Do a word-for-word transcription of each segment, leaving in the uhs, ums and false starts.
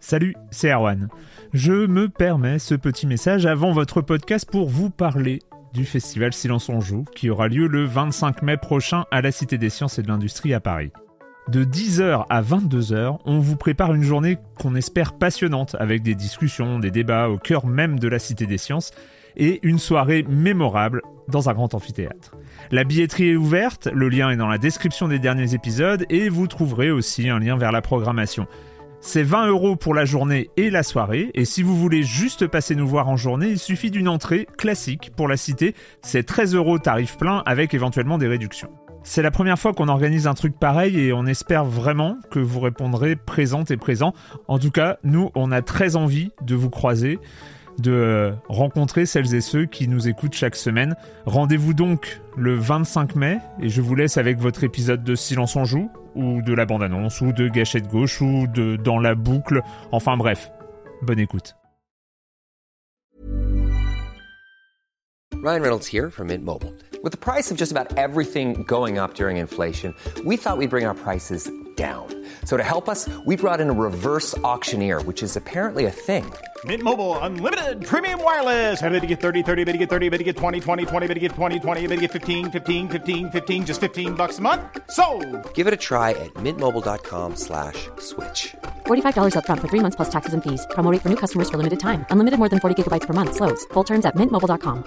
Salut, c'est Erwan. Je me permets ce petit message avant votre podcast pour vous parler du festival Silence on Joue qui aura lieu le vingt-cinq mai prochain à la Cité des Sciences et de l'Industrie à Paris. De dix heures à vingt-deux heures, on vous prépare une journée qu'on espère passionnante avec des discussions, des débats au cœur même de la Cité des Sciences et une soirée mémorable dans un grand amphithéâtre. La billetterie est ouverte, le lien est dans la description des derniers épisodes et vous trouverez aussi un lien vers la programmation. C'est vingt euros pour la journée et la soirée, et si vous voulez juste passer nous voir en journée, il suffit d'une entrée classique pour la Cité, c'est treize euros tarif plein avec éventuellement des réductions. C'est la première fois qu'on organise un truc pareil et on espère vraiment que vous répondrez présente et présent. En tout cas, nous, on a très envie de vous croiser, de rencontrer celles et ceux qui nous écoutent chaque semaine. Rendez-vous donc le vingt-cinq mai et je vous laisse avec votre épisode de Silence on Joue, ou de la bande-annonce, ou de Gâchette Gauche, ou de Dans la boucle. Enfin bref, bonne écoute. Ryan Reynolds here from Mint Mobile. With the price of just about everything going up during inflation, we thought we'd bring our prices down. So to help us, we brought in a reverse auctioneer, which is apparently a thing. Mint Mobile Unlimited Premium Wireless. How to get thirty, thirty, how to get thirty, how to get twenty, twenty, twenty, how to get twenty, twenty, how to get fifteen, fifteen, fifteen, fifteen, just fifteen bucks a month? Sold! Give it a try at mintmobile.com slash switch. forty-five dollars up front for three months plus taxes and fees. Promo rate for new customers for limited time. Unlimited more than forty gigabytes per month. Slows full terms at mint mobile dot com.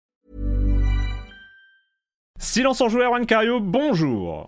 Silence en Joue, Erwan Cario, bonjour.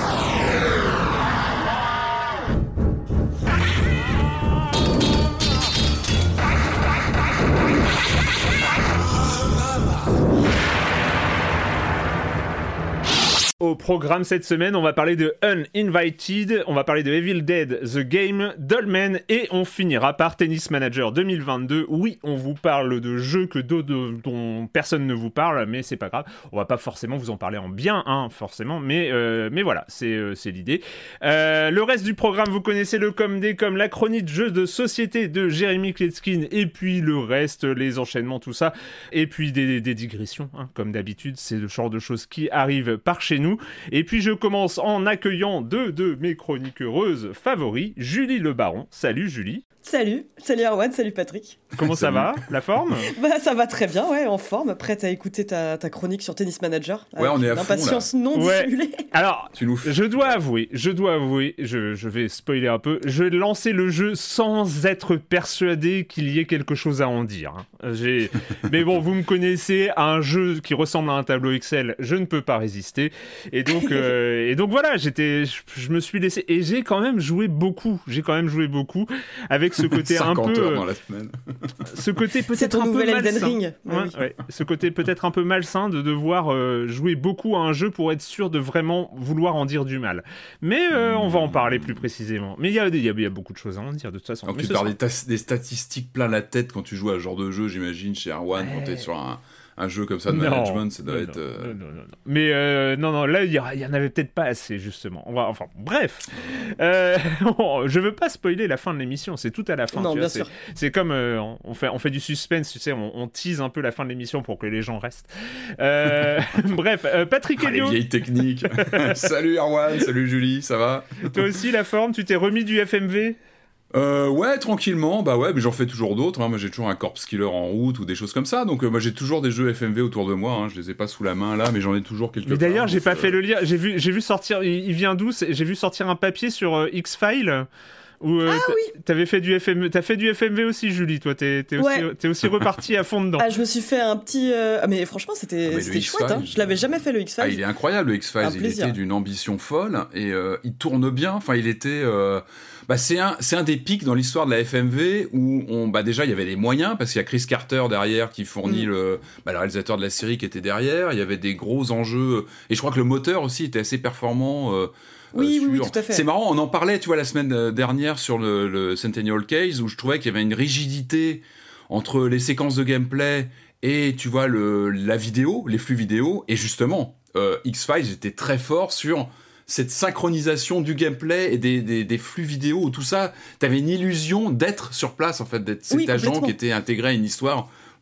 Au programme cette semaine, on va parler de Uninvited, on va parler de Evil Dead, The Game, Dolmen et on finira par Tennis Manager deux mille vingt-deux. Oui, on vous parle de jeux que de, de, dont personne ne vous parle, mais c'est pas grave. On va pas forcément vous en parler en bien, hein, forcément, mais, euh, mais voilà, c'est, euh, c'est l'idée. Euh, le reste du programme, vous connaissez le comme des comme la chronique jeux de société de Jérémy Kletskin et puis le reste, les enchaînements, tout ça, et puis des, des digressions, hein, comme d'habitude, c'est le genre de choses qui arrivent par chez nous. Et puis je commence en accueillant deux de mes chroniques heureuses favoris, Julie Le Baron. Salut Julie. Salut, salut Erwan, salut Patrick. Comment ça va, la forme? Bah ça va très bien, ouais, en forme, prête à écouter ta, ta chronique sur Tennis Manager. Ouais, on est à fond, impatience là. non Ouais. dissimulée. Alors, tu nous... je dois avouer, je dois avouer, je, je vais spoiler un peu, je vais lancer le jeu sans être persuadé qu'il y ait quelque chose à en dire. Hein. J'ai... Mais bon, vous me connaissez, un jeu qui ressemble à un tableau Excel, je ne peux pas résister. Et donc, euh, et donc voilà, j'étais, je, je me suis laissé, et j'ai quand même joué beaucoup, j'ai quand même joué beaucoup, avec ce côté un peu... heures dans la semaine. Ce côté peut-être C'est ton un peu nouvel Elden malsain. Ring. Ouais, Ouais, oui. ouais. Ce côté peut-être un peu malsain de devoir euh, jouer beaucoup à un jeu pour être sûr de vraiment vouloir en dire du mal. Mais euh, on va en parler plus précisément. Mais il y a, y, a, y a beaucoup de choses à en dire de toute façon. Donc Mais tu ce perds sera... des, tas- des statistiques plein la tête quand tu joues à ce genre de jeu, j'imagine, chez Erwan, ouais. Quand t'es sur un... un jeu comme ça de non, management, ça doit non, être... Euh... Non, non, non, non. Mais euh, non, non, là, il y, y en avait peut-être pas assez, justement. On va, enfin, bref. Euh, je veux pas spoiler la fin de l'émission, c'est tout à la fin. Non, tu bien vois, sûr. C'est, c'est comme, euh, on, fait, on fait du suspense, tu sais, on, on tease un peu la fin de l'émission pour que les gens restent. Euh, bref, euh, Patrick ah, Helio. les vieilles techniques. Salut Erwan, salut Julie, ça va? Toi aussi, la forme, tu t'es remis du F M V? Euh, ouais, tranquillement, bah ouais, mais j'en fais toujours d'autres, hein. Moi j'ai toujours un corpse killer en route ou des choses comme ça, donc euh, moi j'ai toujours des jeux F M V autour de moi, hein. Je les ai pas sous la main là, mais j'en ai toujours quelques. Mais d'ailleurs, part, j'ai donc, pas euh... fait le lien, j'ai vu, j'ai vu sortir, il, il vient d'où? C'est, j'ai vu sortir un papier sur euh, X-Files. Où, euh, ah oui. T'avais fait du F M V, t'as fait du F M V aussi, Julie, toi, t'es, t'es, ouais. aussi, t'es aussi reparti à fond dedans. Ah, je me suis fait un petit... Euh... Ah, mais franchement, c'était, ah, mais c'était chouette, hein. Je l'avais jamais fait, le X-Files. Ah, il est incroyable, le X-Files, il était d'une ambition folle, et euh, il tourne bien, enfin, il était... Euh... Bah, c'est, un, c'est un des pics dans l'histoire de la F M V où on, bah, déjà il y avait des moyens parce qu'il y a Chris Carter derrière qui fournit mmh. le, bah, le réalisateur de la série qui était derrière, il y avait des gros enjeux et je crois que le moteur aussi était assez performant. Euh, oui, euh, sur... oui, oui, tout à fait. C'est marrant, on en parlait tu vois la semaine dernière sur le, le Centennial Case où je trouvais qu'il y avait une rigidité entre les séquences de gameplay et tu vois le, la vidéo, les flux vidéo et justement euh, X-Files était très fort sur cette synchronisation du gameplay et des, des, des flux vidéo où tout ça, t'avais une illusion d'être sur place en fait, d'être cet oui, agent qui était intégré à une histoire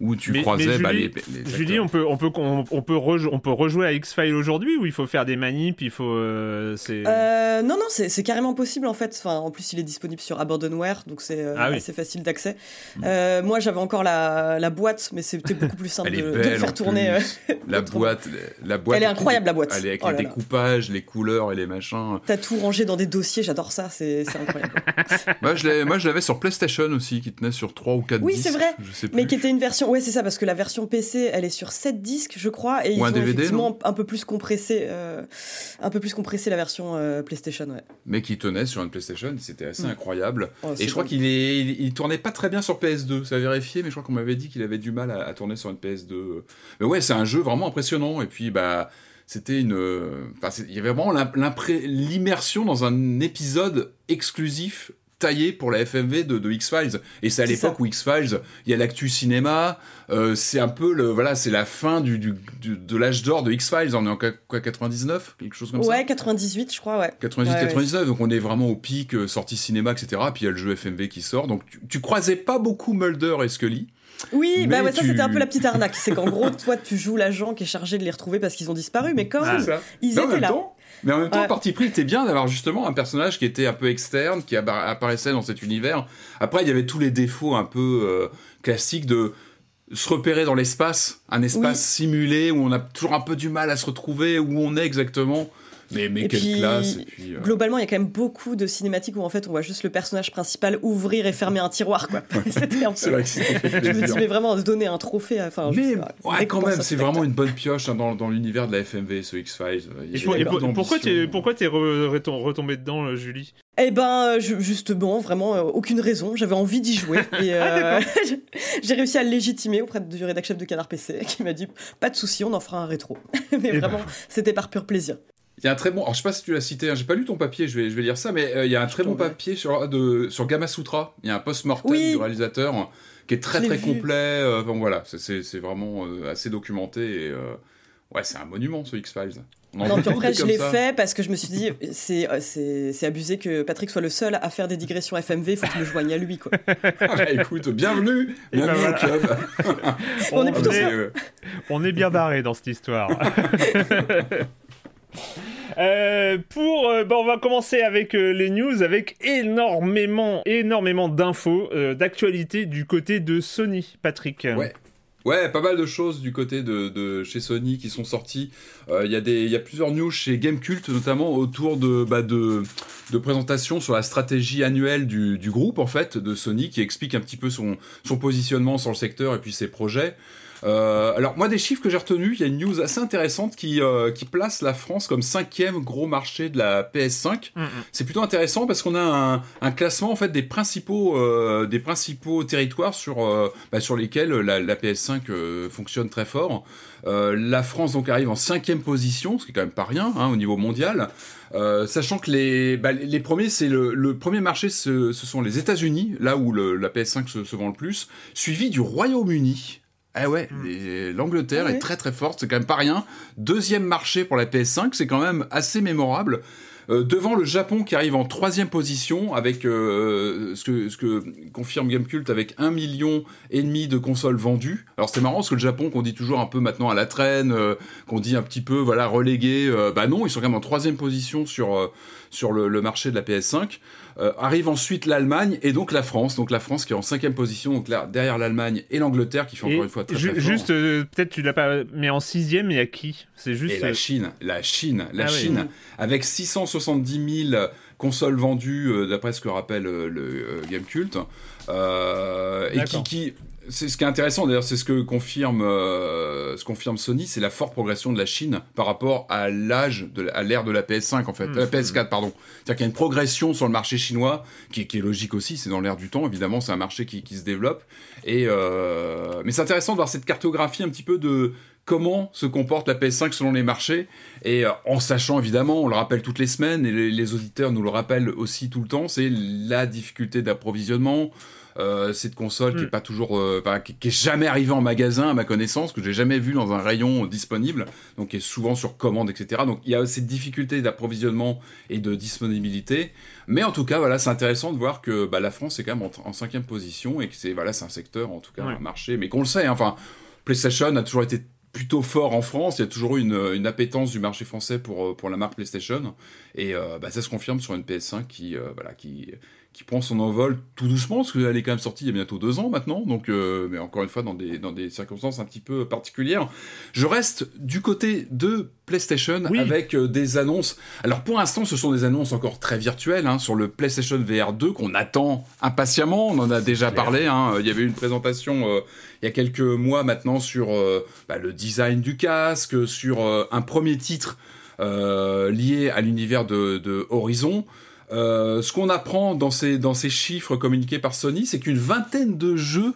où tu mais, croisais mais Julie, bah, les, les Julie, on peut, on, peut, on, on, peut rejou- on peut rejouer à X-Files aujourd'hui ou il faut faire des manips, il faut... Euh, c'est... Euh, non, non, c'est, c'est carrément possible en fait. Enfin, en plus, il est disponible sur Abandonware, donc c'est euh, ah, oui. assez facile d'accès. Mmh. Euh, moi, j'avais encore la, la boîte, mais c'était beaucoup plus simple de, de le faire tourner. Euh, la, boîte, la boîte, elle est incroyable, la boîte. Elle est avec oh les découpages, les couleurs et les machins. T'as tout rangé dans des dossiers, j'adore ça, c'est, c'est incroyable. moi, je l'avais, moi, je l'avais sur PlayStation aussi, qui tenait sur trois ou quatre oui, disques. Oui, c'est vrai, je sais plus. mais qui était une version... Ouais, c'est ça, parce que la version P C, elle est sur sept disques, je crois, et ou ils un ont D V D, effectivement non un peu plus compressé, euh, un peu plus compressé la version euh, PlayStation, ouais. Mais qui tenait sur une PlayStation, c'était assez mmh. incroyable. Oh, et je crois bon. qu'il est, il, il tournait pas très bien sur P S deux, ça a vérifié, mais je crois qu'on m'avait dit qu'il avait du mal à, à tourner sur une P S deux. Mais ouais, c'est un jeu vraiment impressionnant, et puis bah... C'était une... Enfin, il y avait vraiment l'immersion dans un épisode exclusif taillé pour la F M V de, de X-Files. Et c'est à c'est l'époque ça. où X-Files, il y a l'actu cinéma, euh, c'est un peu le... Voilà, c'est la fin du, du, du, de l'âge d'or de X-Files. On est en quoi, quatre-vingt-dix-neuf, quelque chose comme ouais, ça Ouais, quatre-vingt-dix-huit, je crois, ouais. quatre-vingt-dix quatre-vingt-dix-neuf, ouais, ouais. Donc on est vraiment au pic, euh, sortie cinéma, et cetera. Puis il y a le jeu F M V qui sort. Donc tu, tu croisais pas beaucoup Mulder et Scully. Oui, bah ouais, tu... ça c'était un peu la petite arnaque. C'est qu'en gros, toi, tu joues l'agent qui est chargé de les retrouver parce qu'ils ont disparu, mais quand même, ah, ils non, étaient là. Temps, mais en même temps, ouais. parti pris, c'était bien d'avoir justement un personnage qui était un peu externe, qui apparaissait dans cet univers. Après, il y avait tous les défauts un peu euh, classiques de se repérer dans l'espace, un espace oui. simulé où on a toujours un peu du mal à se retrouver où on est exactement. Mais, mais et quelle puis, classe et puis, euh... globalement, il y a quand même beaucoup de cinématiques où en fait on voit juste le personnage principal ouvrir et fermer un tiroir, quoi. C'était un peu... C'est vrai que c'était je me dis, mais vraiment, de donner un trophée. Enfin, mais pas, ouais, quand même, c'est vraiment une bonne pioche hein, dans, dans l'univers de la F M V, ce X-Files. Et, pour, et pour, pourquoi t'es, pourquoi t'es re, re, retombé dedans, Julie ? Eh ben, je, justement, vraiment, euh, aucune raison. J'avais envie d'y jouer. Et euh, ah, j'ai réussi à le légitimer auprès du rédac chef de Canard P C, qui m'a dit pas de souci, on en fera un rétro. Mais et vraiment, ben... c'était par pur plaisir. Il y a un très bon... Alors, je sais pas si tu l'as cité, hein, j'ai pas lu ton papier, je vais, je vais lire ça, mais euh, il y a un très bon papier sur, de, sur Gamma Sutra. Il y a un post-mortem oui. du réalisateur hein, qui est très très vu. complet. Euh, bon, voilà, c'est, c'est, c'est vraiment euh, assez documenté. Et, euh, ouais, c'est un monument, ce X-Files. Non, puis après, je l'ai ça. fait parce que je me suis dit, c'est, c'est, c'est abusé que Patrick soit le seul à faire des digressions F M V, il faut que je me joigne à lui, quoi. Ah bah, écoute, bienvenue, bienvenue ben, au club. on, on, est plutôt on, est, euh, on est bien barré dans cette histoire. Euh, pour, euh, bah on va commencer avec euh, les news, avec énormément, énormément d'infos, euh, d'actualité du côté de Sony, Patrick. Ouais. Ouais, pas mal de choses du côté de, de chez Sony qui sont sorties. Il euh, y a des, il y a plusieurs news chez Gamecult, notamment autour de, bah de, de présentations sur la stratégie annuelle du, du groupe, en fait, de Sony, qui explique un petit peu son, son positionnement sur le secteur et puis ses projets. Euh, alors moi des chiffres que j'ai retenus, il y a une news assez intéressante qui, euh, qui place la France comme cinquième gros marché de la P S cinq. Mm-hmm. C'est plutôt intéressant parce qu'on a un, un classement en fait des principaux, euh, des principaux territoires sur, euh, bah, sur lesquels la, la P S cinq euh, fonctionne très fort. Euh, la France donc arrive en cinquième position, ce qui est quand même pas rien hein, au niveau mondial. Euh, sachant que les, bah, les premiers, c'est le, le premier marché, ce, ce sont les États-Unis, là où le, la P S cinq se, se vend le plus, suivi du Royaume-Uni. Ah ouais, mmh. l'Angleterre ah ouais. est très très forte, c'est quand même pas rien. Deuxième marché pour la P S cinq, c'est quand même assez mémorable. Euh, devant le Japon qui arrive en troisième position avec euh, ce, que, ce que confirme Gamecult avec un million et demi de consoles vendues. Alors c'est marrant parce que le Japon qu'on dit toujours un peu maintenant à la traîne, euh, qu'on dit un petit peu voilà relégué, euh, bah non, ils sont quand même en troisième position sur euh, sur le, le marché de la P S cinq. Euh, arrive ensuite l'Allemagne et donc la France. Donc la France qui est en cinquième position, donc là, derrière l'Allemagne et l'Angleterre qui fait encore et une fois très, ju- très fort. Juste, euh, peut-être tu l'as pas, mais en sixième, il y a qui ? C'est juste. Et la Chine, la Chine, la ah Chine, oui. avec six cent soixante-dix mille consoles vendues, euh, d'après ce que rappelle euh, le euh, Gamecult, euh, et qui, qui c'est ce qui est intéressant d'ailleurs, c'est ce que confirme, euh, ce confirme Sony, c'est la forte progression de la Chine par rapport à l'âge, de, à l'ère de la P S cinq en fait, mmh. la P S quatre pardon. C'est-à-dire qu'il y a une progression sur le marché chinois qui, qui est logique aussi, c'est dans l'air du temps évidemment, c'est un marché qui, qui se développe. Et euh, mais c'est intéressant de voir cette cartographie un petit peu de comment se comporte la P S cinq selon les marchés, et euh, en sachant évidemment, on le rappelle toutes les semaines, et les, les auditeurs nous le rappellent aussi tout le temps, c'est la difficulté d'approvisionnement. Euh, cette console mmh. qui est pas toujours, euh, bah, qui, qui est jamais arrivée en magasin à ma connaissance, que j'ai jamais vu dans un rayon disponible, donc qui est souvent sur commande, et cetera. Donc il y a cette difficulté d'approvisionnement et de disponibilité. Mais en tout cas, voilà, c'est intéressant de voir que bah, la France est quand même en, en cinquième position et que c'est, voilà, c'est un secteur, en tout cas, ouais. un marché, mais qu'on le sait. Hein, enfin, PlayStation a toujours été plutôt fort en France, il y a toujours eu une, une appétence du marché français pour, pour la marque PlayStation, et euh, bah, ça se confirme sur une P S cinq qui, euh, voilà, qui, qui prend son envol tout doucement, parce qu'elle est quand même sortie il y a bientôt deux ans maintenant, donc, euh, mais encore une fois dans des, dans des circonstances un petit peu particulières. Je reste du côté de PlayStation oui. avec euh, des annonces. Alors pour l'instant, ce sont des annonces encore très virtuelles, hein, sur le PlayStation V R deux qu'on attend impatiemment, on en a déjà parlé, hein. Il y avait eu une présentation euh, il y a quelques mois maintenant sur euh, bah, le design du casque, sur euh, un premier titre euh, lié à l'univers de, de Horizon. Euh, ce qu'on apprend dans ces, dans ces chiffres communiqués par Sony, c'est qu'une vingtaine de jeux,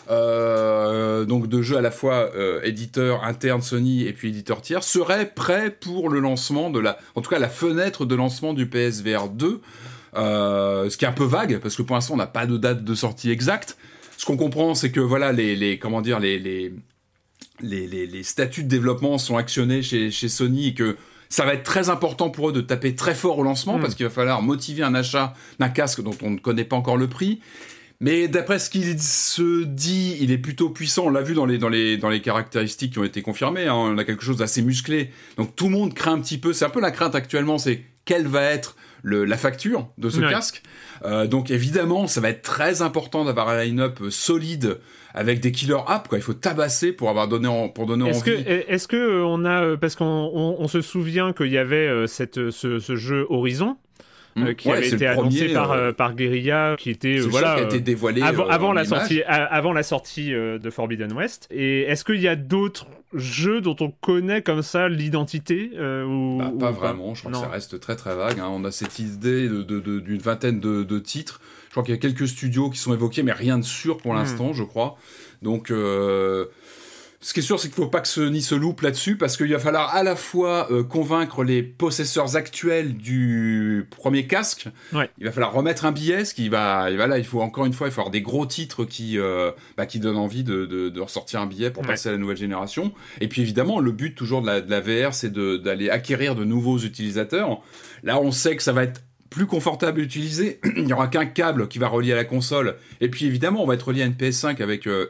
euh, donc de jeux à la fois euh, éditeurs internes Sony et puis éditeurs tiers, seraient prêts pour le lancement de la, en tout cas la fenêtre de lancement du P S V R deux, euh, ce qui est un peu vague parce que pour l'instant on n'a pas de date de sortie exacte. Ce qu'on comprend, c'est que voilà les, les comment dire les les, les les les statuts de développement sont actionnés chez chez Sony et que ça va être très important pour eux de taper très fort au lancement, mmh. parce qu'il va falloir motiver un achat d'un casque dont on ne connaît pas encore le prix. Mais d'après ce qu'il se dit, il est plutôt puissant. On l'a vu dans les, dans les, dans les caractéristiques qui ont été confirmées. Hein. On a quelque chose d'assez musclé. Donc tout le monde craint un petit peu. C'est un peu la crainte actuellement, c'est quelle va être le, la facture de ce ouais. casque. Euh, donc évidemment, ça va être très important d'avoir un line-up solide avec des killer apps, quoi. Il faut tabasser pour avoir donné en, pour donner est-ce envie. Que, est-ce que on a, parce qu'on on, on se souvient qu'il y avait cette, ce, ce jeu Horizon. Mmh. Euh, qui ouais, avait été annoncé premier, par, euh, par Guerrilla, qui était euh, voilà, qui a été dévoilé avant, euh, avant, la sortie, a, avant la sortie euh, de Forbidden West. Et est-ce qu'il y a d'autres jeux dont on connaît comme ça l'identité euh, ou, bah, Pas ou vraiment, pas je crois non. que ça reste très très vague. Hein. On a cette idée de, de, de, d'une vingtaine de, de titres. Je crois qu'il y a quelques studios qui sont évoqués, mais rien de sûr pour l'instant, mmh. je crois. Donc... Euh... Ce qui est sûr, c'est qu'il ne faut pas que Sony se loupe là-dessus, parce qu'il va falloir à la fois euh, convaincre les possesseurs actuels du premier casque, ouais. il va falloir remettre un billet, ce qui va, et voilà, il faut encore une fois, il faut avoir des gros titres qui, euh, bah, qui donnent envie de, de, de ressortir un billet pour ouais. passer à la nouvelle génération. Et puis évidemment, le but toujours de la, de la V R, c'est de, d'aller acquérir de nouveaux utilisateurs. Là, on sait que ça va être plus confortable à utiliser. Il n'y aura qu'un câble qui va relier à la console. Et puis évidemment, on va être relié à une P S cinq avec... Euh,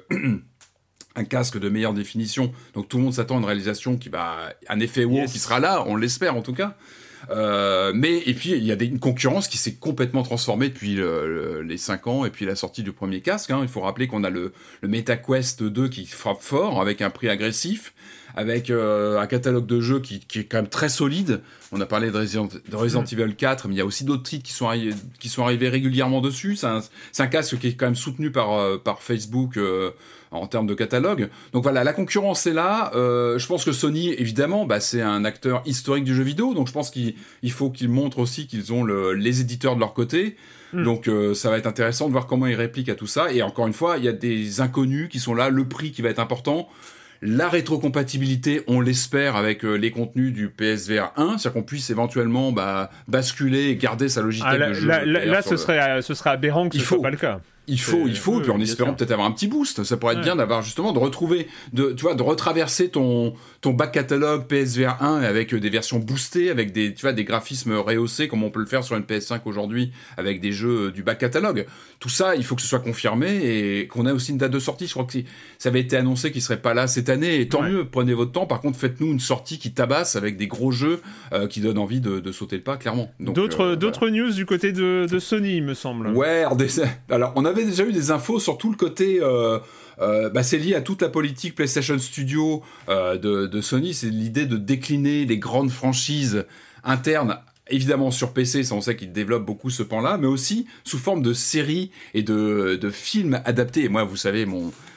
un casque de meilleure définition, donc tout le monde s'attend à une réalisation qui va, un effet wow yes. qui sera là, on l'espère en tout cas. Euh, mais et puis il y a des, une concurrence qui s'est complètement transformée depuis le, le, les cinq ans et puis la sortie du premier casque. Hein. Il faut rappeler qu'on a le, le MetaQuest deux qui frappe fort avec un prix agressif, avec euh, un catalogue de jeux qui, qui est quand même très solide. On a parlé de Resident, de Resident mmh. Evil quatre, mais il y a aussi d'autres titres qui sont, arri- qui sont arrivés régulièrement dessus. C'est un, c'est un casque qui est quand même soutenu par, euh, par Facebook euh, en termes de catalogue. Donc voilà, la concurrence est là. Euh, je pense que Sony, évidemment, bah, c'est un acteur historique du jeu vidéo, donc je pense qu'il il faut qu'ils montrent aussi qu'ils ont le, les éditeurs de leur côté. Mmh. Donc euh, ça va être intéressant de voir comment ils répliquent à tout ça. Et encore une fois, il y a des inconnus qui sont là, le prix qui va être important. La rétrocompatibilité, on l'espère, avec euh, les contenus du P S V R un, c'est-à-dire qu'on puisse éventuellement bah, basculer et garder sa Logitech ah, là, de jeu. Là, là, là ce, le... serait, ce serait aberrant que ce ne soit pas le cas. Il faut, il faut, et puis en espérant sûr. peut-être avoir un petit boost. Ça pourrait être ouais. bien d'avoir justement, de retrouver, de, tu vois, de retraverser ton, ton back catalogue P S V R un avec des versions boostées, avec des, tu vois, des graphismes rehaussés, comme on peut le faire sur une P S cinq aujourd'hui, avec des jeux du back catalogue. Tout ça, il faut que ce soit confirmé et qu'on ait aussi une date de sortie. Je crois que ça avait été annoncé qu'il serait pas là cette année, et tant ouais. mieux, prenez votre temps. Par contre, faites-nous une sortie qui tabasse avec des gros jeux euh, qui donnent envie de, de sauter le pas, clairement. Donc, d'autres, euh, d'autres voilà. news du côté de, de Sony, il me semble. Ouais, alors on avait déjà eu des infos sur tout le côté, euh, euh, bah c'est lié à toute la politique PlayStation Studio euh, de, de Sony, c'est l'idée de décliner les grandes franchises internes, évidemment sur P C, ça on sait qu'ils développent beaucoup ce pan-là, mais aussi sous forme de séries et de, de films adaptés. Et moi, vous savez, mon,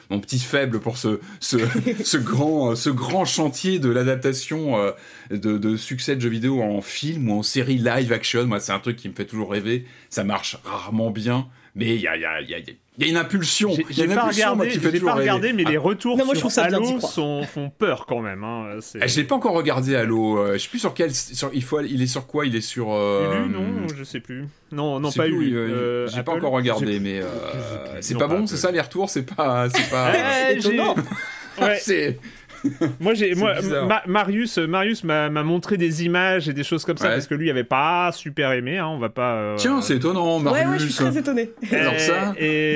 mon petit faible pour ce, ce, ce, grand, ce grand chantier de l'adaptation euh, de, de succès de jeux vidéo en film ou en série live action. Moi, c'est un truc qui me fait toujours rêver. Ça marche rarement bien, mais il y a, y a, y a, y a une impulsion. J'ai, j'ai pas regardé, j'ai pas regardé, mais ah. les retours non, moi, sur Halo sont, font peur quand même. Hein. C'est... Je l'ai pas encore regardé Halo. Euh, je sais plus sur quel. Sur, il, faut, il est sur quoi ? Il est sur. Euh... Ulu, non, je sais plus. Non, non, c'est pas Ulu. Ulu. Euh, j'ai Apple, pas encore regardé, j'ai... mais euh, c'est non, pas, pas bon. Apple. C'est ça les retours, c'est pas, c'est pas. Eh, j'ai... Ouais. c'est. Moi, j'ai, moi Ma- Marius, Marius m'a, m'a montré des images et des choses comme ça, ouais. parce que lui, il avait pas super aimé, hein, on va pas... Euh, Tiens, c'est étonnant, Marius. Ouais, ouais, je suis très étonné. Alors ça...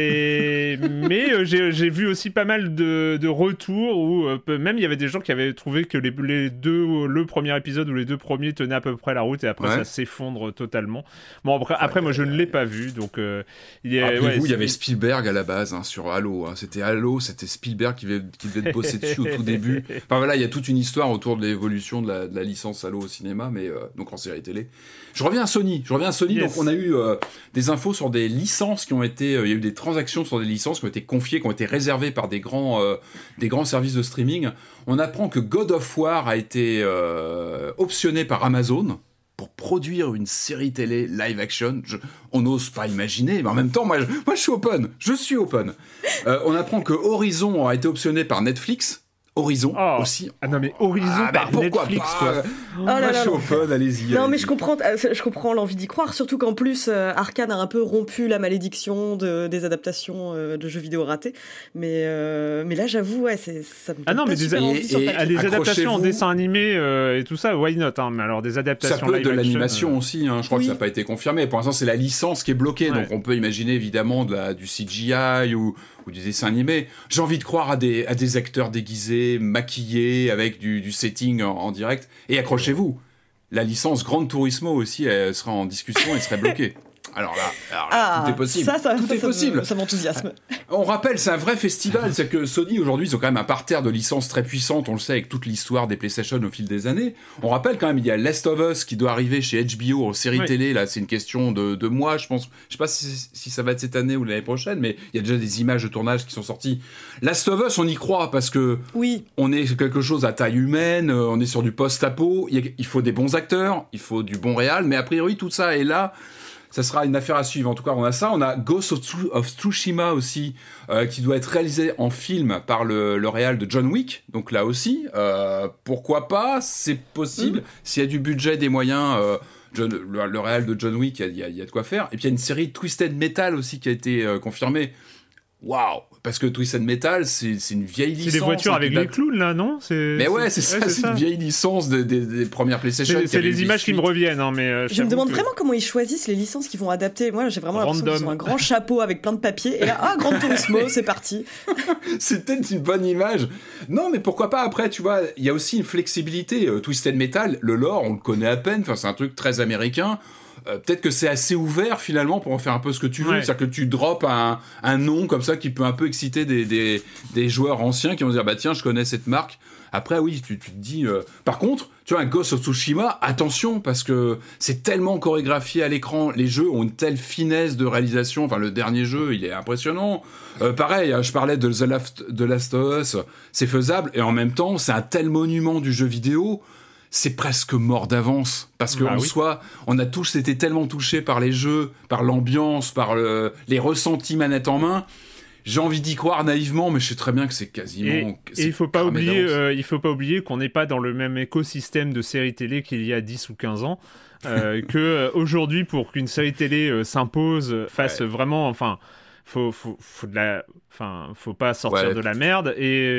Et... Mais euh, j'ai, j'ai vu aussi pas mal de, de retours où euh, même il y avait des gens qui avaient trouvé que les, les deux, le premier épisode ou les deux premiers tenaient à peu près la route et après ouais. ça s'effondre totalement. Bon, après, après ouais, moi, je ne l'ai pas vu, donc... Euh, il est, Rappelez-vous, ouais, il y avait Spielberg à la base, hein, sur Halo. Hein. C'était Halo, c'était Spielberg qui devait, qui devait bosser dessus au tout début. Enfin voilà, il y a toute une histoire autour de l'évolution de la, de la licence Halo au cinéma, mais euh, donc en série télé. Je reviens à Sony. Je reviens à Sony. Yes. Donc on a eu euh, des infos sur des licences qui ont été. Euh, il y a eu des transactions sur des licences qui ont été confiées, qui ont été réservées par des grands, euh, des grands services de streaming. On apprend que God of War a été euh, optionné par Amazon pour produire une série télé live action. Je, on n'ose pas imaginer, mais en même temps, moi, je, moi, je suis open. Je suis open. Euh, on apprend que Horizon a été optionné par Netflix. Horizon oh. aussi. Ah non mais Horizon ah, par bah, Netflix pas quoi. Oh là Moi là, je suis open, allez-y. Non allez-y. mais je comprends, je comprends l'envie d'y croire, surtout qu'en plus euh, Arkane a un peu rompu la malédiction de, des adaptations euh, de jeux vidéo ratés. Mais euh, mais là j'avoue ouais c'est ça me donne ah non pas mais des, super et, envie sur et, et, des adaptations en dessin animé euh, et tout ça why not hein. Mais alors des adaptations ça peut live être de action, l'animation euh... aussi. Hein. Je crois oui. que ça n'a pas été confirmé. Pour l'instant c'est la licence qui est bloquée, ouais. donc on peut imaginer évidemment de la, du C G I ou ou du dessin animé. J'ai envie de croire à des, à des acteurs déguisés, maquillés, avec du, du setting en, en direct. Et accrochez-vous, la licence Gran Turismo aussi, elle sera en discussion et serait bloquée. Alors là, alors là ah, tout est possible. Ça, ça, tout ça, est ça possible. Me, ça m'enthousiasme. On rappelle, c'est un vrai festival. C'est que Sony, aujourd'hui, ils ont quand même un parterre de licences très puissantes. On le sait avec toute l'histoire des PlayStation au fil des années. On rappelle quand même, il y a Last of Us qui doit arriver chez H B O en série oui. télé. Là, c'est une question de, de mois, je pense. Je sais pas si, si ça va être cette année ou l'année prochaine, mais il y a déjà des images de tournage qui sont sorties. Last of Us, on y croit parce que oui. on est quelque chose à taille humaine. On est sur du post-apo. Il, y a, il faut des bons acteurs, il faut du bon réal, mais a priori, tout ça est là. Ça sera une affaire à suivre. En tout cas, on a ça. On a Ghost of Tsushima aussi, euh, qui doit être réalisé en film par le, le réal de John Wick. Donc là aussi, euh, pourquoi pas ? C'est possible. Mmh. S'il y a du budget, des moyens, euh, John, le, le réal de John Wick, il y, y, y a de quoi faire. Et puis il y a une série Twisted Metal aussi qui a été euh, confirmée. Waouh! Parce que Twisted Metal, c'est, c'est une vieille licence. C'est des voitures avec les clowns, là, non? C'est, mais ouais, c'est, c'est, ça, ouais, c'est, c'est ça. une vieille licence de, de, de, des premières PlayStation. C'est, c'est les images qui me reviennent, hein, mais... Euh, je me demande que... vraiment comment ils choisissent les licences qu'ils vont adapter. Moi, j'ai vraiment Random. l'impression qu'ils ont un grand chapeau avec plein de papier, et là, ah, Gran Turismo, c'est parti. C'est peut-être une bonne image. Non, mais pourquoi pas, après, tu vois, il y a aussi une flexibilité. Euh, Twisted Metal, le lore, on le connaît à peine, enfin, c'est un truc très américain. Euh, peut-être que c'est assez ouvert finalement pour en faire un peu ce que tu veux, ouais. c'est-à-dire que tu drops un, un nom comme ça qui peut un peu exciter des, des, des joueurs anciens qui vont se dire bah tiens je connais cette marque. Après oui tu, tu te dis euh... par contre tu vois un Ghost of Tsushima, attention parce que c'est tellement chorégraphié à l'écran, les jeux ont une telle finesse de réalisation, enfin le dernier jeu il est impressionnant. Euh, pareil je parlais de The Last, The Last of Us, c'est faisable et en même temps c'est un tel monument du jeu vidéo. C'est presque mort d'avance parce que bah en oui. soi, on a tous été tellement touchés par les jeux, par l'ambiance, par le, les ressentis manette en main. J'ai envie d'y croire naïvement, mais je sais très bien que c'est quasiment. Et, c'est et il faut pas oublier, euh, il faut pas oublier qu'on n'est pas dans le même écosystème de séries télé qu'il y a dix ou quinze ans. Euh, que euh, aujourd'hui, pour qu'une série télé euh, s'impose, fasse ouais. vraiment, enfin. Faut, faut, faut de la, enfin, faut pas sortir ouais. de la merde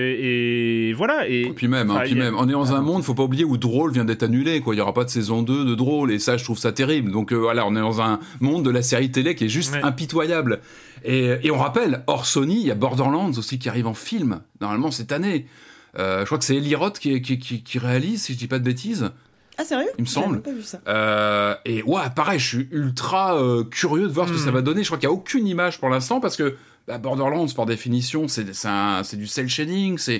et, et voilà. Et, et puis même, hein, puis a... même, on est dans un monde, faut pas oublier où Drôle vient d'être annulé, quoi. Il y aura pas de saison deux de Drôle et ça, je trouve ça terrible. Donc euh, voilà, on est dans un monde de la série télé qui est juste ouais. impitoyable. Et, et on rappelle, hors Sony, il y a Borderlands aussi qui arrive en film normalement cette année. Euh, je crois que c'est Eli Roth qui, qui, qui, qui réalise, si je dis pas de bêtises. Ah sérieux ? Il me semble. J'avais pas vu ça. Euh, et ouais, pareil, je suis ultra euh, curieux de voir ce que mmh. ça va donner. Je crois qu'il n'y a aucune image pour l'instant parce que bah, Borderlands, par définition, c'est, c'est, un, c'est du cel shading, c'est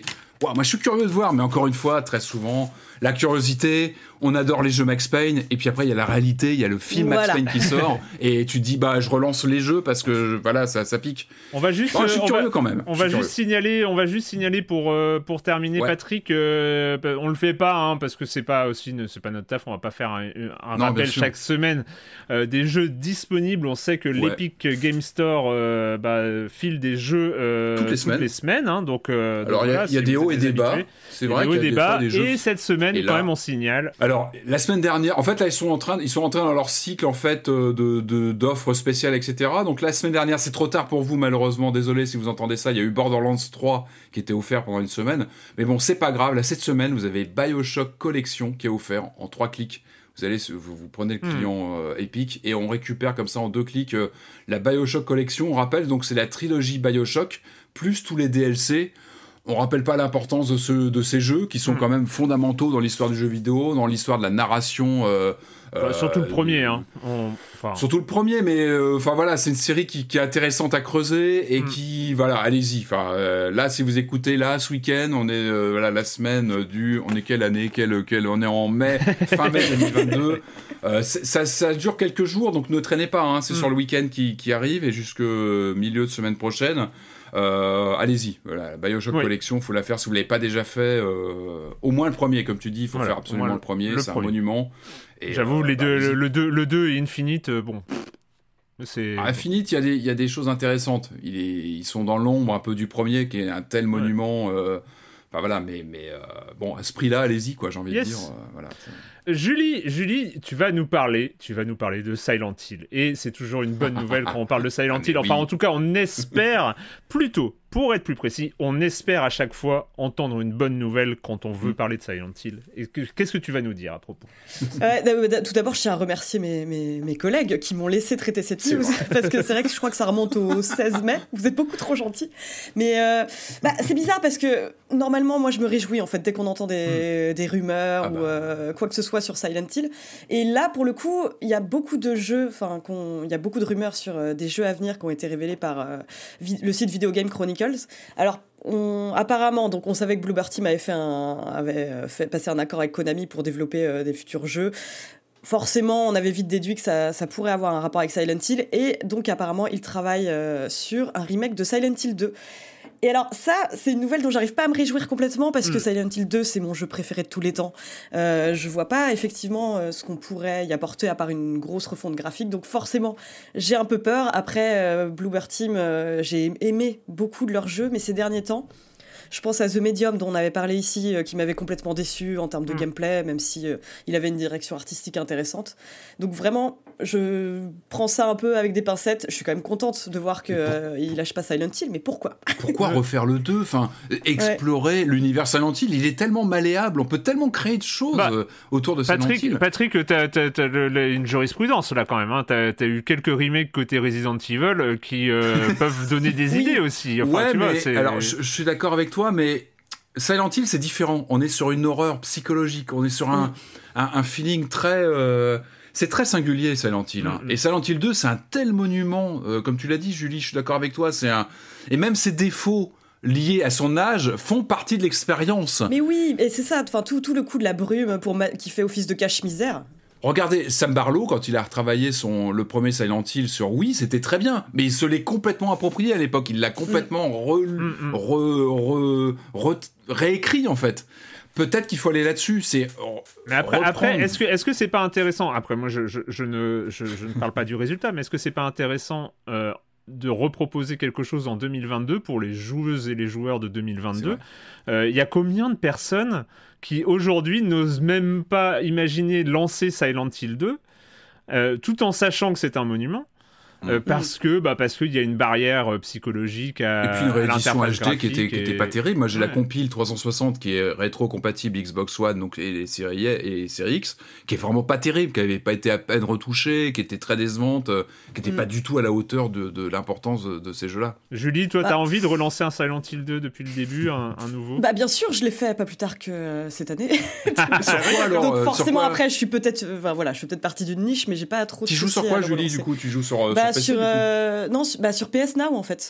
wow, moi je suis curieux de voir, mais encore une fois, très souvent, la curiosité, on adore les jeux Max Payne, et puis après il y a la réalité, il y a le film voilà. Max Payne qui sort, et tu te dis bah je relance les jeux parce que voilà ça, ça pique. On va juste, bon, je suis on curieux va, quand même. On va juste signaler, on va juste signaler pour euh, pour terminer, ouais. Patrick, euh, on le fait pas hein, parce que c'est pas aussi c'est pas notre taf, on va pas faire un, un non, rappel chaque semaine euh, des jeux disponibles. On sait que ouais. l'Epic Game Store euh, bah, file des jeux euh, toutes les semaines, toutes les semaines hein, donc. Euh, Alors il y a, voilà, y a des hauts et des bas. C'est vrai qu'il y a des débats des jeux... et cette semaine et quand même on signale. Alors la semaine dernière, en fait là ils sont en train, ils sont en train dans leur cycle en fait de, de d'offres spéciales et cetera. Donc la semaine dernière, c'est trop tard pour vous malheureusement, désolé si vous entendez ça. Il y a eu Borderlands trois qui était offert pendant une semaine, mais bon c'est pas grave. Là cette semaine vous avez BioShock Collection qui est offert en trois clics. Vous allez, vous, vous prenez le client euh, Epic et on récupère comme ça en deux clics euh, la BioShock Collection. On rappelle donc c'est la trilogie BioShock plus tous les D L C. On rappelle pas l'importance de, ce, de ces jeux qui sont mmh. quand même fondamentaux dans l'histoire du jeu vidéo, dans l'histoire de la narration. Euh, euh, surtout le premier, hein. On... Enfin... Surtout le premier, mais enfin euh, voilà, c'est une série qui, qui est intéressante à creuser et mmh. qui, voilà, allez-y. Enfin euh, là, si vous écoutez là ce week-end, on est euh, voilà la semaine du, on est quelle année, quelle, quelle, on est en mai, fin mai deux mille vingt-deux. Euh, ça, ça dure quelques jours, donc ne traînez pas. Hein, c'est mmh. sur le week-end qui, qui arrive et jusque milieu de semaine prochaine. Euh, allez-y, voilà, la BioShock oui. Collection, faut la faire si vous l'avez pas déjà fait. Euh, au moins le premier, comme tu dis, il faut voilà, faire absolument le, le premier. Le c'est premier. Un monument. Et j'avoue, euh, les bah, deux, le, le deux, le deux et Infinite, euh, bon. C'est... À Infinite, il y a des, il y a des choses intéressantes. Il est, ils sont dans l'ombre un peu du premier, qui est un tel monument. Ouais. Euh, enfin voilà, mais, mais euh, bon, à ce prix-là, allez-y, quoi. J'ai envie yes. de dire. Euh, voilà. Julie, Julie, tu vas nous parler, tu vas nous parler de Silent Hill. Et c'est toujours une bonne nouvelle quand on parle de Silent Hill. Enfin, oui. en tout cas, on espère plutôt, pour être plus précis, on espère à chaque fois entendre une bonne nouvelle quand on veut parler de Silent Hill. Et que, qu'est-ce que tu vas nous dire à propos ? euh, Tout d'abord, je tiens à remercier mes, mes, mes collègues qui m'ont laissé traiter cette news. Parce que c'est vrai que je crois que ça remonte au seize mai. Vous êtes beaucoup trop gentils. Mais euh, bah, c'est bizarre parce que normalement, moi, je me réjouis en fait dès qu'on entend des, mm. des rumeurs ah bah. ou euh, quoi que ce soit sur Silent Hill. Et là, pour le coup, il y a beaucoup de jeux, enfin, il y a beaucoup de rumeurs sur euh, des jeux à venir qui ont été révélés par euh, vi- le site Video Game Chronicles. Alors, on, apparemment, donc on savait que Bloober Team avait fait un, avait fait passer un accord avec Konami pour développer euh, des futurs jeux. Forcément, on avait vite déduit que ça, ça pourrait avoir un rapport avec Silent Hill. Et donc, apparemment, ils travaillent euh, sur un remake de Silent Hill deux. Et alors ça, c'est une nouvelle dont j'arrive pas à me réjouir complètement parce que mm. Silent Hill deux, c'est mon jeu préféré de tous les temps. Euh, je vois pas effectivement euh, ce qu'on pourrait y apporter à part une grosse refonte graphique. Donc forcément, j'ai un peu peur. Après, euh, Bloober Team, euh, j'ai aimé beaucoup de leurs jeux, mais ces derniers temps, je pense à The Medium dont on avait parlé ici, euh, qui m'avait complètement déçu en termes de mmh. gameplay, même si euh, il avait une direction artistique intéressante. Donc vraiment, je prends ça un peu avec des pincettes. Je suis quand même contente de voir qu'il euh, lâche pas Silent Hill, mais pourquoi ? Pourquoi refaire le deux ? Enfin, explorer ouais. l'univers Silent Hill, il est tellement malléable, on peut tellement créer de choses bah, euh, autour de Patrick, Silent Hill. Patrick, t'as, t'as, t'as une jurisprudence là quand même. Hein. T'as, t'as eu quelques remakes côté Resident Evil qui euh, peuvent donner des oui. idées aussi. Enfin, ouais, tu mais vois, c'est... alors je, je suis d'accord avec toi, mais Silent Hill, c'est différent. On est sur une horreur psychologique. On est sur un, mm. un, un feeling très... Euh, c'est très singulier, Silent Hill. Hein. Mm. Et Silent Hill deux, c'est un tel monument. Euh, comme tu l'as dit, Julie, je suis d'accord avec toi. C'est un... Et même ses défauts liés à son âge font partie de l'expérience. Mais oui, et c'est ça. Enfin, tout, tout le coup de la brume pour ma... qui fait office de cache-misère. Regardez, Sam Barlow, quand il a retravaillé son, le premier Silent Hill sur Wii, c'était très bien. Mais il se l'est complètement approprié à l'époque. Il l'a complètement mm. re, mm. re, re, re, réécrit, en fait. Peut-être qu'il faut aller là-dessus. C'est mais après, après est-ce que, est-ce que c'est pas intéressant ? Après, moi, je, je, je, ne, je, je ne parle pas du résultat, mais est-ce que c'est pas intéressant euh, de reproposer quelque chose en deux mille vingt-deux pour les joueuses et les joueurs de deux mille vingt-deux ? Il euh, y a combien de personnes qui aujourd'hui n'osent même pas imaginer lancer Silent Hill deux, euh, tout en sachant que c'est un monument, euh, mmh. parce que bah parce qu'il y a une barrière euh, psychologique à, et puis une réédition H D qui était, et... qui était pas terrible. Moi j'ai ouais. la compile trois cent soixante qui est rétro-compatible Xbox One donc et, et série et série X, qui est vraiment pas terrible, qui avait pas été à peine retouchée, qui était très décevante, euh, qui était mmh. pas du tout à la hauteur de, de l'importance de, de ces jeux-là. Julie, toi, bah. t'as envie de relancer un Silent Hill deux depuis le début, un, un nouveau ? Bah bien sûr, je l'ai fait pas plus tard que euh, cette année. Sur quoi, alors, donc forcément quoi, après, je suis peut-être, enfin, voilà, je suis peut-être partie d'une niche, mais j'ai pas trop. Tu joues sur quoi, Julie ? Du coup, tu joues sur bah, sur P C, sur euh, non, bah sur P S Now en fait.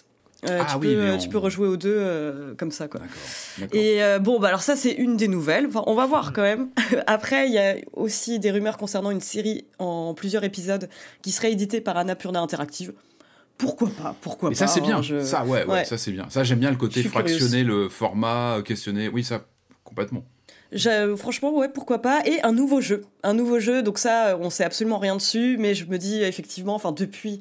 Euh, ah tu, oui, peux, on... tu peux rejouer aux deux euh, comme ça, quoi. D'accord, d'accord. Et euh, bon, bah alors ça, c'est une des nouvelles. Enfin, on va voir quand même. Après, il y a aussi des rumeurs concernant une série en plusieurs épisodes qui serait éditée par Annapurna Interactive. Pourquoi pas, pourquoi Mais pas. ça, c'est bien. Hein, je... Ça, ouais, ouais, ouais, ça, c'est bien. Ça, j'aime bien le côté fractionner le format, questionner. Oui, ça, complètement. Je, franchement, ouais, pourquoi pas. Et un nouveau jeu. Un nouveau jeu, donc ça, on sait absolument rien dessus, mais je me dis, effectivement, enfin, depuis,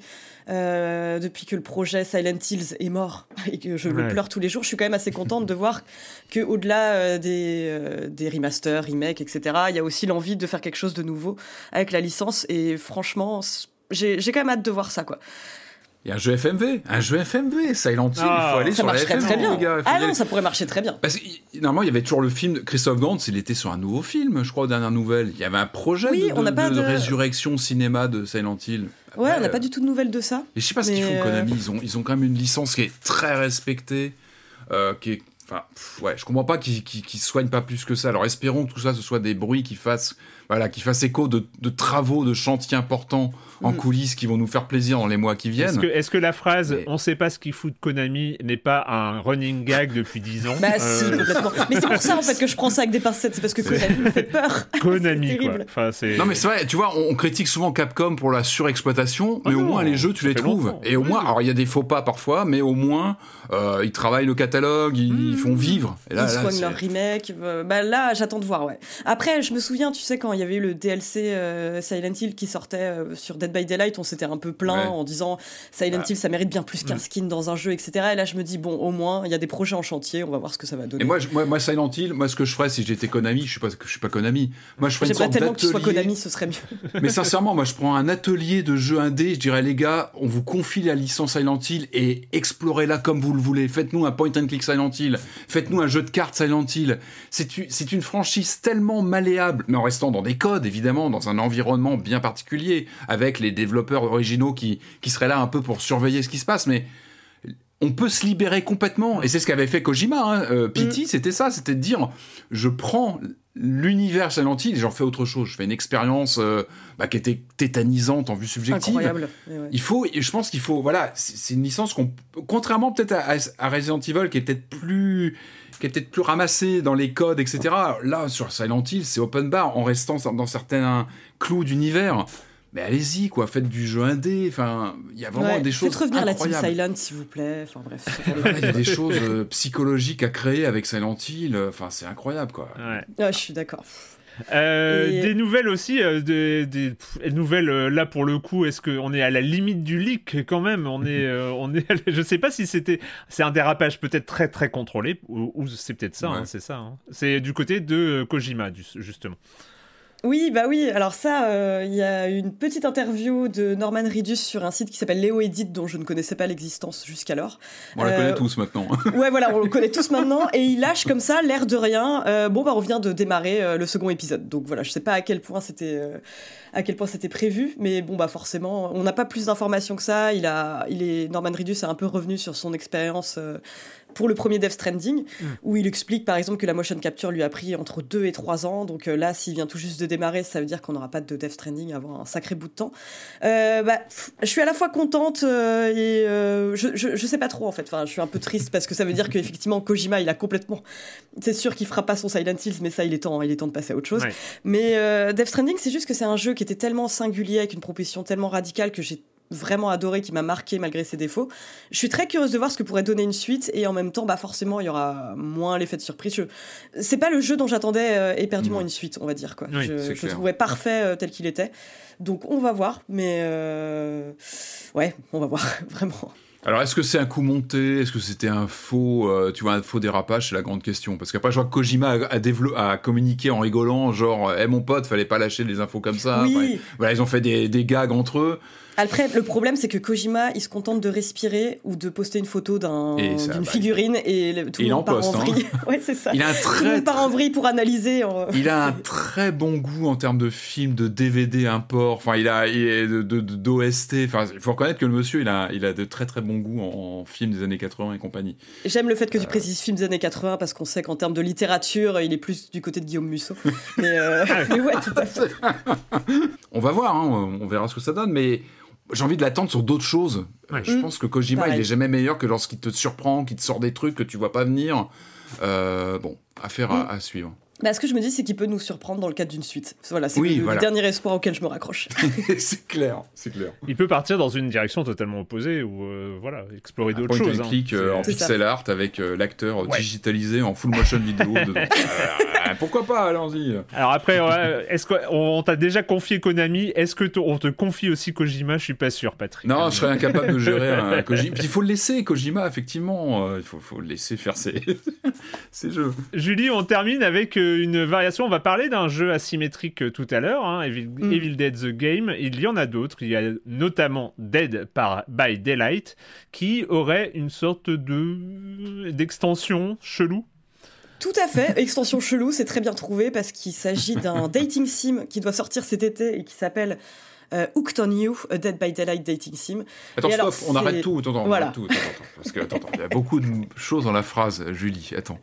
euh, depuis que le projet Silent Hills est mort et que je ouais. le pleure tous les jours, je suis quand même assez contente de voir qu'au-delà euh, des, euh, des remasters, remakes, et cetera, il y a aussi l'envie de faire quelque chose de nouveau avec la licence. Et franchement, j'ai, j'ai quand même hâte de voir ça, quoi. Il y a un jeu F M V, un jeu F M V, Silent Hill, ah, il faut aller ça sur la F M V, très bien. les gars. Ah non, aller... ça pourrait marcher très bien. Parce que, normalement, il y avait toujours le film, Christophe Gans, il était sur un nouveau film, je crois, aux dernières nouvelles. Il y avait un projet oui, de, de, de, de résurrection cinéma de Silent Hill. Ouais, ouais on n'a euh... pas du tout de nouvelles de ça. Et je sais pas mais ce qu'ils font, euh... Konami, ils ont, ils ont quand même une licence qui est très respectée, euh, qui est... Enfin, pff, ouais, je comprends pas qu'ils, qu'ils, qu'ils soignent pas plus que ça. Alors espérons que tout ça, ce soit des bruits qui fassent, voilà, qui fassent écho de, de travaux, de chantiers importants en mmh. coulisses qui vont nous faire plaisir dans les mois qui viennent. Est-ce que, est-ce que la phrase mais... « on sait pas ce qu'ils foutent Konami » n'est pas un running gag depuis dix ans? Bah euh... si, complètement. Mais c'est pour ça, en fait, que je prends ça avec des pincettes. C'est parce que Konami me fait peur. Konami, quoi. Enfin, c'est... Non, mais c'est vrai, tu vois, on, on critique souvent Capcom pour la surexploitation, mais oh au non, moins, les jeux, tu les trouves. Longtemps. Et au oui. moins, alors, il y a des faux pas parfois, mais au moins, euh, ils travaillent le catalogue, ils, mmh. ils font vivre. Et là, ils là, soignent c'est... leur remake. Euh, bah là, j'attends de voir, ouais. Après, je me souviens, tu sais, quand il y avait eu le D L C euh, Silent Hill qui sortait euh, sur Dead by Daylight, on s'était un peu plaint ouais. en disant Silent ah. Hill ça mérite bien plus qu'un skin dans un jeu, etc. Et là je me dis bon, au moins il y a des projets en chantier, on va voir ce que ça va donner. Et moi, je, moi, moi Silent Hill, moi ce que je ferais si j'étais Konami, je suis pas, je suis pas Konami, moi je ferais une sorte tellement d'atelier. Que tu sois Konami, ce serait mieux. Mais sincèrement, moi je prends un atelier de jeux indé, je dirais les gars, on vous confie la licence Silent Hill et explorez-la comme vous le voulez. Faites-nous un point and click Silent Hill, faites-nous un jeu de cartes Silent Hill. C'est, c'est une franchise tellement malléable, mais en restant dans des codes évidemment, dans un environnement bien particulier, avec les développeurs originaux qui qui seraient là un peu pour surveiller ce qui se passe, mais on peut se libérer complètement, et c'est ce qu'avait fait Kojima, hein. euh, P T, mm. c'était ça, c'était de dire, je prends l'univers Silent Hill et j'en fais autre chose, je fais une expérience euh, bah, qui était tétanisante en vue subjective. Incroyable. Ouais. Il faut, et je pense qu'il faut, voilà, c'est, c'est une licence qu'on, contrairement peut-être à, à Resident Evil, qui est peut-être plus... qui est peut-être plus ramassé dans les codes, et cetera. Là, sur Silent Hill, c'est open bar, en restant dans certains clous d'univers. Mais allez-y, quoi, faites du jeu indé, enfin, il y a vraiment ouais, des choses faites revenir incroyables. La Team Silent, s'il vous plaît, enfin bref. Il y a des choses euh, psychologiques à créer avec Silent Hill, enfin, c'est incroyable, quoi. Ouais. Ah, je suis d'accord. Euh, Et... Des nouvelles aussi, euh, des, des pff, nouvelles euh, là pour le coup. Est-ce qu'on est à la limite du leak quand même? On est, euh, on est. Je sais pas si c'était, c'est un dérapage peut-être très très contrôlé ou, ou c'est peut-être ça. Ouais. Hein, c'est ça. Hein. C'est du côté de Kojima justement. Oui, bah oui. Alors ça, il euh, y a une petite interview de Norman Reedus sur un site qui s'appelle Léo Edit, dont je ne connaissais pas l'existence jusqu'alors. On euh, la connaît tous maintenant. Ouais, voilà, on le connaît tous maintenant. Et il lâche comme ça, l'air de rien. Euh, bon, bah on vient de démarrer euh, le second épisode. Donc voilà, je sais pas à quel point c'était, euh, à quel point c'était prévu, mais bon, bah forcément, on n'a pas plus d'informations que ça. Il a, il est, Norman Reedus est un peu revenu sur son expérience. Euh, pour le premier Death Stranding, mmh. où il explique par exemple que la motion capture lui a pris entre deux et trois ans, donc euh, là s'il vient tout juste de démarrer, ça veut dire qu'on n'aura pas de Death Stranding avant un sacré bout de temps. Euh, bah, pff, je suis à la fois contente euh, et euh, je, je, je sais pas trop en fait, enfin, je suis un peu triste parce que ça veut dire qu'effectivement Kojima il a complètement, c'est sûr qu'il fera pas son Silent Hills, mais ça il est temps, il est temps de passer à autre chose. Ouais. Mais euh, Death Stranding, c'est juste que c'est un jeu qui était tellement singulier, avec une proposition tellement radicale que j'ai vraiment adoré, qui m'a marqué malgré ses défauts. Je suis très curieuse de voir ce que pourrait donner une suite, et en même temps, bah forcément, il y aura moins l'effet de surprise. Je... C'est pas le jeu dont j'attendais euh, éperdument mmh. une suite, on va dire, quoi. Oui, je je le trouvais parfait euh, tel qu'il était. Donc on va voir, mais euh... ouais, on va voir, vraiment. Alors, est-ce que c'est un coup monté? Est-ce que c'était un faux, euh, tu vois, un faux dérapage? C'est la grande question. Parce qu'après, je vois que Kojima a, a, dévelop- a communiqué en rigolant, genre, hé, hey, mon pote, fallait pas lâcher les infos comme ça. Oui. Enfin, voilà, ils ont fait des, des gags entre eux. Après, le problème, c'est que Kojima, il se contente de respirer ou de poster une photo d'un, ça, d'une bah, figurine et le, tout le monde part poste, en vrille. Hein. Ouais, c'est ça. Il a un très, tout le monde part en vrille pour analyser. En... Il a un très bon goût en termes de films, de D V D import, enfin, il a il est de, de, de, d'O S T. Enfin, il faut reconnaître que le monsieur, il a, il a de très très bons goûts en, en films des années quatre-vingts et compagnie. J'aime le fait que tu euh... précises films des années quatre-vingts parce qu'on sait qu'en termes de littérature, il est plus du côté de Guillaume Musso. mais, euh... mais ouais, tout à fait. On va voir, hein, on verra ce que ça donne, mais. j'ai envie de l'attendre sur d'autres choses. Ouais. Je mmh. pense que Kojima, Pareil. il est jamais meilleur que lorsqu'il te surprend, qu'il te sort des trucs que tu vois pas venir. Euh, bon, affaire mmh. à, à suivre. Bah, ce que je me dis, c'est qu'il peut nous surprendre dans le cadre d'une suite. Voilà, c'est oui, le, voilà. le dernier espoir auquel je me raccroche. c'est clair, c'est clair. Il peut partir dans une direction totalement opposée ou euh, voilà, explorer d'autres point choses. Un clic hein. euh, en c'est pixel ça. art avec euh, l'acteur ouais. digitalisé en full motion vidéo dedans. euh, pourquoi pas, allons-y. Alors après, ouais, est-ce qu'on on t'a déjà confié Konami ? Est-ce que t- on te confie aussi Kojima ? Je suis pas sûr, Patrick. Non, je serais incapable de gérer un Kojima. Puis il faut le laisser, Kojima, effectivement. Euh, il faut, faut le laisser faire ses, ses jeux. Julie, on termine avec euh, une variation. On va parler d'un jeu asymétrique euh, tout à l'heure, hein, Evil, mm. Evil Dead The Game. Il y en a d'autres. Il y a notamment Dead par, by Daylight, qui aurait une sorte de d'extension chelou. Tout à fait, extension chelou, c'est très bien trouvé parce qu'il s'agit d'un dating sim qui doit sortir cet été et qui s'appelle euh, Hooked on You, a Dead by Daylight dating sim. Attends, et stop, alors, on arrête tout, attends, voilà. on arrête tout, attends, attends, parce que attends, attends, il y a beaucoup de choses dans la phrase, Julie, attends.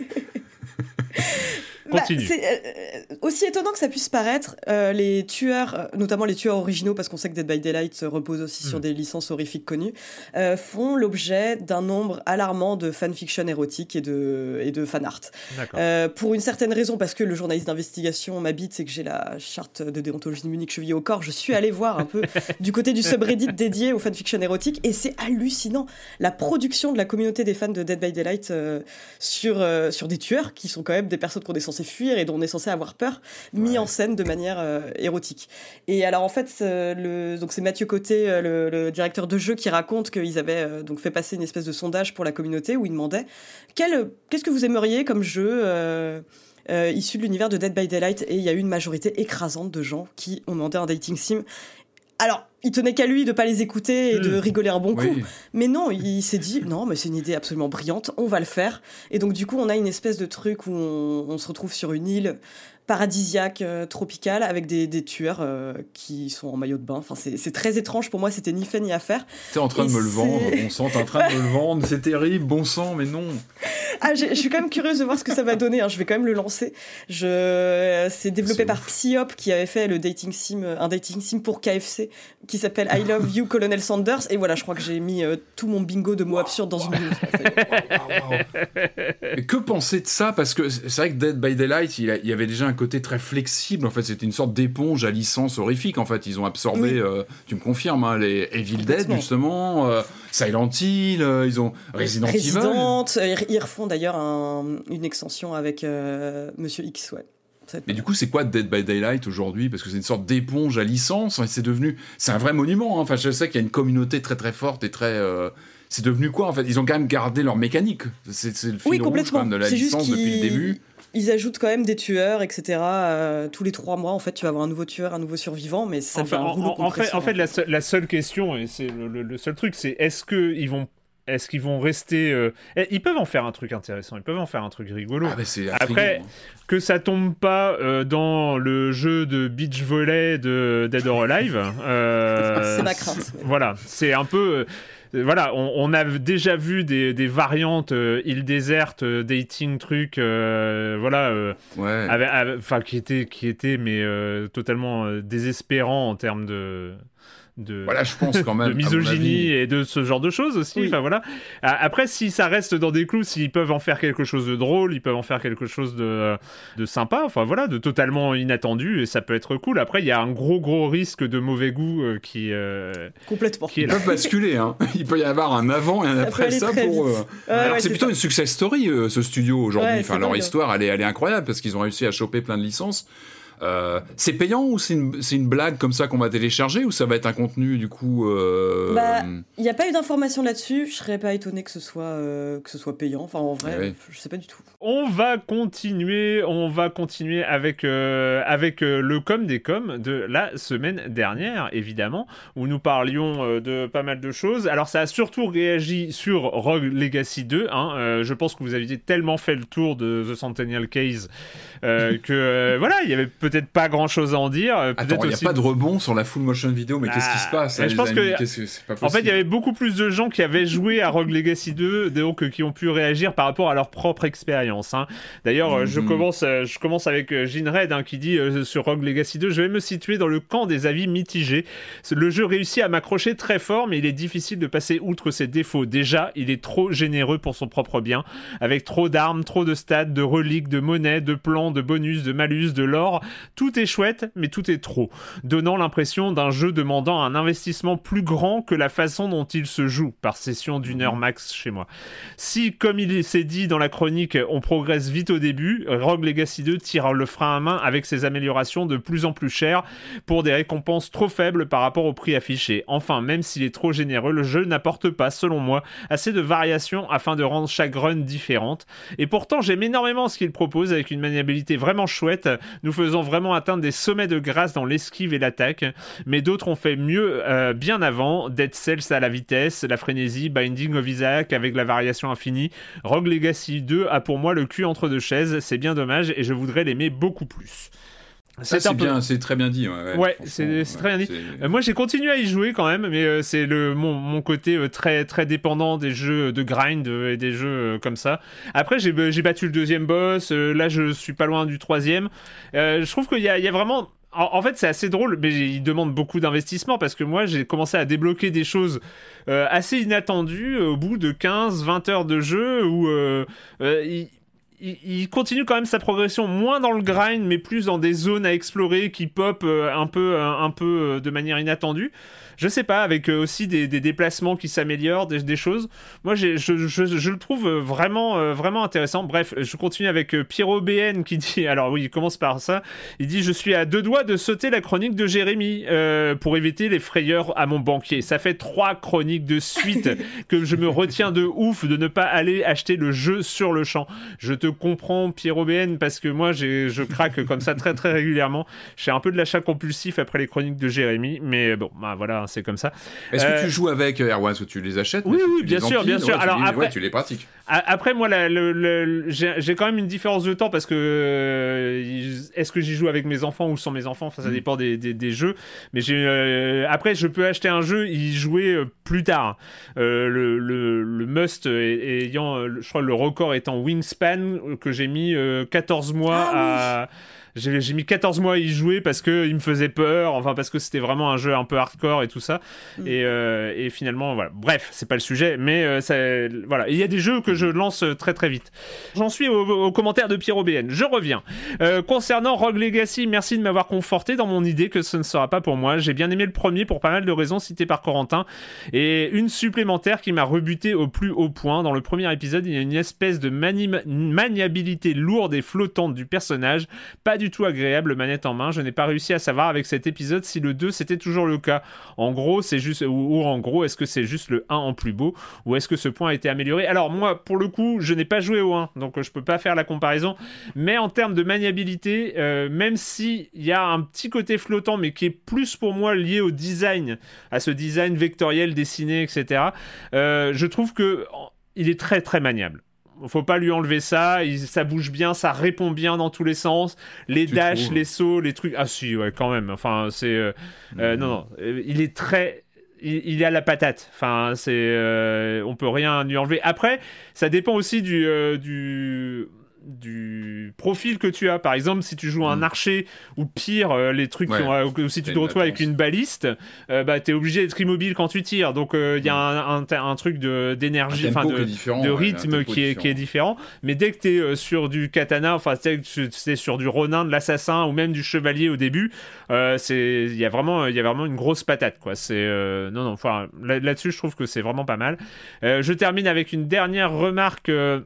Continue. Bah, c'est euh, aussi étonnant que ça puisse paraître, euh, les tueurs, notamment les tueurs originaux, parce qu'on sait que Dead by Daylight repose aussi mmh. sur des licences horrifiques connues, euh, font l'objet d'un nombre alarmant de fanfiction érotique et de, et de fanart. Euh, pour une certaine raison, parce que le journaliste d'investigation m'habite, c'est que j'ai la charte de déontologie de Munich chevillée au corps, je suis allée voir un peu du côté du subreddit dédié aux fanfiction érotiques, et c'est hallucinant, la production de la communauté des fans de Dead by Daylight euh, sur, euh, sur des tueurs, qui sont quand même des personnes qu'on est censé fuir et dont on est censé avoir peur, mis ouais. en scène de manière euh, érotique. Et alors en fait, euh, le, donc c'est Mathieu Côté, euh, le, le directeur de jeu, qui raconte qu'ils avaient euh, donc fait passer une espèce de sondage pour la communauté où ils demandaient Quel, qu'est-ce que vous aimeriez comme jeu euh, euh, issu de l'univers de Dead by Daylight, et il y a eu une majorité écrasante de gens qui ont demandé un dating sim. Alors, il tenait qu'à lui de pas les écouter et mmh. de rigoler un bon coup. Oui. Mais non, il s'est dit, non, mais c'est une idée absolument brillante, on va le faire. Et donc, du coup, on a une espèce de truc où on, on se retrouve sur une île paradisiaque, euh, tropicale, avec des, des tueurs euh, qui sont en maillot de bain. Enfin, c'est, c'est très étrange pour moi, c'était ni fait ni à faire. T'es en train et de me c'est... le vendre, bon sang, t'es en train de me le vendre, c'est terrible, bon sang, mais non. Ah, je suis quand même curieuse de voir ce que ça va donner, hein. Je vais quand même le lancer. Je... C'est développé c'est par ouf. Psyop, qui avait fait le dating sim, un dating sim pour K F C, qui s'appelle I Love You, Colonel Sanders. Et voilà, je crois que j'ai mis euh, tout mon bingo de mots wow, absurdes dans wow. une minute. Wow, wow. Et que penser de ça ? Parce que c'est vrai que Dead by Daylight, il, a, il y avait déjà un côté très flexible. En fait, c'était une sorte d'éponge à licence horrifique. En fait, ils ont absorbé, oui. euh, tu me confirmes, hein, les Evil Dead, justement, euh, Silent Hill, euh, ils ont Resident Evil. Resident, euh, ils refont d'ailleurs un, une extension avec euh, Monsieur X, ouais. Mais du coup, c'est quoi Dead by Daylight aujourd'hui ? Parce que c'est une sorte d'éponge à licence. C'est devenu, c'est un vrai monument. Hein. Enfin, je sais qu'il y a une communauté très très forte et très. Euh, c'est devenu quoi en fait ? Ils ont quand même gardé leur mécanique. C'est, c'est le fil oui, rouge quand même de la c'est licence depuis le début. Ils ajoutent quand même des tueurs, et cetera. Euh, tous les trois mois, en fait, tu vas avoir un nouveau tueur, un nouveau survivant, mais ça enfin, fait un rouleau en, en fait, en fait, en la, seule, la seule question, et c'est le, le, le seul truc, c'est est-ce que ils vont Est-ce qu'ils vont rester... Euh... Ils peuvent en faire un truc intéressant, ils peuvent en faire un truc rigolo. Ah bah c'est Après, que ça tombe pas euh, dans le jeu de beach volley de Dead or Alive... Euh, c'est ma crainte. C'est, voilà, c'est un peu... Euh, voilà, on, on a déjà vu des, des variantes euh, île déserte, euh, dating truc, euh, voilà, euh, ouais. enfin qui étaient, qui étaient mais euh, totalement euh, désespérants en termes de... De, voilà, je pense quand même, de misogynie et de ce genre de choses aussi. Oui. Enfin, voilà. Après, si ça reste dans des clous, s'ils peuvent en faire quelque chose de drôle, ils peuvent en faire quelque chose de, de sympa, enfin voilà, de totalement inattendu, et ça peut être cool. Après, il y a un gros gros risque de mauvais goût euh, qui euh, complètement. Qui est là. Ils peuvent basculer, hein. Il peut y avoir un avant et un ça après ça pour. Euh... Ouais, Alors ouais, c'est, c'est plutôt ça. Une success story euh, ce studio aujourd'hui. Ouais, enfin, leur histoire, elle est, elle est incroyable parce qu'ils ont réussi à choper plein de licences. Euh, c'est payant ou c'est une, c'est une blague comme ça qu'on va télécharger ou ça va être un contenu du coup euh... Bah, il n'y a pas eu d'informations là-dessus. Je serais pas étonné que ce soit euh, que ce soit payant. Enfin, en vrai, ouais. je sais pas du tout. On va continuer, on va continuer avec euh, avec euh, le com des coms de la semaine dernière, évidemment, où nous parlions euh, de pas mal de choses. Alors, ça a surtout réagi sur Rogue Legacy deux. Hein. Euh, je pense que vous aviez tellement fait le tour de The Centennial Case euh, que euh, voilà, il y avait peut peut-être pas grand-chose à en dire. Attends, il n'y a aussi... pas de rebond sur la full motion vidéo, mais ah, qu'est-ce qui se passe hein, Je pense que, que c'est pas possible. En fait, il y avait beaucoup plus de gens qui avaient joué à Rogue Legacy deux, donc qui ont pu réagir par rapport à leur propre expérience. Hein. D'ailleurs, mm-hmm. je commence, je commence avec Ginred hein, qui dit euh, sur Rogue Legacy deux, je vais me situer dans le camp des avis mitigés. Le jeu réussit à m'accrocher très fort, mais il est difficile de passer outre ses défauts. Déjà, il est trop généreux pour son propre bien, avec trop d'armes, trop de stats, de reliques, de monnaie, de plans, de bonus, de malus, de lore. Tout est chouette, mais tout est trop, donnant l'impression d'un jeu demandant un investissement plus grand que la façon dont il se joue, par session d'une heure max chez moi. Si, comme il s'est dit dans la chronique, on progresse vite au début, Rogue Legacy deux tire le frein à main avec ses améliorations de plus en plus chères pour des récompenses trop faibles par rapport au prix affiché. Enfin, même s'il est trop généreux, le jeu n'apporte pas, selon moi, assez de variations afin de rendre chaque run différente. Et pourtant, j'aime énormément ce qu'il propose avec une maniabilité vraiment chouette, nous faisant vraiment atteindre des sommets de grâce dans l'esquive et l'attaque. Mais d'autres ont fait mieux euh, bien avant. Dead Cells à la vitesse, la frénésie, Binding of Isaac avec la variation infinie. Rogue Legacy deux a pour moi le cul entre deux chaises. C'est bien dommage et je voudrais l'aimer beaucoup plus. Ça, c'est, c'est, bien, peu... c'est très bien dit. Ouais, ouais, ouais c'est, c'est très bien dit. Euh, moi, j'ai continué à y jouer quand même, mais euh, c'est le, mon, mon côté euh, très, très dépendant des jeux de grind euh, et des jeux euh, comme ça. Après, j'ai, j'ai battu le deuxième boss. Euh, là, je suis pas loin du troisième. Euh, je trouve qu'il y a, il y a vraiment... En, en fait, c'est assez drôle, mais il demande beaucoup d'investissement parce que moi, j'ai commencé à débloquer des choses euh, assez inattendues au bout de quinze vingt heures de jeu où... Euh, euh, il, il continue quand même sa progression moins dans le grind mais plus dans des zones à explorer qui pop euh, un peu euh, un peu euh, de manière inattendue. Je sais pas, avec euh, aussi des, des déplacements qui s'améliorent, des, des choses. Moi, j'ai, je, je, je le trouve vraiment, euh, vraiment intéressant. Bref, je continue avec euh, Pierrot B N qui dit, alors oui, il commence par ça. Il dit, je suis à deux doigts de sauter la chronique de Jérémy euh, pour éviter les frayeurs à mon banquier. Ça fait trois chroniques de suite que je me retiens de ouf de ne pas aller acheter le jeu sur le champ. Je te comprends, Pierrot B N, parce que moi, j'ai, je craque comme ça très très régulièrement. Je fais un peu de l'achat compulsif après les chroniques de Jérémy, mais bon, bah voilà. C'est comme ça. Est-ce euh... que tu joues avec Erwan, ou tu les achètes? Oui, oui, bien sûr, bien sûr. Ouais, Alors tu les, après, ouais, tu les pratiques. Après, moi, la, le, le, j'ai, j'ai quand même une différence de temps parce que euh, est-ce que j'y joue avec mes enfants ou sans mes enfants? Enfin, ça mmh. dépend des, des, des jeux. Mais j'ai, euh, après, je peux acheter un jeu et y jouer euh, plus tard. Euh, le, le, le must ayant, euh, je crois, le record étant Wingspan que j'ai mis euh, quatorze mois ah, à. Oui. J'ai, j'ai mis quatorze mois à y jouer parce qu'il me faisait peur, enfin parce que c'était vraiment un jeu un peu hardcore et tout ça. Mmh. Et, euh, et finalement, voilà. Bref, c'est pas le sujet, mais euh, ça, voilà. Il y a des jeux que je lance très très vite. J'en suis au, au commentaire de Pierrot B N. Je reviens. Euh, concernant Rogue Legacy, merci de m'avoir conforté dans mon idée que ce ne sera pas pour moi. J'ai bien aimé le premier pour pas mal de raisons citées par Corentin. Et une supplémentaire qui m'a rebuté au plus haut point. Dans le premier épisode, il y a une espèce de mani- maniabilité lourde et flottante du personnage. Pas du tout agréable manette en main. Je n'ai pas réussi à savoir avec cet épisode si le deux c'était toujours le cas. En gros, c'est juste, ou, ou en gros, est-ce que c'est juste le un en plus beau ou est-ce que ce point a été amélioré? Alors moi, pour le coup, je n'ai pas joué au un, donc je peux pas faire la comparaison. Mais en termes de maniabilité, euh, même si il y a un petit côté flottant, mais qui est plus pour moi lié au design, à ce design vectoriel dessiné, et cetera. Euh, je trouve que il est très très maniable. Faut pas lui enlever ça, il, ça bouge bien, ça répond bien dans tous les sens, les tu dashs, trouves. Les sauts, les trucs, ah si, ouais, quand même, enfin, c'est, euh, mmh. euh, non, non, il est très, il, il a la patate, enfin, c'est, euh, on peut rien lui enlever. Après, ça dépend aussi du, euh, du, du profil que tu as. Par exemple, si tu joues un archer ou pire, euh, les trucs, ouais, ont, ou si tu te retrouves avec une baliste, euh, bah t'es obligé d'être immobile quand tu tires. Donc il euh, y a un, un, un truc de d'énergie, enfin de, de rythme ouais, qui est différent. qui est différent. Mais dès que t'es euh, sur du katana, enfin dès que tu es sur du ronin, de l'assassin ou même du chevalier au début, euh, c'est il y a vraiment il y a vraiment une grosse patate quoi. C'est euh, non non. Enfin là, là-dessus, je trouve que c'est vraiment pas mal. Euh, je termine avec une dernière remarque. Euh,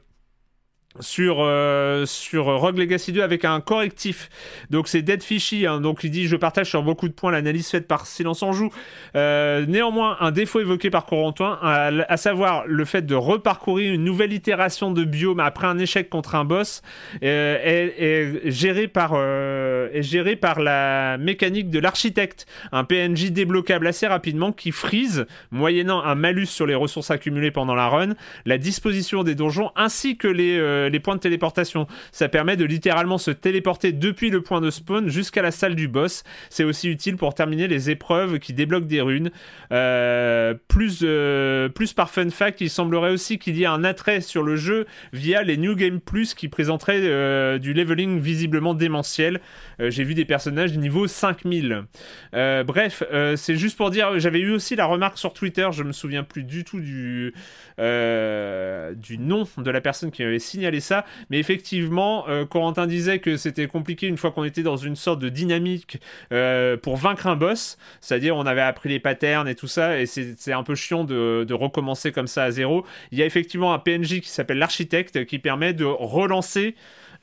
sur euh, sur Rogue Legacy deux avec un correctif. Donc c'est Dead Fishy, hein, donc il dit je partage sur beaucoup de points l'analyse faite par Silence en Joue. Euh, néanmoins, un défaut évoqué par Corentin, à, à savoir le fait de reparcourir une nouvelle itération de biome après un échec contre un boss, euh, est, est géré par euh, est géré par la mécanique de l'architecte, un P N J débloquable assez rapidement qui freeze moyennant un malus sur les ressources accumulées pendant la run, la disposition des donjons ainsi que les euh, euh, les points de téléportation. Ça permet de littéralement se téléporter depuis le point de spawn jusqu'à la salle du boss. C'est aussi utile pour terminer les épreuves qui débloquent des runes. Euh, plus, euh, plus par fun fact, il semblerait aussi qu'il y ait un attrait sur le jeu via les New Game Plus qui présenteraient euh, du leveling visiblement démentiel. Euh, j'ai vu des personnages niveau cinq mille. Euh, bref, euh, c'est juste pour dire, j'avais eu aussi la remarque sur Twitter, je me souviens plus du tout du, euh, du nom de la personne qui m'avait signalé ça, mais effectivement, euh, Corentin disait que c'était compliqué une fois qu'on était dans une sorte de dynamique euh, pour vaincre un boss, c'est-à-dire on avait appris les patterns et tout ça, et c'est, c'est un peu chiant de, de recommencer comme ça à zéro. Il y a effectivement un P N J qui s'appelle l'architecte qui permet de relancer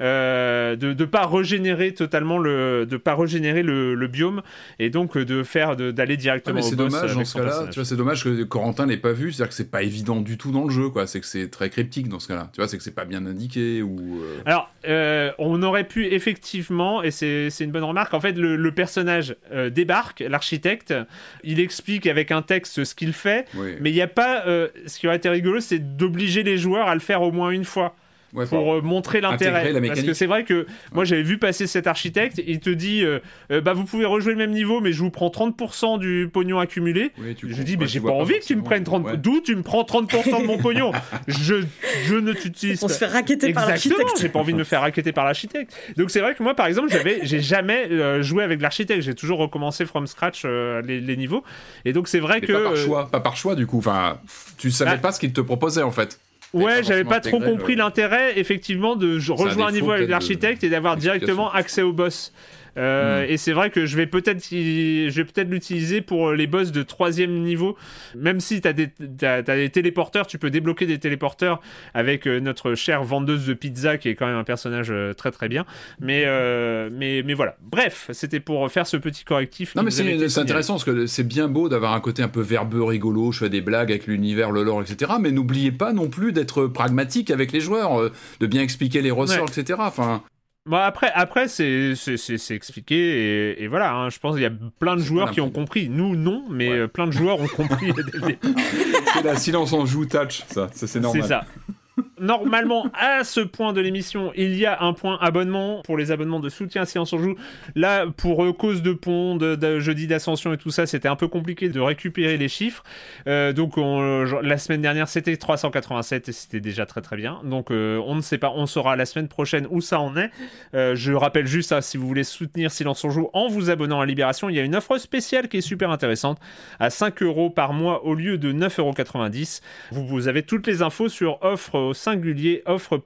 Euh, de ne pas régénérer totalement le, de pas régénérer le, le biome et donc de faire de, d'aller directement ouais, mais au c'est boss dommage avec dans ce cas-là. Tu vois, c'est dommage que Corentin l'ait pas vu. C'est-à-dire que c'est pas évident du tout dans le jeu, quoi. C'est que c'est très cryptique dans ce cas-là. Tu vois, c'est que c'est pas bien indiqué ou. Euh... Alors, euh, on aurait pu effectivement, et c'est, c'est une bonne remarque. En fait, le, le personnage euh, débarque, l'architecte. Il explique avec un texte ce qu'il fait, oui. Mais il y a pas. Euh, ce qui aurait été rigolo, c'est d'obliger les joueurs à le faire au moins une fois. Ouais, pour euh, montrer l'intérêt, parce que c'est vrai que moi ouais. j'avais vu passer cet architecte, il te dit euh, euh, bah vous pouvez rejouer le même niveau mais je vous prends trente pour cent du pognon accumulé. Oui, je dis mais ouais, j'ai pas envie pas que tu me prennes trente pour cent. Ouais. D'où tu me prends trente pour cent de mon pognon. je, je ne t'utilise on pas. On se fait racketter Exactement, par l'architecte. J'ai pas envie de me faire racketter par l'architecte. Donc c'est vrai que moi par exemple j'avais, j'ai jamais euh, joué avec l'architecte, j'ai toujours recommencé from scratch euh, les, les niveaux. Et donc c'est vrai mais que... Pas par choix, pas par choix du coup, enfin, tu savais ah. pas ce qu'il te proposait en fait. Ouais, j'avais pas trop compris le... l'intérêt, effectivement, de rejoindre un niveau avec l'architecte de... et d'avoir directement accès au boss. Euh, mmh. Et c'est vrai que je vais peut-être, je vais peut-être l'utiliser pour les boss de troisième niveau. Même si t'as des, t'as, t'as des téléporteurs, tu peux débloquer des téléporteurs avec euh, notre chère vendeuse de pizza qui est quand même un personnage euh, très très bien. Mais, euh, mais, mais voilà. Bref, c'était pour faire ce petit correctif. Non, mais c'est, c'est intéressant parce que c'est bien beau d'avoir un côté un peu verbeux, rigolo. Je fais des blagues avec l'univers, le lore, et cetera. Mais n'oubliez pas non plus d'être pragmatique avec les joueurs, euh, de bien expliquer les ressorts, ouais. et cetera. Enfin. Bon, après, après c'est, c'est, c'est, c'est expliqué et, et voilà, hein, je pense qu'il y a plein de c'est joueurs qui ont compris. Nous, non, mais ouais. plein de joueurs ont compris. C'est la silence en joue touch, ça, ça c'est normal. C'est ça. Normalement, à ce point de l'émission, il y a un point abonnement pour les abonnements de soutien à Silence on Joue. Là, pour euh, cause de pont, de, de jeudi d'ascension et tout ça, c'était un peu compliqué de récupérer les chiffres. Euh, donc, on, la semaine dernière, c'était trois cent quatre-vingt-sept et c'était déjà très très bien. Donc, euh, on ne sait pas, on saura la semaine prochaine où ça en est. Euh, je rappelle juste, hein, si vous voulez soutenir Silence on Joue en vous abonnant à Libération, il y a une offre spéciale qui est super intéressante à cinq euros par mois au lieu de neuf euros quatre-vingt-dix. Vous, vous avez toutes les infos sur offre au singulier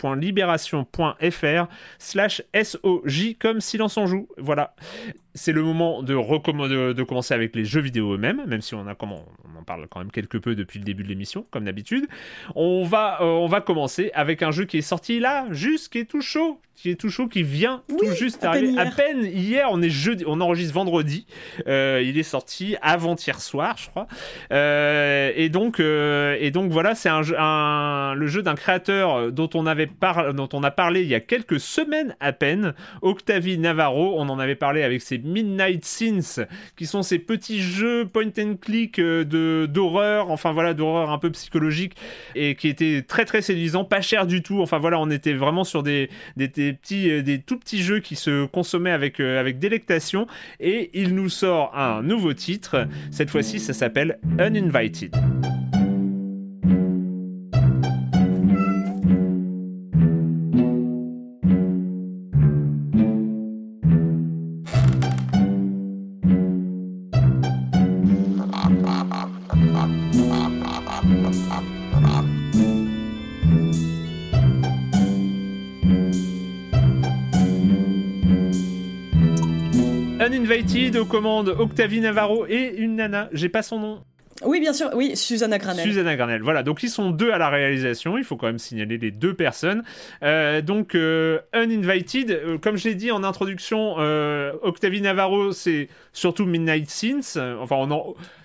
offre.libération.fr slash SOJ comme Silence on Joue. Voilà. C'est le moment de, recomm- de, de commencer avec les jeux vidéo eux-mêmes, même si on, a, comment, on en parle quand même quelque peu depuis le début de l'émission, comme d'habitude. On va, euh, on va commencer avec un jeu qui est sorti là, juste, qui est tout chaud, qui est tout chaud, qui vient oui, tout juste arriver. À peine hier, on est jeudi, on enregistre vendredi. Euh, il est sorti avant-hier soir, je crois. Euh, et donc, euh, et donc voilà, c'est un, un, le jeu d'un créateur dont on avait par, dont on a parlé il y a quelques semaines à peine, Octavie Navarro. On en avait parlé avec ses Midnight Sins, qui sont ces petits jeux point and click de d'horreur, enfin voilà, d'horreur un peu psychologique et qui étaient très très séduisants, pas cher du tout. Enfin voilà, on était vraiment sur des des, des petits des tout petits jeux qui se consommaient avec euh, avec délectation. Et il nous sort un nouveau titre. Cette fois-ci, ça s'appelle Uninvited. Uninvited aux commandes Octavie Navarro et une nana, j'ai pas son nom. Oui, bien sûr, oui, Susanna Granel. Susanna Granel, voilà, donc ils sont deux à la réalisation, il faut quand même signaler les deux personnes. Euh, donc, euh, Uninvited, euh, comme je l'ai dit en introduction, euh, Octavie Navarro, c'est surtout Midnight Sins, euh, enfin, on en...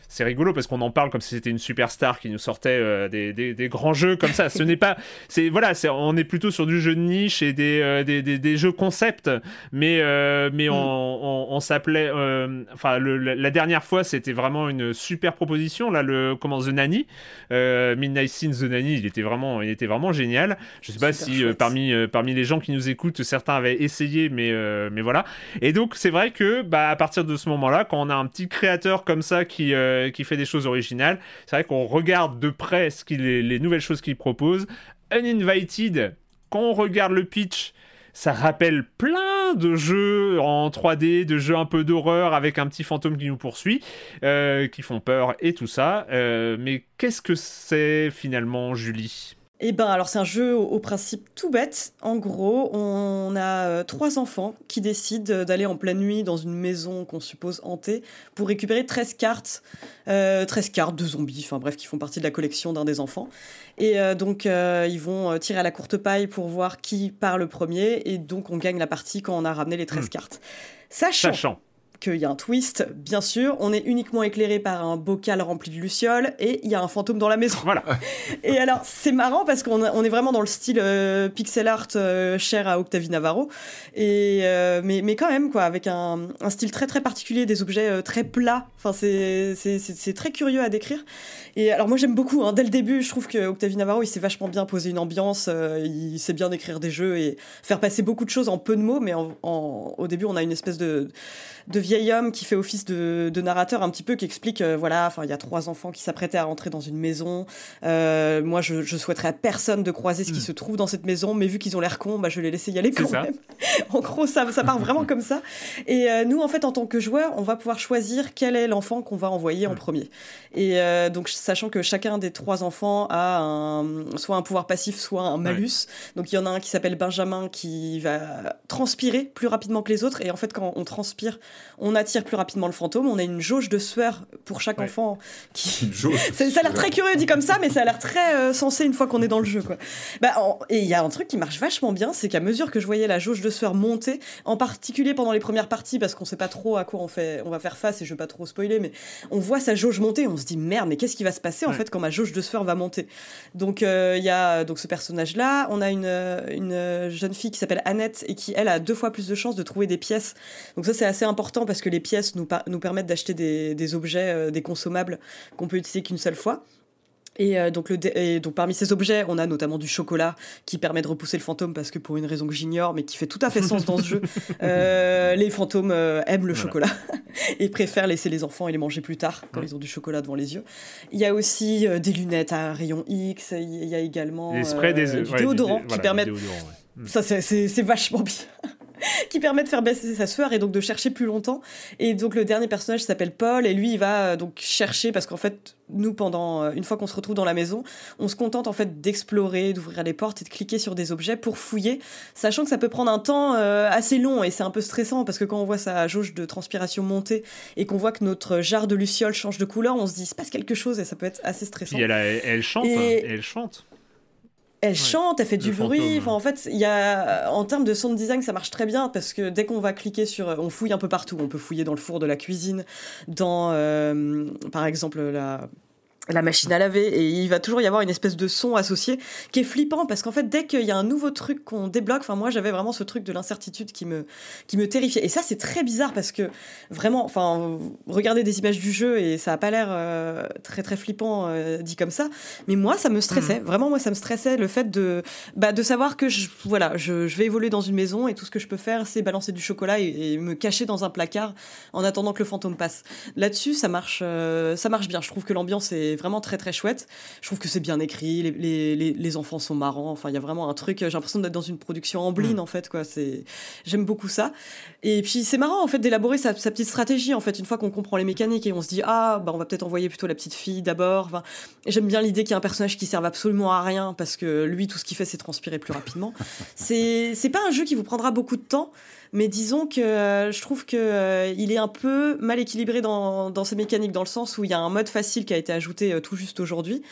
c'est rigolo parce qu'on en parle comme si c'était une superstar qui nous sortait euh, des, des, des grands jeux comme ça. Ce n'est pas, c'est voilà, c'est, on est plutôt sur du jeu de niche et des euh, des, des, des jeux concept, mais euh, mais mm. on, on, on s'appelait, euh, enfin le, la dernière fois c'était vraiment une super proposition là, le comment The Nanny, euh, Midnight Sins The Nanny, il était vraiment, il était vraiment génial. Je sais pas super si euh, parmi euh, parmi les gens qui nous écoutent, certains avaient essayé, mais euh, mais voilà. Et donc c'est vrai que bah à partir de ce moment-là, quand on a un petit créateur comme ça qui euh, qui fait des choses originales, c'est vrai qu'on regarde de près ce qu'il est, les nouvelles choses qu'il propose. Uninvited, quand on regarde le pitch, ça rappelle plein de jeux en trois D, de jeux un peu d'horreur avec un petit fantôme qui nous poursuit, euh, qui font peur et tout ça. Euh, mais qu'est-ce que c'est finalement, Julie ? Eh ben, alors c'est un jeu au, au principe tout bête. En gros, on a euh, trois enfants qui décident d'aller en pleine nuit dans une maison qu'on suppose hantée pour récupérer treize cartes, euh, treize cartes de zombies, enfin bref, qui font partie de la collection d'un des enfants. Et euh, donc, euh, ils vont tirer à la courte paille pour voir qui part le premier. Et donc, on gagne la partie quand on a ramené les treize mmh. cartes. Sachant... Sachant. qu'il y a un twist, bien sûr. On est uniquement éclairé par un bocal rempli de lucioles et il y a un fantôme dans la maison. Voilà. Et alors, c'est marrant parce qu'on a, on est vraiment dans le style euh, pixel art euh, cher à Octavie Navarro. Et, euh, mais, mais quand même, quoi, avec un, un style très très particulier, des objets euh, très plats. Enfin, c'est, c'est, c'est, c'est très curieux à décrire. Et alors, moi, j'aime beaucoup. Hein, dès le début, je trouve que Octavie Navarro, il sait vachement bien poser une ambiance. Euh, il sait bien écrire des jeux et faire passer beaucoup de choses en peu de mots. Mais en, en, au début, on a une espèce de... de vieil homme qui fait office de, de narrateur un petit peu, qui explique, euh, voilà, enfin, il y a trois enfants qui s'apprêtaient à rentrer dans une maison. Euh, moi, je, je souhaiterais à personne de croiser ce qui mmh. se trouve dans cette maison, mais vu qu'ils ont l'air cons, bah, je les laissais y aller quand même. En gros, ça, ça part vraiment comme ça. Et euh, nous, en fait, en tant que joueurs, on va pouvoir choisir quel est l'enfant qu'on va envoyer mmh. en premier. Et euh, donc, sachant que chacun des trois enfants a un, soit un pouvoir passif, soit un malus. Ouais. Donc, il y en a un qui s'appelle Benjamin, qui va transpirer plus rapidement que les autres. Et en fait, quand on transpire, on attire plus rapidement le fantôme. On a une jauge de sueur pour chaque ouais. enfant. Qui... Une jauge ça, ça a l'air très curieux dit comme ça, mais ça a l'air très euh, sensé une fois qu'on est dans le jeu, quoi. Bah, en... Et il y a un truc qui marche vachement bien, c'est qu'à mesure que je voyais la jauge de sueur monter, en particulier pendant les premières parties, parce qu'on sait pas trop à quoi on, fait... on va faire face, et je veux pas trop spoiler, mais on voit sa jauge monter, on se dit merde, mais qu'est-ce qui va se passer ouais. en fait quand ma jauge de sueur va monter. Donc il euh, y a donc ce personnage-là, on a une, une jeune fille qui s'appelle Annette et qui, elle, a deux fois plus de chances de trouver des pièces. Donc ça, c'est assez important parce que les pièces nous, par- nous permettent d'acheter des, des objets, euh, des consommables qu'on peut utiliser qu'une seule fois. Et, euh, donc le dé- et donc parmi ces objets, on a notamment du chocolat qui permet de repousser le fantôme parce que pour une raison que j'ignore, mais qui fait tout à fait sens dans ce jeu, euh, les fantômes euh, aiment le voilà. chocolat et préfèrent laisser les enfants et les manger plus tard quand ouais. ils ont du chocolat devant les yeux. Il y a aussi euh, des lunettes à rayon X, il y a également des sprays, des, euh, du ouais, déodorant des, qui voilà, permettent... Ouais. Ça, c'est, c'est, c'est vachement bien. qui permet de faire baisser sa sueur et donc de chercher plus longtemps. Et donc le dernier personnage s'appelle Paul et lui il va euh, donc chercher parce qu'en fait nous pendant euh, une fois qu'on se retrouve dans la maison, on se contente en fait d'explorer, d'ouvrir les portes et de cliquer sur des objets pour fouiller, sachant que ça peut prendre un temps euh, assez long et c'est un peu stressant parce que quand on voit sa jauge de transpiration monter et qu'on voit que notre jarre de luciole change de couleur, on se dit il se passe quelque chose et ça peut être assez stressant. Puis elle, a, elle chante, et... hein, elle chante. Elle ouais, chante, elle fait du bruit. Enfin, en fait, il y a, en termes de sound design, ça marche très bien parce que dès qu'on va cliquer sur, on fouille un peu partout. On peut fouiller dans le four de la cuisine, dans, euh, par exemple, la la machine à laver, et il va toujours y avoir une espèce de son associé qui est flippant parce qu'en fait dès qu'il y a un nouveau truc qu'on débloque, enfin moi j'avais vraiment ce truc de l'incertitude qui me qui me terrifiait et ça c'est très bizarre parce que vraiment, enfin regardez des images du jeu et ça a pas l'air euh, très très flippant euh, dit comme ça, mais moi ça me stressait, mmh. vraiment moi ça me stressait le fait de bah de savoir que je voilà je, je vais évoluer dans une maison et tout ce que je peux faire c'est balancer du chocolat et, et me cacher dans un placard en attendant que le fantôme passe. Là-dessus ça marche euh, ça marche bien, je trouve que l'ambiance est vraiment très très chouette. Je trouve que c'est bien écrit, les, les, les, les enfants sont marrants, enfin il y a vraiment un truc, j'ai l'impression d'être dans une production Amblin mmh. en fait quoi, c'est... j'aime beaucoup ça. Et puis c'est marrant en fait d'élaborer sa, sa petite stratégie en fait, une fois qu'on comprend les mécaniques et on se dit ah bah on va peut-être envoyer plutôt la petite fille d'abord. Enfin, j'aime bien l'idée qu'il y a un personnage qui serve absolument à rien parce que lui tout ce qu'il fait c'est transpirer plus rapidement. c'est, c'est pas un jeu qui vous prendra beaucoup de temps, mais disons que euh, je trouve que euh, il est un peu mal équilibré dans, dans ses mécaniques, dans le sens où il y a un mode facile qui a été ajouté euh, tout juste aujourd'hui,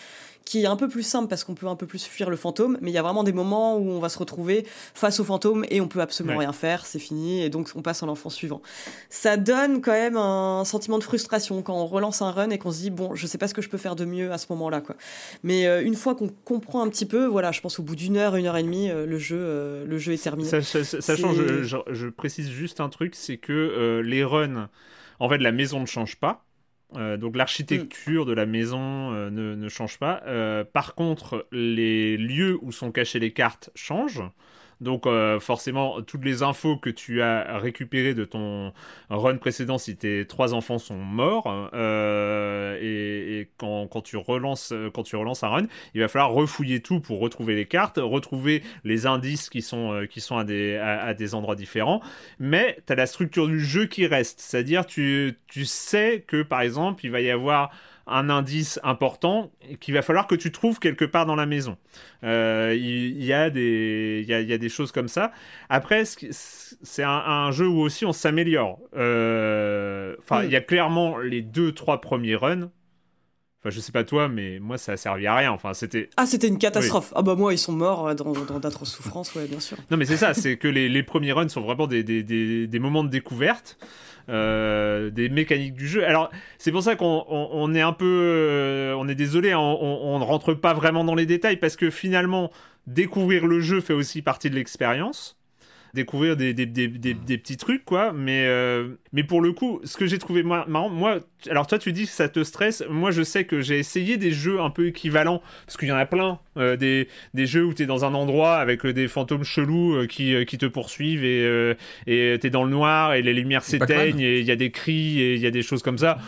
qui est un peu plus simple parce qu'on peut un peu plus fuir le fantôme, mais il y a vraiment des moments où on va se retrouver face au fantôme et on peut absolument ouais. rien faire, c'est fini, et donc on passe à l'enfant suivant. Ça donne quand même un sentiment de frustration quand on relance un run et qu'on se dit bon, je sais pas ce que je peux faire de mieux à ce moment-là, quoi. Mais euh, une fois qu'on comprend un petit peu, voilà, je pense au bout d'une heure, une heure et demie, euh, le jeu, euh, le jeu est terminé. Ça, ça, ça, sachant, je, je, je précise juste un truc, c'est que euh, les runs, en fait, la maison ne change pas. Euh, donc l'architecture mm. de la maison euh, ne, ne change pas. Euh, par contre, les lieux où sont cachées les cartes changent. Donc euh, forcément, toutes les infos que tu as récupérées de ton run précédent, si tes trois enfants sont morts, euh, et, et quand, quand, tu relances, quand tu relances un run, il va falloir refouiller tout pour retrouver les cartes, retrouver les indices qui sont, euh, qui sont à, des, à, à des endroits différents. Mais tu as la structure du jeu qui reste. C'est-à-dire tu, tu sais que, par exemple, il va y avoir un indice important qu'il va falloir que tu trouves quelque part dans la maison. Euh, il, il, y a des, il, y a, il y a des choses comme ça. Après, c'est un, un jeu où aussi on s'améliore. Euh, enfin, mm. il y a clairement les deux, trois premiers runs. Enfin, je sais pas toi, mais moi, ça a servi à rien. Enfin, c'était... Ah, c'était une catastrophe. Oui. Ah bah moi, ils sont morts dans, dans d'atroces souffrances, ouais, bien sûr. Non, mais c'est ça, c'est que les, les premiers runs sont vraiment des, des, des, des moments de découverte. Euh, des mécaniques du jeu. Alors c'est pour ça qu'on on, on est un peu euh, on est désolé, hein, on, on ne rentre pas vraiment dans les détails parce que finalement découvrir le jeu fait aussi partie de l'expérience, découvrir des, des, des, des, des petits trucs quoi, mais, euh, mais pour le coup ce que j'ai trouvé marrant, moi, alors toi tu dis que ça te stresse, moi je sais que j'ai essayé des jeux un peu équivalents, parce qu'il y en a plein, euh, des, des jeux où t'es dans un endroit avec euh, des fantômes chelous euh, qui, euh, qui te poursuivent et, euh, et t'es dans le noir et les lumières s'éteignent et il y a des cris et il y a des choses comme ça.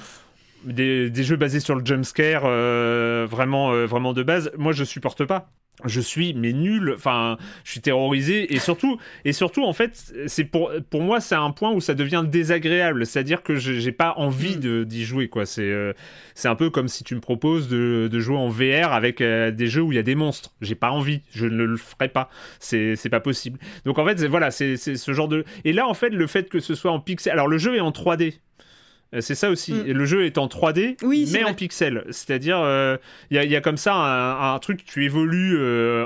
Des, des jeux basés sur le jumpscare euh, vraiment, euh, vraiment de base, moi je supporte pas. Je suis mais nul, enfin je suis terrorisé et surtout et surtout en fait c'est pour pour moi c'est un point où ça devient désagréable, c'est-à-dire que je, j'ai pas envie de d'y jouer quoi, c'est euh, c'est un peu comme si tu me proposes de de jouer en V R avec euh, des jeux où il y a des monstres, j'ai pas envie, je ne le ferai pas, c'est c'est pas possible. Donc en fait c'est, voilà, c'est c'est ce genre de, et là en fait le fait que ce soit en pixel, alors le jeu est en trois D. C'est ça aussi. Mm. Le jeu est en trois D, oui, mais en pixels. C'est-à-dire, il euh, y, y a comme ça un, un truc, tu évolues euh,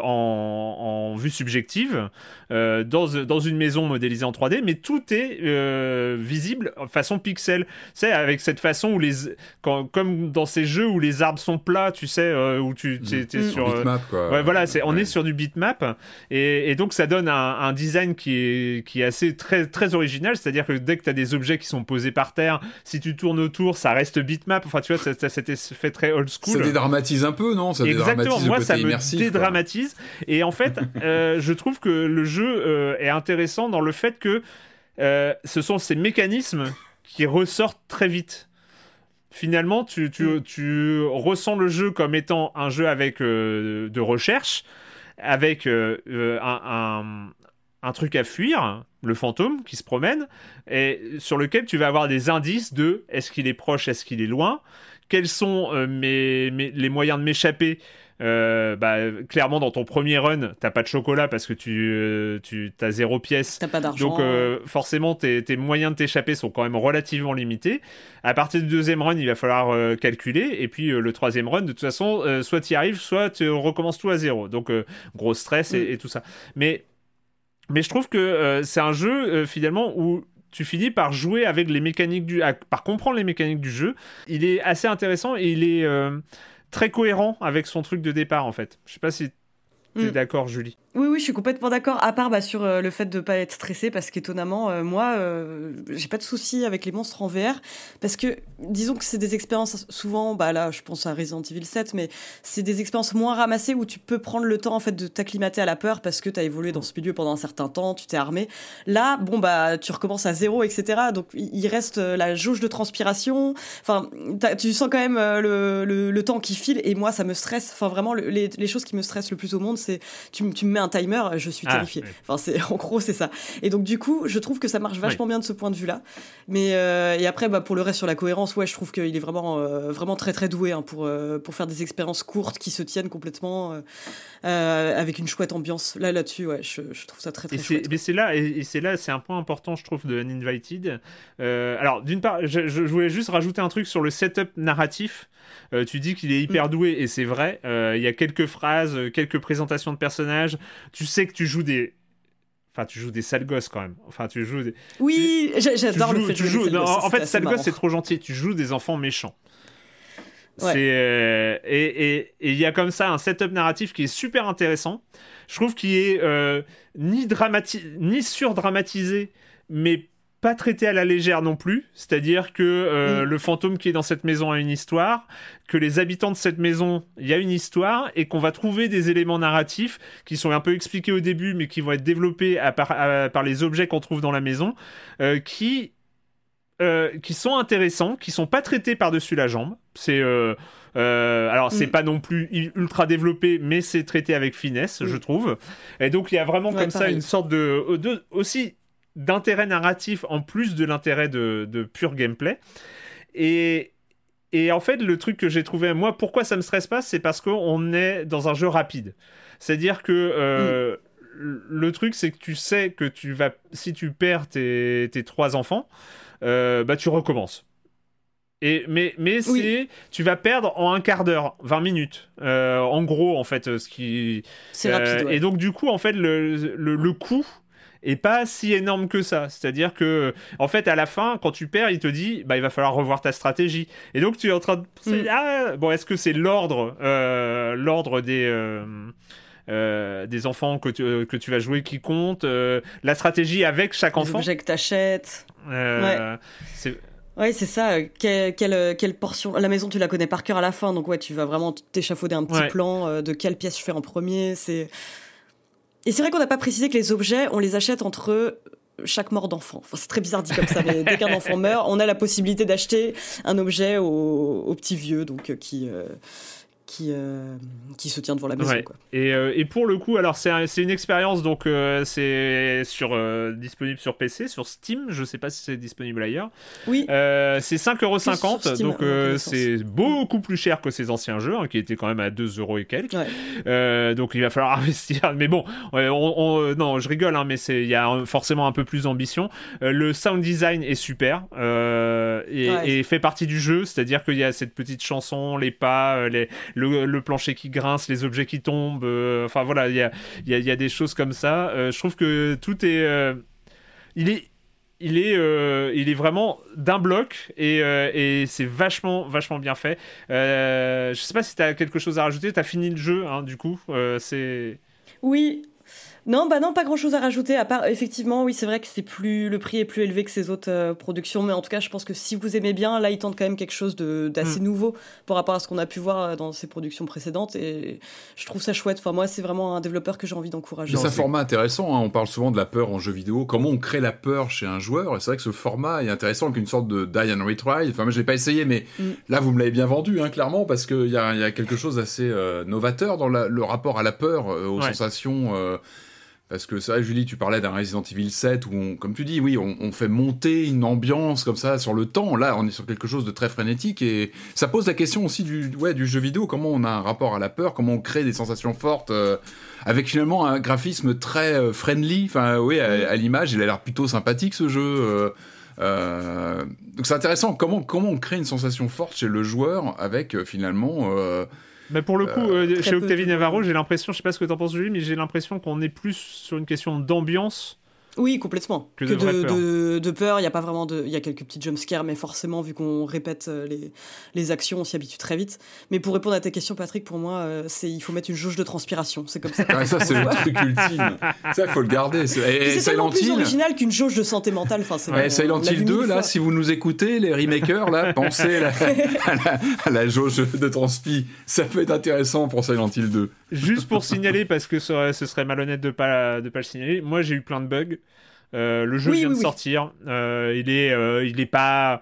en, en vue subjective euh, dans, dans une maison modélisée en trois D, mais tout est euh, visible façon pixel. Tu sais, avec cette façon où les, quand, comme dans ces jeux où les arbres sont plats, tu sais, euh, où tu t'es, t'es mm. sur euh, bitmap, quoi. Ouais, voilà, c'est, on ouais. est sur du bitmap, et, et donc ça donne un, un design qui est, qui est assez très, très original. C'est-à-dire que dès que tu as des objets qui sont posés par terre, si tu tournes autour, ça reste bitmap. Enfin, tu vois, ça, ça, c'était fait très old school. Ça dédramatise un peu, non? Ça Exactement. Moi, le ça me immersif, dédramatise. Quoi. Et en fait, euh, je trouve que le jeu euh, est intéressant dans le fait que euh, ce sont ces mécanismes qui ressortent très vite. Finalement, tu, tu, mm. tu ressens le jeu comme étant un jeu avec euh, de recherche, avec euh, euh, un, un un truc à fuir, le fantôme qui se promène, et sur lequel tu vas avoir des indices de est-ce qu'il est proche, est-ce qu'il est loin, quels sont euh, mes, mes, les moyens de m'échapper. Euh, bah, clairement dans ton premier run t'as pas de chocolat parce que tu, euh, tu as zéro pièce, t'as pas d'argent, donc euh, forcément tes, tes moyens de t'échapper sont quand même relativement limités. À partir du deuxième run il va falloir euh, calculer, et puis euh, le troisième run de toute façon euh, soit tu y arrives, soit tu recommences tout à zéro, donc euh, gros stress et, mm. et tout ça, mais Mais je trouve que euh, c'est un jeu, euh, finalement, où tu finis par jouer avec les mécaniques du... par comprendre les mécaniques du jeu. Il est assez intéressant et il est euh, très cohérent avec son truc de départ, en fait. Je sais pas si t'es mm. d'accord, Julie. Oui, oui, je suis complètement d'accord, à part bah, sur euh, le fait de pas être stressé, parce qu'étonnamment, euh, moi, euh, j'ai pas de soucis avec les monstres en V R, parce que, disons que c'est des expériences, souvent, bah là, je pense à Resident Evil sept, mais c'est des expériences moins ramassées où tu peux prendre le temps, en fait, de t'acclimater à la peur, parce que t'as évolué dans ce milieu pendant un certain temps, tu t'es armé. Là, bon, bah, tu recommences à zéro, et cetera, donc il reste euh, la jauge de transpiration, enfin, tu sens quand même euh, le, le, le temps qui file, et moi, ça me stresse, enfin, vraiment, le, les, les choses qui me stressent le plus au monde, c'est, tu, tu me mets un timer, je suis terrifiée. Ah, ouais. Enfin, c'est, en gros, c'est ça. Et donc, du coup, je trouve que ça marche vachement ouais. bien de ce point de vue-là. Mais, euh, et après, bah, pour le reste, sur la cohérence, ouais, je trouve qu'il est vraiment, euh, vraiment très, très doué hein, pour, euh, pour faire des expériences courtes qui se tiennent complètement euh, euh, avec une chouette ambiance. Là, là-dessus, ouais, je, je trouve ça très, très et chouette. C'est, mais c'est là, et, et c'est là, c'est un point important, je trouve, de Uninvited. Euh, alors, d'une part, je, je voulais juste rajouter un truc sur le setup narratif. Euh, tu dis qu'il est hyper doué, et c'est vrai. Il euh, y a quelques phrases, quelques présentations de personnages. Tu sais que tu joues des... Enfin, tu joues des sales gosses quand même. Enfin, tu joues des... Oui, tu, j'adore tu joues, le fait tu de joues... jouer des non, sales gosses. En fait, sales gosses, c'est trop gentil. Tu joues des enfants méchants. Ouais. C'est, euh, et il y a comme ça un setup narratif qui est super intéressant. Je trouve qu'il est euh, ni, dramati- ni surdramatisé, mais pas traité à la légère non plus. C'est-à-dire que euh, mm. le fantôme qui est dans cette maison a une histoire, que les habitants de cette maison, il y a une histoire, et qu'on va trouver des éléments narratifs qui sont un peu expliqués au début, mais qui vont être développés à par, à, par les objets qu'on trouve dans la maison, euh, qui... Euh, qui sont intéressants, qui sont pas traités par-dessus la jambe. C'est euh, euh, alors mm. c'est pas non plus ultra développé, mais c'est traité avec finesse, mm. je trouve. Et donc il y a vraiment ouais, comme pareil. ça une sorte de, de aussi d'intérêt narratif en plus de l'intérêt de, de pur gameplay. Et et en fait le truc que j'ai trouvé, moi, pourquoi ça me stresse pas, c'est parce qu'on est dans un jeu rapide. C'est-à-dire que euh, mm. le truc, c'est que tu sais que tu vas, si tu perds tes, tes trois enfants, Euh, bah tu recommences. Et, mais mais c'est, oui. tu vas perdre en un quart d'heure, vingt minutes. Euh, en gros, en fait, ce qui... C'est euh, rapide, ouais. Et donc, du coup, en fait, le, le, le coût est pas si énorme que ça. C'est-à-dire que, en fait, à la fin, quand tu perds, il te dit, bah, il va falloir revoir ta stratégie. Et donc, tu es en train de penser, mm. ah, bon, est-ce que c'est l'ordre, euh, l'ordre des... Euh, Euh, des enfants que tu, euh, que tu vas jouer qui comptent, euh, la stratégie avec chaque les enfant. Les objets que t'achètes. Euh, ouais. C'est... Ouais, c'est ça. Quelle, quelle, quelle portion... La maison, tu la connais par cœur à la fin, donc ouais, tu vas vraiment t'échafauder un petit ouais. plan euh, de quelle pièce je fais en premier. C'est... Et c'est vrai qu'on n'a pas précisé que les objets, on les achète entre chaque mort d'enfant. Enfin, c'est très bizarre dit comme ça, mais dès qu'un enfant meurt, on a la possibilité d'acheter un objet au, au petit vieux, donc euh, qui... Euh... Qui, euh, qui se tient devant la maison. Ouais. Quoi. Et, euh, et pour le coup, alors c'est, un, c'est une expérience, donc euh, c'est sur, euh, disponible sur P C, sur Steam, je sais pas si c'est disponible ailleurs. Oui. Euh, c'est cinq euros cinquante, donc euh, c'est beaucoup plus cher que ces anciens jeux, hein, qui étaient quand même à deux euros et quelques. Ouais. Euh, donc il va falloir investir. Mais bon, on, on, non, je rigole, hein, mais il y a forcément un peu plus d'ambition. Euh, le sound design est super euh, et, ouais. et fait partie du jeu, c'est-à-dire qu'il y a cette petite chanson, les pas, les Le, le plancher qui grince, les objets qui tombent, euh, enfin voilà, il y a, y, a, y a des choses comme ça. Euh, je trouve que tout est... Euh, il est... Il est, euh, il est vraiment d'un bloc et, euh, et c'est vachement, vachement bien fait. Euh, je sais pas si tu as quelque chose à rajouter. Tu as fini le jeu, hein, du coup. Euh, c'est... Oui. Non, bah non, pas grand-chose à rajouter, à part, effectivement, oui, c'est vrai que c'est plus, le prix est plus élevé que ces autres euh, productions, mais en tout cas, je pense que si vous aimez bien, là, ils tentent quand même quelque chose de, d'assez mmh. nouveau par rapport à ce qu'on a pu voir dans ces productions précédentes, et je trouve ça chouette. Enfin, moi, c'est vraiment un développeur que j'ai envie d'encourager. C'est un format intéressant, hein. On parle souvent de la peur en jeu vidéo, comment on crée la peur chez un joueur, et c'est vrai que ce format est intéressant, avec une sorte de die and retry. Enfin, moi, je l'ai pas essayé, mais mmh. là, vous me l'avez bien vendu, hein, clairement, parce qu'il y a, y a quelque chose d'assez euh, novateur dans la, le rapport à la peur, euh, aux ouais. sensations... Euh, Parce que c'est vrai, Julie, tu parlais d'un Resident Evil sept où, on, comme tu dis, oui, on, on fait monter une ambiance comme ça sur le temps. Là, on est sur quelque chose de très frénétique et ça pose la question aussi du, ouais, du jeu vidéo. Comment on a un rapport à la peur, comment on crée des sensations fortes euh, avec finalement un graphisme très euh, friendly. Enfin, oui, à, à l'image, il a l'air plutôt sympathique ce jeu. Euh, euh, donc c'est intéressant. Comment, comment on crée une sensation forte chez le joueur avec euh, finalement. Euh, Mais pour le coup, euh, chez Octavie Navarro, j'ai l'impression, je sais pas ce que t'en penses, Julie, mais j'ai l'impression qu'on est plus sur une question d'ambiance. Oui, complètement. Que, que de, de, peur. de, de peur, il n'y a pas vraiment de... Il y a quelques petits jumpscares, mais forcément, vu qu'on répète les, les actions, on s'y habitue très vite. Mais pour répondre à ta question, Patrick, pour moi, c'est, il faut mettre une jauge de transpiration. C'est comme ça. Ah, ça, c'est le truc ultime. Ça, il faut le garder. C'est, et, c'est tellement plus original qu'une jauge de santé mentale. Enfin, c'est ouais, Silent Hill deux, là, si vous nous écoutez, les remakers, là, pensez à la, à, la, à la jauge de transpi. Ça peut être intéressant pour Silent Hill deux. Juste pour signaler, parce que ce serait malhonnête de pas, de pas le signaler, moi, j'ai eu plein de bugs. Euh, le jeu oui, vient oui, de sortir. Oui. Euh, il est, euh, il est pas,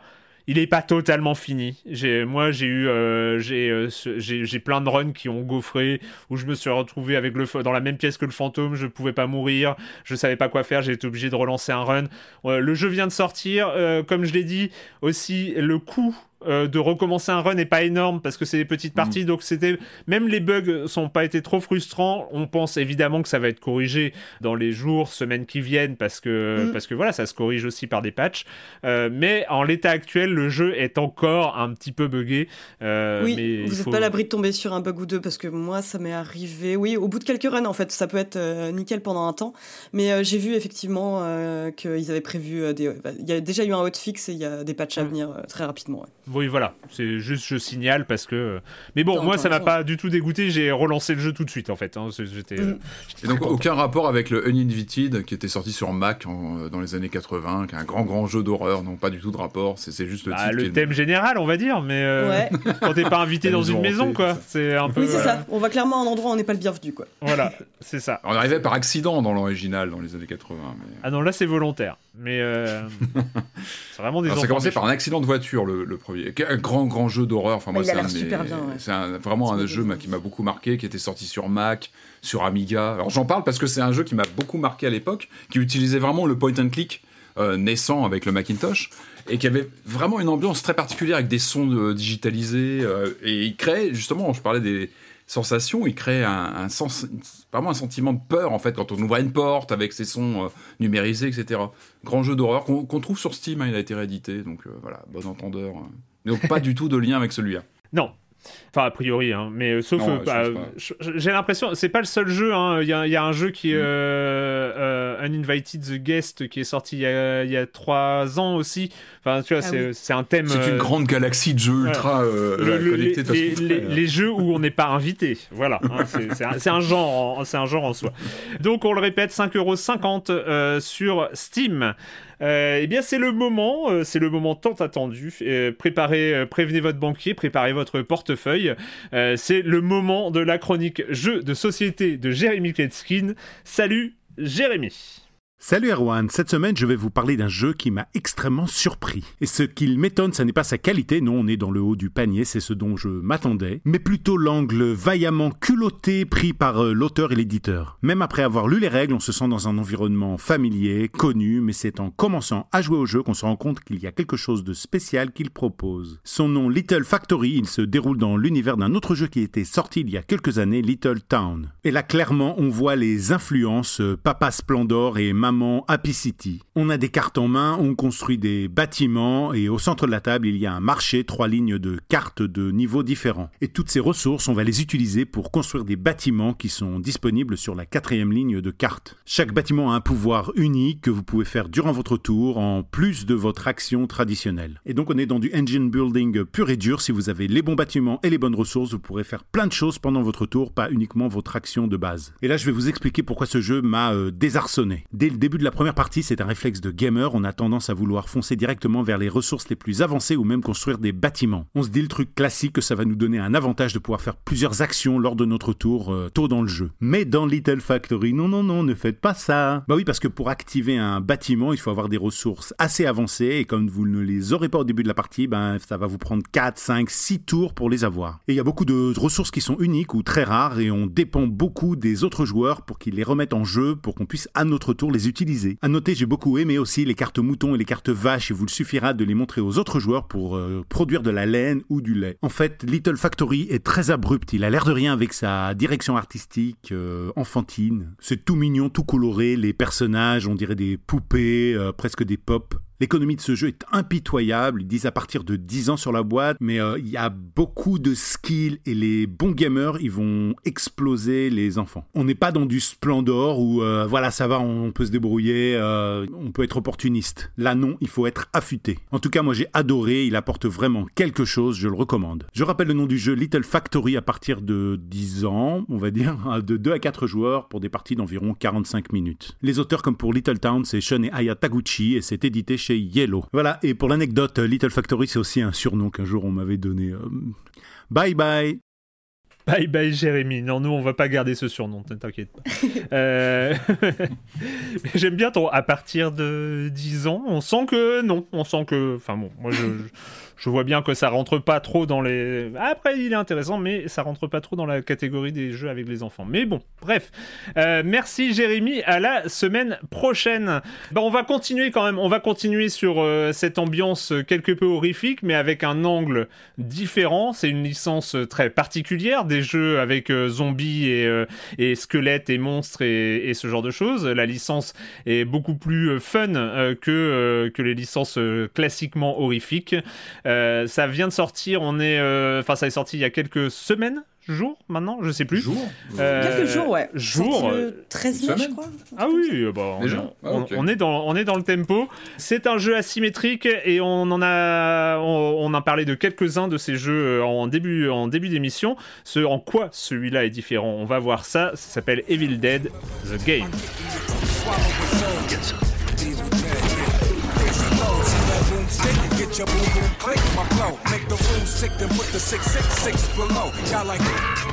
Il est pas totalement fini. J'ai, moi, j'ai eu, euh, j'ai, euh, j'ai, j'ai plein de runs qui ont gaufré, où je me suis retrouvé avec le dans la même pièce que le fantôme. Je pouvais pas mourir, je savais pas quoi faire. J'ai été obligé de relancer un run. Euh, le jeu vient de sortir, euh, comme je l'ai dit. Aussi, le coût Euh, de recommencer un run n'est pas énorme parce que c'est des petites parties, mmh. donc c'était même les bugs sont pas été trop frustrants. On pense évidemment que ça va être corrigé dans les jours, semaines qui viennent parce que mmh. parce que voilà, ça se corrige aussi par des patchs. Euh, mais en l'état actuel, le jeu est encore un petit peu buggé. Euh, oui, mais vous n'êtes faut... pas à l'abri de tomber sur un bug ou deux parce que moi, ça m'est arrivé. Oui, au bout de quelques runs, en fait, ça peut être euh, nickel pendant un temps. Mais euh, j'ai vu effectivement euh, qu'ils avaient prévu euh, des. Il y a déjà eu un hotfix et il y a des patchs à venir euh, très rapidement. Ouais. Oui, voilà, c'est juste je signale parce que. Mais bon, non, moi, ça m'a raison. pas du tout dégoûté. J'ai relancé le jeu tout de suite, en fait. Hein. J'étais, mm. j'étais Et donc, aucun rapport avec le Uninvited qui était sorti sur Mac en, dans les années quatre-vingts, qui est un grand, grand jeu d'horreur. Non, pas du tout de rapport. C'est, c'est juste le bah, titre. Le qui est... thème général, on va dire, mais euh, ouais. quand t'es pas invité dans une maison, hanté, quoi. C'est un peu. Oui, c'est voilà. ça. On va clairement à un endroit où on n'est pas le bienvenu, quoi. Voilà, c'est ça. On arrivait par accident dans l'original dans les années quatre-vingts. Mais... Ah non, là, c'est volontaire. Mais euh... c'est vraiment des. Alors, ça a commencé par un accident de voiture, le, le premier. Un grand, grand jeu d'horreur. Enfin, moi, il a c'est l'air un super mes... bien. Ouais. C'est un, vraiment c'est un jeu qui m'a beaucoup marqué, qui était sorti sur Mac, sur Amiga. Alors, j'en parle parce que c'est un jeu qui m'a beaucoup marqué à l'époque, qui utilisait vraiment le point and click euh, naissant avec le Macintosh et qui avait vraiment une ambiance très particulière avec des sons de, digitalisés. Euh, et il créait, justement, je parlais des sensations, il crée un, un sens, vraiment un sentiment de peur en fait quand on ouvrait une porte avec ses sons euh, numérisés, et cetera. Grand jeu d'horreur qu'on, qu'on trouve sur Steam, hein, il a été réédité, donc euh, voilà, bon entendeur. Euh. Donc pas du tout de lien avec celui-là. Non. Enfin, a priori, hein. Mais euh, sauf, non, euh, bah, j'ai l'impression, c'est pas le seul jeu. Hein. Il y a, il y a un jeu qui est mm. euh, euh, Uninvited the Guest qui est sorti il y a, il y a trois ans aussi. Enfin, tu vois, ah c'est, oui. c'est un thème. C'est euh... une grande galaxie de jeux ultra euh, le, le, connectés. Les, les, les, les jeux où on n'est pas invité. Voilà. Hein, c'est, c'est, un, c'est, un genre en, c'est un genre en soi. Donc, on le répète, cinq euros cinquante euh, sur Steam. Euh, eh bien, c'est le moment, euh, c'est le moment tant attendu. Euh, préparez, euh, prévenez votre banquier, préparez votre portefeuille. Euh, c'est le moment de la chronique jeux de société de Jérémy Kletskin. Salut, Jérémy. Salut Erwan, cette semaine je vais vous parler d'un jeu qui m'a extrêmement surpris. Et ce qui m'étonne, ce n'est pas sa qualité, non on est dans le haut du panier, c'est ce dont je m'attendais, mais plutôt l'angle vaillamment culotté pris par euh, l'auteur et l'éditeur. Même après avoir lu les règles, on se sent dans un environnement familier, connu, mais c'est en commençant à jouer au jeu qu'on se rend compte qu'il y a quelque chose de spécial qu'il propose. Son nom Little Factory, il se déroule dans l'univers d'un autre jeu qui était sorti il y a quelques années, Little Town. Et là clairement on voit les influences euh, Papa Splendor et Maman Happy City. On a des cartes en main, on construit des bâtiments et au centre de la table, il y a un marché, trois lignes de cartes de niveaux différents. Et toutes ces ressources, on va les utiliser pour construire des bâtiments qui sont disponibles sur la quatrième ligne de cartes. Chaque bâtiment a un pouvoir unique que vous pouvez faire durant votre tour en plus de votre action traditionnelle. Et donc on est dans du engine building pur et dur. Si vous avez les bons bâtiments et les bonnes ressources, vous pourrez faire plein de choses pendant votre tour, pas uniquement votre action de base. Et là, je vais vous expliquer pourquoi ce jeu m'a euh, désarçonné. Dès le début de la première partie, c'est un réflexe de gamer, on a tendance à vouloir foncer directement vers les ressources les plus avancées ou même construire des bâtiments. On se dit le truc classique que ça va nous donner un avantage de pouvoir faire plusieurs actions lors de notre tour euh, tôt dans le jeu. Mais dans Little Factory, non, non, non, ne faites pas ça. Bah oui, parce que pour activer un bâtiment, il faut avoir des ressources assez avancées et comme vous ne les aurez pas au début de la partie, ben, ça va vous prendre quatre, cinq, six tours pour les avoir. Et il y a beaucoup de ressources qui sont uniques ou très rares et on dépend beaucoup des autres joueurs pour qu'ils les remettent en jeu pour qu'on puisse à notre tour les utiliser. À noter, j'ai beaucoup aimé aussi les cartes moutons et les cartes vaches et vous le suffira de les montrer aux autres joueurs pour euh, produire de la laine ou du lait. En fait, Little Factory est très abrupt, il a l'air de rien avec sa direction artistique euh, enfantine. C'est tout mignon, tout coloré, les personnages, on dirait des poupées, euh, presque des pops. L'économie de ce jeu est impitoyable, ils disent à partir de dix ans sur la boîte, mais euh, il y a beaucoup de skills et les bons gamers, ils vont exploser les enfants. On n'est pas dans du Splendor où euh, voilà, ça va, on peut se débrouiller, euh, on peut être opportuniste. Là non, il faut être affûté. En tout cas, moi j'ai adoré, il apporte vraiment quelque chose, je le recommande. Je rappelle le nom du jeu, Little Factory, à partir de dix ans, on va dire, de deux à quatre joueurs pour des parties d'environ quarante-cinq minutes. Les auteurs comme pour Little Town, c'est Shun et Aya Taguchi et c'est édité chez Yellow. Voilà, et pour l'anecdote, Little Factory, c'est aussi un surnom qu'un jour on m'avait donné. Euh... Bye bye. Bye bye Jérémy. Non, nous on va pas garder ce surnom, t'inquiète pas. euh... J'aime bien ton à partir de dix ans. On sent que non, on sent que. Enfin bon, moi je, je, je vois bien que ça rentre pas trop dans les. Après, il est intéressant, mais ça rentre pas trop dans la catégorie des jeux avec les enfants. Mais bon, bref. Euh, merci Jérémy. À la semaine prochaine. Bah, on va continuer quand même. On va continuer sur euh, cette ambiance quelque peu horrifique, mais avec un angle différent. C'est une licence très particulière. Des jeux avec euh, zombies et, euh, et squelettes et monstres et, et ce genre de choses. La licence est beaucoup plus euh, fun euh, que, euh, que les licences euh, classiquement horrifiques. Euh, ça vient de sortir, on est... Enfin, euh, ça est sorti il y a quelques semaines jours maintenant, je sais plus. Jours euh, Quelques jours, ouais. Jours. Le treize mai, je crois. Ah oui, bah, on, Déjà on, ah, okay. on, est dans, on est dans le tempo. C'est un jeu asymétrique et on en a, on, on a parlé de quelques-uns de ces jeux en début, en début d'émission. Ce, en quoi celui-là est différent, on va voir ça. Ça s'appelle Evil Dead The Game. Get your boom boom click my flow. Make the room sick and put the six six six below. Y'all like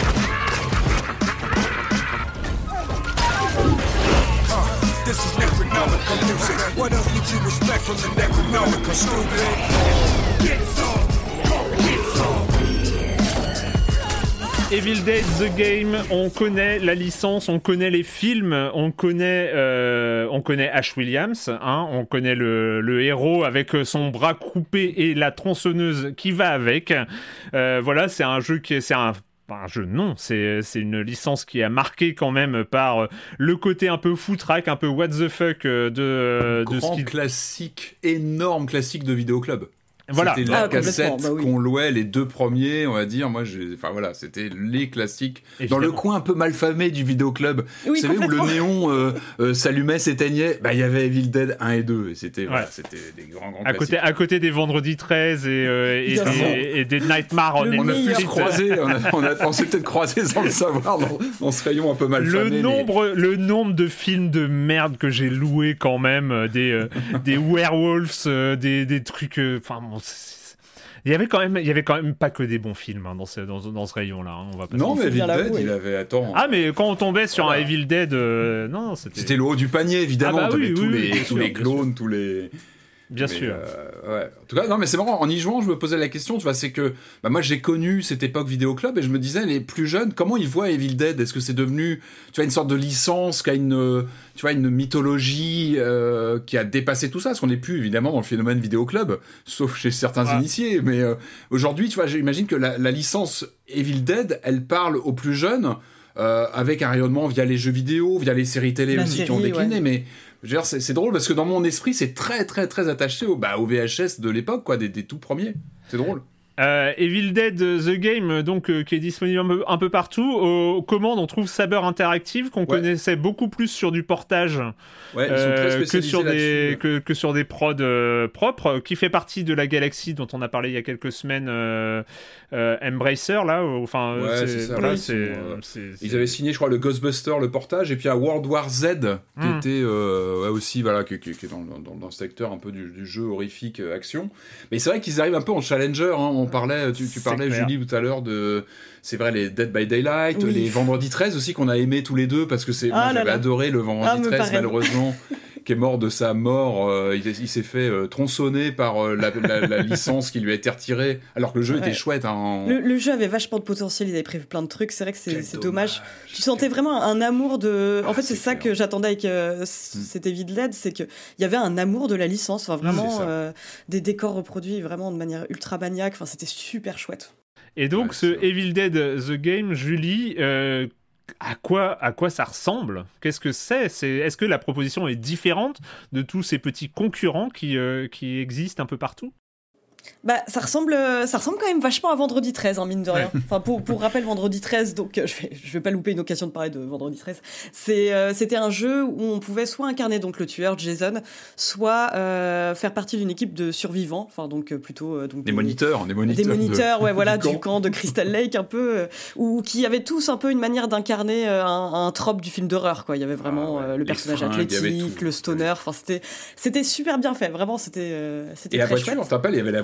uh, this is Necronomical music. What else would you expect from the Necronomical stupid? Get some, get some. Evil Dead The Game, on connaît la licence, on connaît les films, on connaît, euh, on connaît Ash Williams, hein, on connaît le, le héros avec son bras coupé et la tronçonneuse qui va avec. Euh, voilà, c'est un jeu qui est, c'est un un jeu, non, c'est, c'est une licence qui a marqué quand même par le côté un peu foutraque, un peu what the fuck de, de Grand ce qui... classique, énorme classique de vidéoclub. Voilà. C'était la ah, cassette bah oui. qu'on louait, les deux premiers, on va dire. Moi, j'ai... enfin voilà, c'était les classiques. Évidemment. Dans le coin un peu malfamé du vidéoclub, Oui, vous savez, où le néon euh, euh, s'allumait, s'éteignait, bah il y avait Evil Dead un et deux. Et c'était, ouais. voilà, c'était des grands, grands à classiques. côté, à côté des Vendredi treize et, euh, et, des, et des Nightmare on On a pu Elm se Street. croiser, on, a, on, a, on s'est peut-être croisé sans le savoir dans, dans ce rayon un peu malfamé. Le nombre, mais... le nombre de films de merde que j'ai loués quand même, des, euh, des werewolves, euh, des, des trucs... Enfin, euh, bon, il y avait quand même, il y avait quand même pas que des bons films hein, dans ce dans, dans ce rayon-là. Hein, on va pas non, mais Evil Dead, oui. il avait attends. Ah, mais quand on tombait sur voilà. un Evil Dead, euh, non, c'était. C'était le haut du panier, évidemment. Ah bah oui, tous oui, les oui, tous sûr, les clones, tous les. Bien mais, sûr. Euh, ouais. En tout cas, non, mais c'est marrant. En y jouant, je me posais la question. Tu vois, c'est que bah, moi, j'ai connu cette époque vidéoclub et je me disais, les plus jeunes, comment ils voient Evil Dead ? Est-ce que c'est devenu, tu vois, une sorte de licence qui a une, tu vois, une mythologie euh, qui a dépassé tout ça ? Parce qu'on n'est plus évidemment dans le phénomène vidéoclub, sauf chez certains ah. initiés. Mais euh, aujourd'hui, tu vois, j'imagine que la, la licence Evil Dead, elle parle aux plus jeunes euh, avec un rayonnement via les jeux vidéo, via les séries télé la aussi série, qui ont décliné, ouais. mais je veux dire, c'est, c'est drôle parce que dans mon esprit, c'est très, très, très attaché au, bah, au V H S de l'époque, quoi, des, des tout premiers. C'est drôle. Euh, Evil Dead The Game, donc euh, qui est disponible un peu, un peu partout. Aux commandes, on trouve Saber Interactive qu'on ouais. connaissait beaucoup plus sur du portage ouais, ils sont très euh, que sur des ouais. que, que sur des prods euh, propres, qui fait partie de la galaxie dont on a parlé il y a quelques semaines. Euh, euh, Embracer là, enfin ouais, c'est, c'est ça, voilà, oui, c'est, euh, c'est, c'est... ils avaient signé, je crois, le Ghostbuster, le portage, et puis un World War Z qui mm. était euh, ouais, aussi voilà qui, qui, qui est dans, dans, dans le secteur un peu du, du jeu horrifique euh, action. Mais c'est vrai qu'ils arrivent un peu en challenger. Hein, on parlait, tu, tu parlais Julie tout à l'heure de, c'est vrai, les Dead by Daylight, oui. les Vendredi treize aussi qu'on a aimé tous les deux parce que c'est, ah moi, j'avais là. adoré le Vendredi ah, treize malheureusement. qui est mort de sa mort, euh, il, il s'est fait euh, tronçonner par euh, la, la, la licence qui lui a été retirée, alors que le jeu ouais. était chouette. Hein, en... le, le jeu avait vachement de potentiel, il avait prévu plein de trucs, c'est vrai que c'est, c'est dommage. dommage. Tu sentais vraiment un amour de... En ah, fait, c'est, c'est ça que j'attendais avec euh, cet Evil Dead, c'est qu'il y avait un amour de la licence, enfin, vraiment euh, des décors reproduits vraiment de manière ultra maniaque, enfin, c'était super chouette. Et donc, ouais, ce ça. Evil Dead The Game, Julie... Euh... À quoi, à quoi ça ressemble ? Qu'est-ce que c'est ? c'est Est-ce que la proposition est différente de tous ces petits concurrents qui, euh, qui existent un peu partout ? Bah, ça ressemble, ça ressemble quand même vachement à Vendredi treize, hein, mine de rien. Enfin, pour, pour rappel, Vendredi treize, donc euh, je vais, je vais pas louper une occasion de parler de Vendredi treize. C'est, euh, c'était un jeu où on pouvait soit incarner donc le tueur Jason, soit euh, faire partie d'une équipe de survivants. Enfin, donc plutôt euh, donc des, des moniteurs, des moniteurs, des moniteurs, de, ouais, voilà, du camp. du camp de Crystal Lake, un peu, euh, ou qui avaient tous un peu une manière d'incarner euh, un, un trope du film d'horreur, quoi. Il y avait vraiment ah, ouais. euh, le personnage fringues, athlétique, le stoner. Enfin, c'était, c'était super bien fait. Vraiment, c'était, euh, c'était et très la voiture, chouette. on te rappelle, il y avait la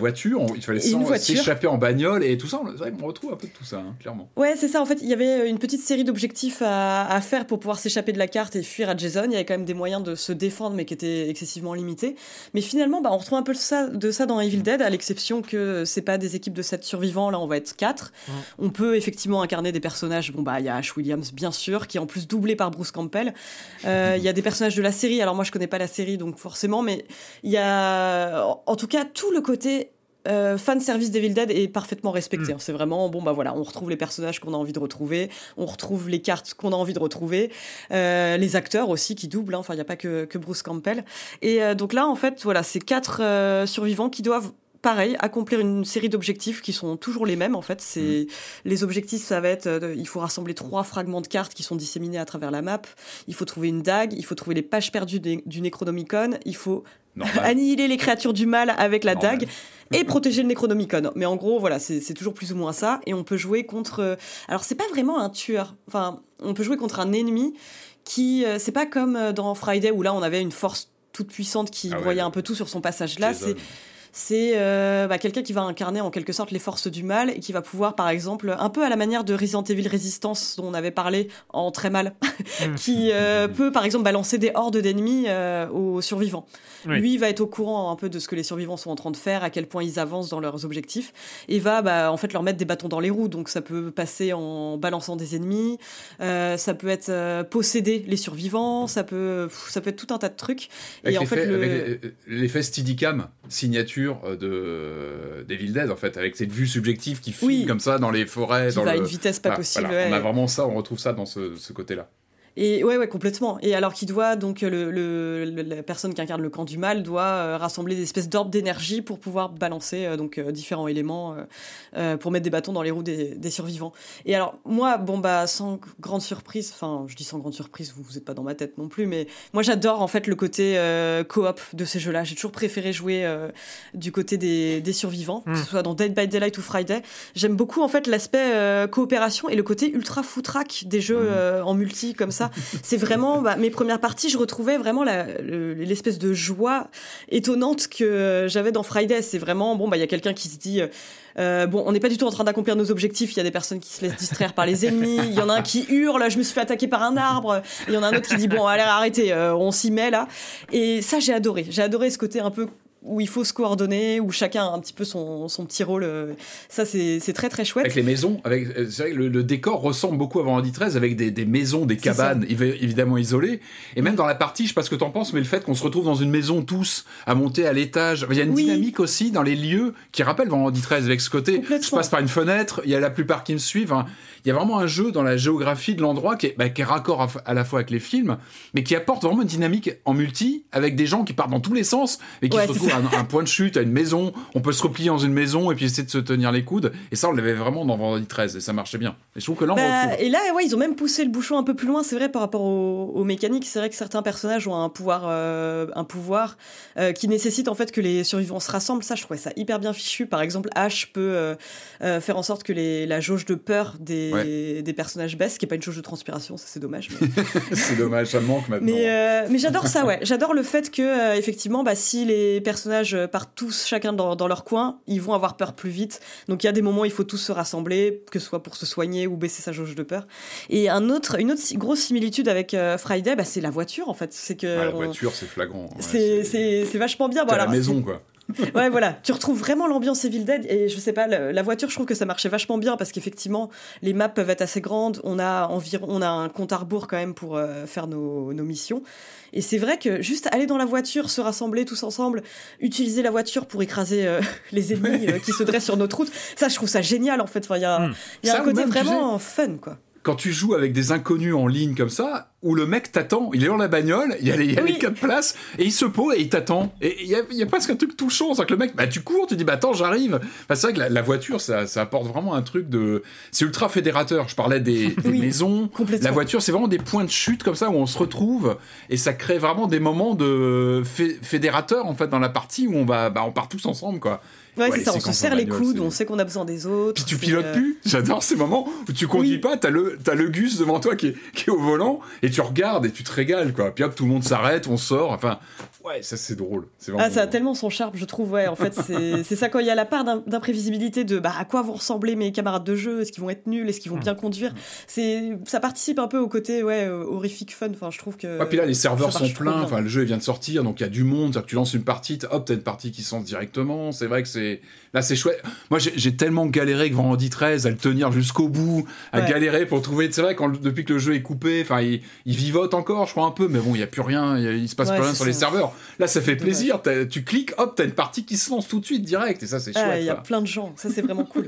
voiture, on, il fallait sans, s'échapper en bagnole et tout ça. C'est vrai qu'on retrouve un peu de tout ça, hein, clairement. Ouais, c'est ça. En fait, il y avait une petite série d'objectifs à, à faire pour pouvoir s'échapper de la carte et fuir à Jason. Il y avait quand même des moyens de se défendre, mais qui étaient excessivement limités. Mais finalement, bah, on retrouve un peu de ça, de ça dans Evil Dead, à l'exception que c'est pas des équipes de sept survivants. Là, on va être quatre. Mmh. On peut effectivement incarner des personnages. Bon, bah, il y a Ash Williams, bien sûr, qui est en plus doublé par Bruce Campbell. Euh, il y a des personnages de la série. Alors moi, je connais pas la série, donc forcément, mais il y a, en tout cas, tout le côté Euh, fan service d'Evil Dead est parfaitement respecté. Mmh. C'est vraiment, bon bah voilà, on retrouve les personnages qu'on a envie de retrouver, on retrouve les cartes qu'on a envie de retrouver, euh, les acteurs aussi qui doublent, hein. Enfin il n'y a pas que, que Bruce Campbell. Et euh, donc là en fait, voilà, c'est quatre euh, survivants qui doivent pareil, accomplir une série d'objectifs qui sont toujours les mêmes en fait. C'est mmh. les objectifs, ça va être, euh, il faut rassembler trois fragments de cartes qui sont disséminés à travers la map. Il faut trouver une dague, il faut trouver les pages perdues du, du Necronomicon, il faut Normal. annihiler les créatures du mal avec la Normal. dague et protéger le Necronomicon. Mais en gros, voilà, c'est, c'est toujours plus ou moins ça. Et on peut jouer contre. Euh, alors c'est pas vraiment un tueur. Enfin, on peut jouer contre un ennemi qui, euh, c'est pas comme dans Friday où là on avait une force toute puissante qui ah broyait ouais. un peu tout sur son passage. Là, Jason. c'est c'est euh, bah, quelqu'un qui va incarner en quelque sorte les forces du mal et qui va pouvoir, par exemple, un peu à la manière de Resident Evil Resistance dont on avait parlé en très mal, qui euh, peut, par exemple, balancer des hordes d'ennemis euh, aux survivants. Oui. Lui, il va être au courant un peu de ce que les survivants sont en train de faire, à quel point ils avancent dans leurs objectifs, et va bah, en fait leur mettre des bâtons dans les roues. Donc ça peut passer en balançant des ennemis, euh, ça peut être euh, posséder les survivants, ça peut, ça peut être tout un tas de trucs. Avec, et en fait, fait, le... avec l'effet Steadicam, signature de d'Evil Dead en fait, avec cette vue subjective qui file oui. comme ça dans les forêts, qui dans va le... à une vitesse pas ah, possible. Voilà. Ouais. On a vraiment ça, on retrouve ça dans ce, ce côté-là. Et ouais, ouais, complètement. Et alors qu'il doit, donc, le, le, le, la personne qui incarne le camp du mal doit euh, rassembler des espèces d'orbes d'énergie pour pouvoir balancer euh, donc, euh, différents éléments euh, euh, pour mettre des bâtons dans les roues des, des survivants. Et alors, moi, bon, bah, sans grande surprise, enfin, je dis sans grande surprise, vous, vous êtes pas dans ma tête non plus, mais moi, j'adore, en fait, le côté euh, coop de ces jeux-là. J'ai toujours préféré jouer euh, du côté des, des survivants, mmh. que ce soit dans Dead by Daylight ou Friday. J'aime beaucoup, en fait, l'aspect euh, coopération et le côté ultra foutraque des jeux euh, en multi, comme ça. C'est vraiment, bah, mes premières parties, je retrouvais vraiment la, le, l'espèce de joie étonnante que j'avais dans Friday. C'est vraiment, bon, bah, il y a quelqu'un qui se dit, euh, bon, on n'est pas du tout en train d'accomplir nos objectifs, il y a des personnes qui se laissent distraire par les ennemis, il y en a un qui hurle, je me suis fait attaquer par un arbre, il y en a un autre qui dit, bon, allez, arrêtez, euh, on s'y met là. Et ça, j'ai adoré. J'ai adoré ce côté un peu où il faut se coordonner, où chacun a un petit peu son, son petit rôle. Ça, c'est, c'est très, très chouette. Avec les maisons, avec, c'est vrai que le, le décor ressemble beaucoup à Vendredi treize, avec des, des maisons, des cabanes, évidemment isolées. Et même dans la partie, je sais pas ce que t'en penses, mais le fait qu'on se retrouve dans une maison tous, à monter à l'étage, il y a une oui. dynamique aussi dans les lieux qui rappelle Vendredi treize, avec ce côté, je passe par une fenêtre, il y a la plupart qui me suivent. Hein. Il y a vraiment un jeu dans la géographie de l'endroit qui est, bah, qui est raccord à, à la fois avec les films, mais qui apporte vraiment une dynamique en multi, avec des gens qui partent dans tous les sens, et qui ouais, se retrouvent à un, un point de chute, à une maison, on peut se replier dans une maison, et puis essayer de se tenir les coudes, et ça on l'avait vraiment dans Vendredi treize, et ça marchait bien. Et je trouve que là on bah, retrouve. Et là, ouais, ils ont même poussé le bouchon un peu plus loin, c'est vrai, par rapport aux, aux mécaniques. C'est vrai que certains personnages ont un pouvoir, euh, un pouvoir euh, qui nécessite en fait que les survivants se rassemblent. Ça, je trouvais ça hyper bien fichu. Par exemple, Ash peut euh, euh, faire en sorte que les, la jauge de peur des, ouais. des personnages baisse, ce qui n'est pas une jauge de transpiration, ça c'est dommage. Mais... c'est dommage, ça me manque maintenant. Mais, euh, mais j'adore ça, ouais. J'adore le fait que, euh, effectivement, bah, si les personnages partent tous chacun dans, dans leur coin, ils vont avoir peur plus vite. Donc il y a des moments où il faut tous se rassembler, que ce soit pour se soigner ou baisser sa jauge de peur. Et un autre, une autre grosse similitude avec euh, Friday, bah, c'est la voiture en fait. C'est que, ouais, la on... voiture, c'est flagrant. Ouais, c'est, c'est... C'est, c'est vachement bien. Bon, alors, la maison, quoi. Ouais, voilà, tu retrouves vraiment l'ambiance Evil Dead et je sais pas, la, la voiture, je trouve que ça marchait vachement bien parce qu'effectivement, les maps peuvent être assez grandes, on a environ, on a un compte à rebours quand même pour euh, faire nos, nos missions. Et c'est vrai que juste aller dans la voiture, se rassembler tous ensemble, utiliser la voiture pour écraser euh, les ennemis euh, qui se dressent sur notre route, ça, je trouve ça génial en fait. Enfin, il y a, mmh. y a un côté même, vraiment tu sais, fun, quoi. Quand tu joues avec des inconnus en ligne comme ça, où le mec t'attend, il est dans la bagnole, il y a les, il y a oui. les quatre places, et il se pose et il t'attend. Et il y a, il y a presque un truc touchant, c'est que le mec, bah tu cours, tu dis, bah attends, j'arrive. Bah, c'est vrai que la, la voiture, ça, ça apporte vraiment un truc de... C'est ultra fédérateur. Je parlais des, des oui, maisons. La voiture, c'est vraiment des points de chute comme ça, où on se retrouve, et ça crée vraiment des moments de fé- fédérateur, en fait, dans la partie où on va, bah on part tous ensemble, quoi. Ouais, ouais, c'est ça, on se serre les coudes, c'est... on sait qu'on a besoin des autres. Puis tu pilotes euh... plus. J'adore ces moments où tu conduis oui. pas, t'as le, t'as le Gus devant toi qui est, qui est au volant, et tu regardes et tu te régales, quoi. Puis hop, tout le monde s'arrête, on sort, enfin, Ouais, ça c'est drôle. C'est ah, ça a tellement son charme, je trouve. Ouais, en fait, c'est, c'est ça quand il y a la part d'imprévisibilité de bah, à quoi vont ressembler mes camarades de jeu, est-ce qu'ils vont être nuls, est-ce qu'ils vont bien conduire. C'est, ça participe un peu au côté ouais, horrifique fun. Enfin, je trouve que. Ouais, puis là, les serveurs sont pleins. Enfin, le jeu il vient de sortir, donc il y a du monde. C'est-à-dire que tu lances une partie, hop, t'as une partie qui se lance directement. C'est vrai que c'est là, c'est chouette. Moi, j'ai, j'ai tellement galéré que Vendredi treize à le tenir jusqu'au bout, à ouais. galérer pour trouver. C'est vrai quand depuis que le jeu est coupé, enfin, il, il vivote encore, je crois un peu, mais bon, il y a plus rien, il, il se passe ouais, plus rien sur ça. Les serveurs. Là, ça fait plaisir. Tu cliques, hop, t'as une partie qui se lance tout de suite direct, et ça, c'est chouette. Il y a plein de gens, ça, c'est vraiment cool.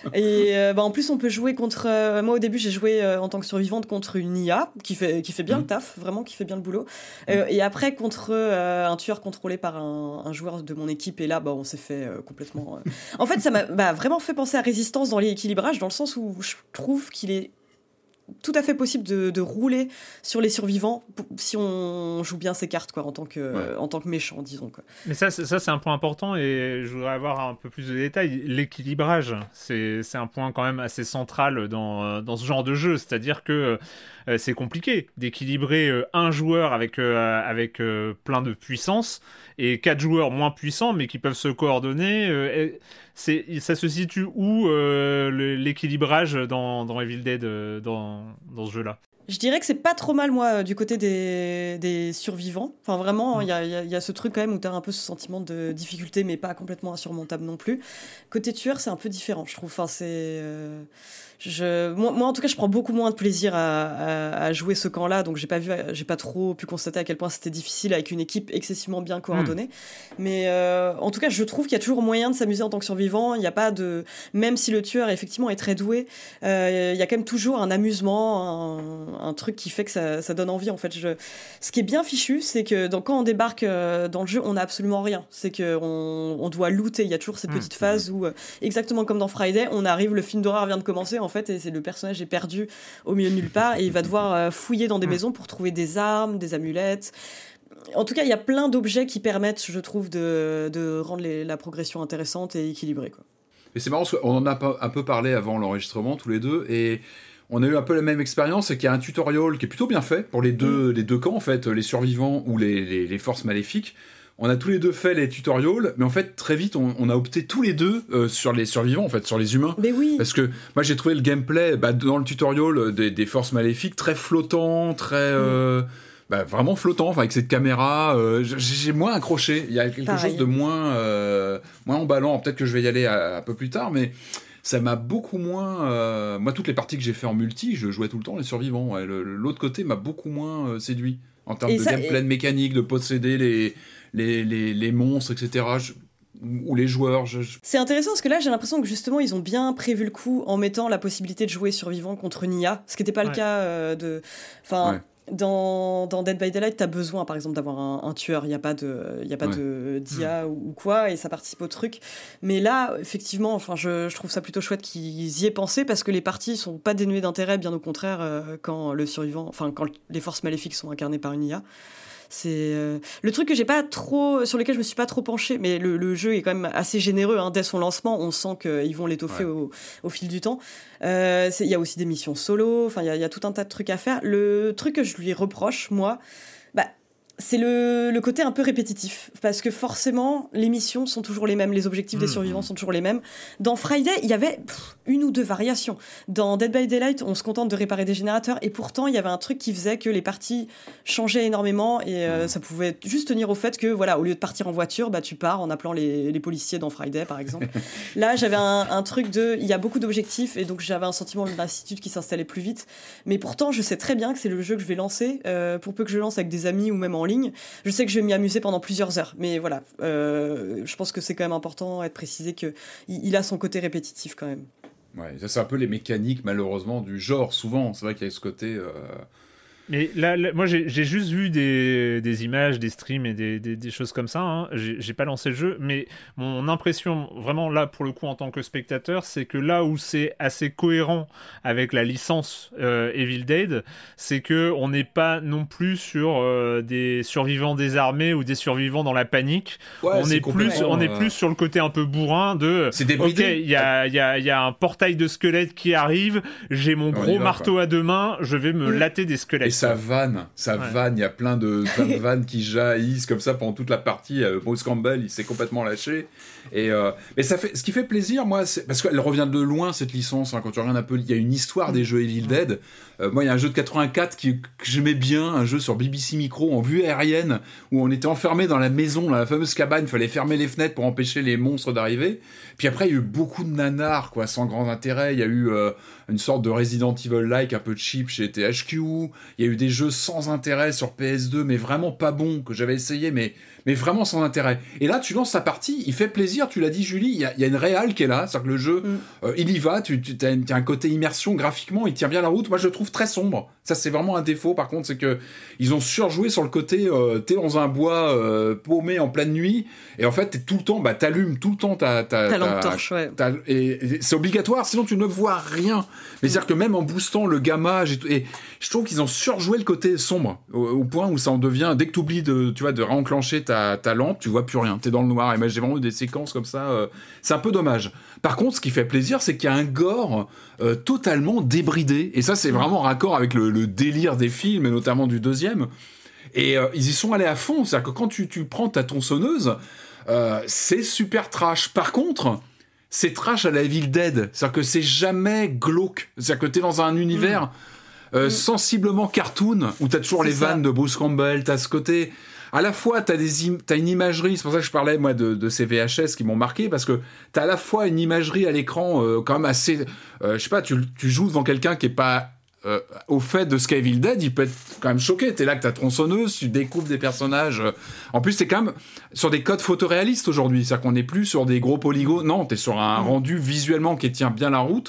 Et euh, bah, en plus, on peut jouer contre. Euh, moi, au début, j'ai joué euh, en tant que survivante contre une I A qui fait qui fait bien mmh. le taf, vraiment, qui fait bien le boulot. Euh, mmh. Et après, contre euh, un tueur contrôlé par un, un joueur de mon équipe, et là, bah, on s'est fait euh, complètement. Euh... En fait, ça m'a bah, vraiment fait penser à Résistance dans l'équilibrage, dans le sens où je trouve qu'il est tout à fait possible de, de rouler sur les survivants si on joue bien ses cartes quoi, en tant que, ouais. en tant que méchant, disons. Quoi. Mais ça, c'est, ça, c'est un point important et je voudrais avoir un peu plus de détails. L'équilibrage, c'est, c'est un point quand même assez central dans, dans ce genre de jeu. C'est-à-dire que euh, c'est compliqué d'équilibrer euh, un joueur avec, euh, avec euh, plein de puissance et quatre joueurs moins puissants mais qui peuvent se coordonner. Euh, et c'est, ça se situe où euh, l'équilibrage dans, dans Evil Dead, euh, dans, dans ce jeu-là ? Je dirais que c'est pas trop mal, moi, du côté des, des survivants. Enfin, vraiment, il mmh. y, a, y, a, y a ce truc quand même où t'as un peu ce sentiment de difficulté, mais pas complètement insurmontable non plus. Côté tueur, c'est un peu différent, je trouve. Enfin, c'est... Euh... Je, moi, moi, en tout cas, je prends beaucoup moins de plaisir à, à, à jouer ce camp-là, donc j'ai pas vu, j'ai pas trop pu constater à quel point c'était difficile avec une équipe excessivement bien coordonnée. Mmh. Mais euh, en tout cas, je trouve qu'il y a toujours moyen de s'amuser en tant que survivant. Il y a pas de, même si le tueur effectivement est très doué, euh, il y a quand même toujours un amusement, un, un truc qui fait que ça, ça donne envie. En fait, je, ce qui est bien fichu, c'est que donc, quand on débarque dans le jeu, on n'a absolument rien. C'est que on, on doit looter. Il y a toujours cette petite mmh. phase où, exactement comme dans Friday, on arrive, le film d'horreur vient de commencer. En fait, et c'est le personnage est perdu au milieu de nulle part et il va devoir euh, fouiller dans des maisons pour trouver des armes, des amulettes. En tout cas, il y a plein d'objets qui permettent, je trouve, de, de rendre les, la progression intéressante et équilibrée, quoi. Et c'est marrant, parce qu'on en a un peu parlé avant l'enregistrement, tous les deux, et on a eu un peu la même expérience, c'est qu'il y a un tutoriel qui est plutôt bien fait pour les deux, mmh. les deux camps, en fait, les survivants ou les, les, les forces maléfiques. On a tous les deux fait les tutorials, mais en fait, très vite, on, on a opté tous les deux euh, sur les survivants, en fait, sur les humains. Mais oui. Parce que moi, j'ai trouvé le gameplay bah, dans le tutorial des, des forces maléfiques très flottant, très... Euh, mmh. bah, vraiment flottant, avec cette caméra. Euh, j'ai moins accroché. Il y a quelque Pareil. chose de moins, euh, moins emballant. Peut-être que je vais y aller un peu plus tard, mais... ça m'a beaucoup moins... Euh... Moi, toutes les parties que j'ai fait en multi, je jouais tout le temps les survivants. Ouais. Le, l'autre côté m'a beaucoup moins euh, séduit. En termes et de ça, gameplay, et... de mécanique, de posséder les, les, les, les monstres, et cetera. Je... ou les joueurs. Je... C'est intéressant parce que là, j'ai l'impression que justement, ils ont bien prévu le coup en mettant la possibilité de jouer survivant contre une I A, ce qui n'était pas ouais. le cas euh, de... Enfin... Ouais. Dans, dans Dead by Daylight, t'as besoin, par exemple, d'avoir un, un tueur. Il n'y a pas de, y a pas ouais. de d'I A mmh. ou, ou quoi, et ça participe au truc. Mais là, effectivement, enfin, je, je trouve ça plutôt chouette qu'ils y aient pensé, parce que les parties sont pas dénuées d'intérêt, bien au contraire, euh, quand le survivant, enfin, quand les forces maléfiques sont incarnées par une I A. C'est euh... le truc que j'ai pas trop, sur lequel je me suis pas trop penchée, mais le, le jeu est quand même assez généreux, hein. Dès son lancement, on sent qu'ils vont l'étoffer ouais. au, au fil du temps. Euh, il y a aussi des missions solo, enfin il y, y a tout un tas de trucs à faire. Le truc que je lui reproche, moi, bah c'est le, le côté un peu répétitif, parce que forcément, les missions sont toujours les mêmes, les objectifs mmh. des survivants sont toujours les mêmes. Dans Friday, il y avait pff, une ou deux variations. Dans Dead by Daylight, on se contente de réparer des générateurs, et pourtant, il y avait un truc qui faisait que les parties changeaient énormément, et euh, mmh. ça pouvait juste tenir au fait que, voilà, au lieu de partir en voiture, bah, tu pars en appelant les, les policiers dans Friday, par exemple. Là, j'avais un, un truc de... Il y a beaucoup d'objectifs, et donc j'avais un sentiment de lassitude qui s'installait plus vite. Mais pourtant, je sais très bien que c'est le jeu que je vais lancer, euh, pour peu que je lance avec des amis ou même en ligne. Je sais que je vais m'y amuser pendant plusieurs heures, mais voilà, euh, je pense que c'est quand même important de préciser qu'il il a son côté répétitif quand même. Ouais, ça c'est un peu les mécaniques malheureusement du genre, souvent, c'est vrai qu'il y a ce côté... Euh... Mais là, là moi j'ai, j'ai juste vu des, des images, des streams et des, des, des choses comme ça, hein. j'ai, j'ai pas lancé le jeu, mais mon impression vraiment là pour le coup en tant que spectateur, c'est que là où c'est assez cohérent avec la licence euh, Evil Dead, c'est que on n'est pas non plus sur euh, des survivants désarmés ou des survivants dans la panique, ouais, on, est plus, on euh... est plus sur le côté un peu bourrin de c'est débridé. Ok, il y a, y, a, y a un portail de squelettes qui arrive, j'ai mon gros marteau quoi. à deux mains, je vais me mmh. latter des squelettes. sa vanne, sa ouais. vanne, il y a plein de, plein de vannes qui jaillissent comme ça pendant toute la partie. Euh, Bruce Campbell, il s'est complètement lâché. Et euh, mais ça fait, ce qui fait plaisir, moi, c'est parce qu'elle revient de loin cette licence. Hein, quand tu regardes un peu, il y a une histoire des jeux Evil Dead. Euh, moi, il y a un jeu de quatre-vingt-quatre qui, que j'aimais bien, un jeu sur B B C Micro en vue aérienne où on était enfermé dans la maison, dans la fameuse cabane. Il fallait fermer les fenêtres pour empêcher les monstres d'arriver. Puis après, il y a eu beaucoup de nanars, quoi, sans grand intérêt. Il y a eu euh, une sorte de Resident Evil-like un peu cheap chez T H Q. Il y a eu des jeux sans intérêt sur P S deux, mais vraiment pas bons, que j'avais essayé, mais, mais vraiment sans intérêt. Et là, tu lances sa partie, il fait plaisir, tu l'as dit, Julie, il y a, il y a une réal qui est là, c'est-à-dire que le jeu, mm. euh, il y va, tu, tu as un côté immersion graphiquement, il tient bien la route. Moi, je le trouve très sombre. Ça, c'est vraiment un défaut, par contre, c'est que ils ont surjoué sur le côté, euh, t'es dans un bois euh, paumé en pleine nuit, et en fait, t'es tout le temps, bah, t'allumes tout le temps ta, ta, ta lampe torche, ouais. ta, et, et c'est obligatoire, sinon tu ne vois rien. Mais mm. c'est-à-dire que même en boostant le gammage, et, et je trouve qu'ils ont surjoué le côté sombre, au, au point où ça en devient, dès que t'oublies de, tu vois, de réenclencher ta, ta lampe, tu vois plus rien, t'es dans le noir. Et moi, j'ai vraiment eu des séquences comme ça, euh, c'est un peu dommage. Par contre, ce qui fait plaisir, c'est qu'il y a un gore euh, totalement débridé, et ça, c'est vraiment raccord avec le, le délire des films, et notamment du deuxième. Et euh, ils y sont allés à fond, c'est-à-dire que quand tu, tu prends ta tronçonneuse, euh, c'est super trash. Par contre, c'est trash à la Evil Dead, c'est-à-dire que c'est jamais glauque, c'est-à-dire que t'es dans un univers mmh. Euh, mmh. sensiblement cartoon, où t'as toujours c'est les ça. vannes de Bruce Campbell, t'as ce côté... À la fois, t'as, des im- t'as une imagerie, c'est pour ça que je parlais, moi, de, de ces V H S qui m'ont marqué, parce que t'as à la fois une imagerie à l'écran euh, quand même assez... Euh, je sais pas, tu, tu joues devant quelqu'un qui est pas... Euh, au fait de ce qu'est Evil Dead, il peut être quand même choqué. T'es là que ta tronçonneuse, tu découvres des personnages. En plus, t'es quand même sur des codes photoréalistes aujourd'hui. C'est-à-dire qu'on n'est plus sur des gros polygones. Non, t'es sur un mmh. rendu visuellement qui tient bien la route.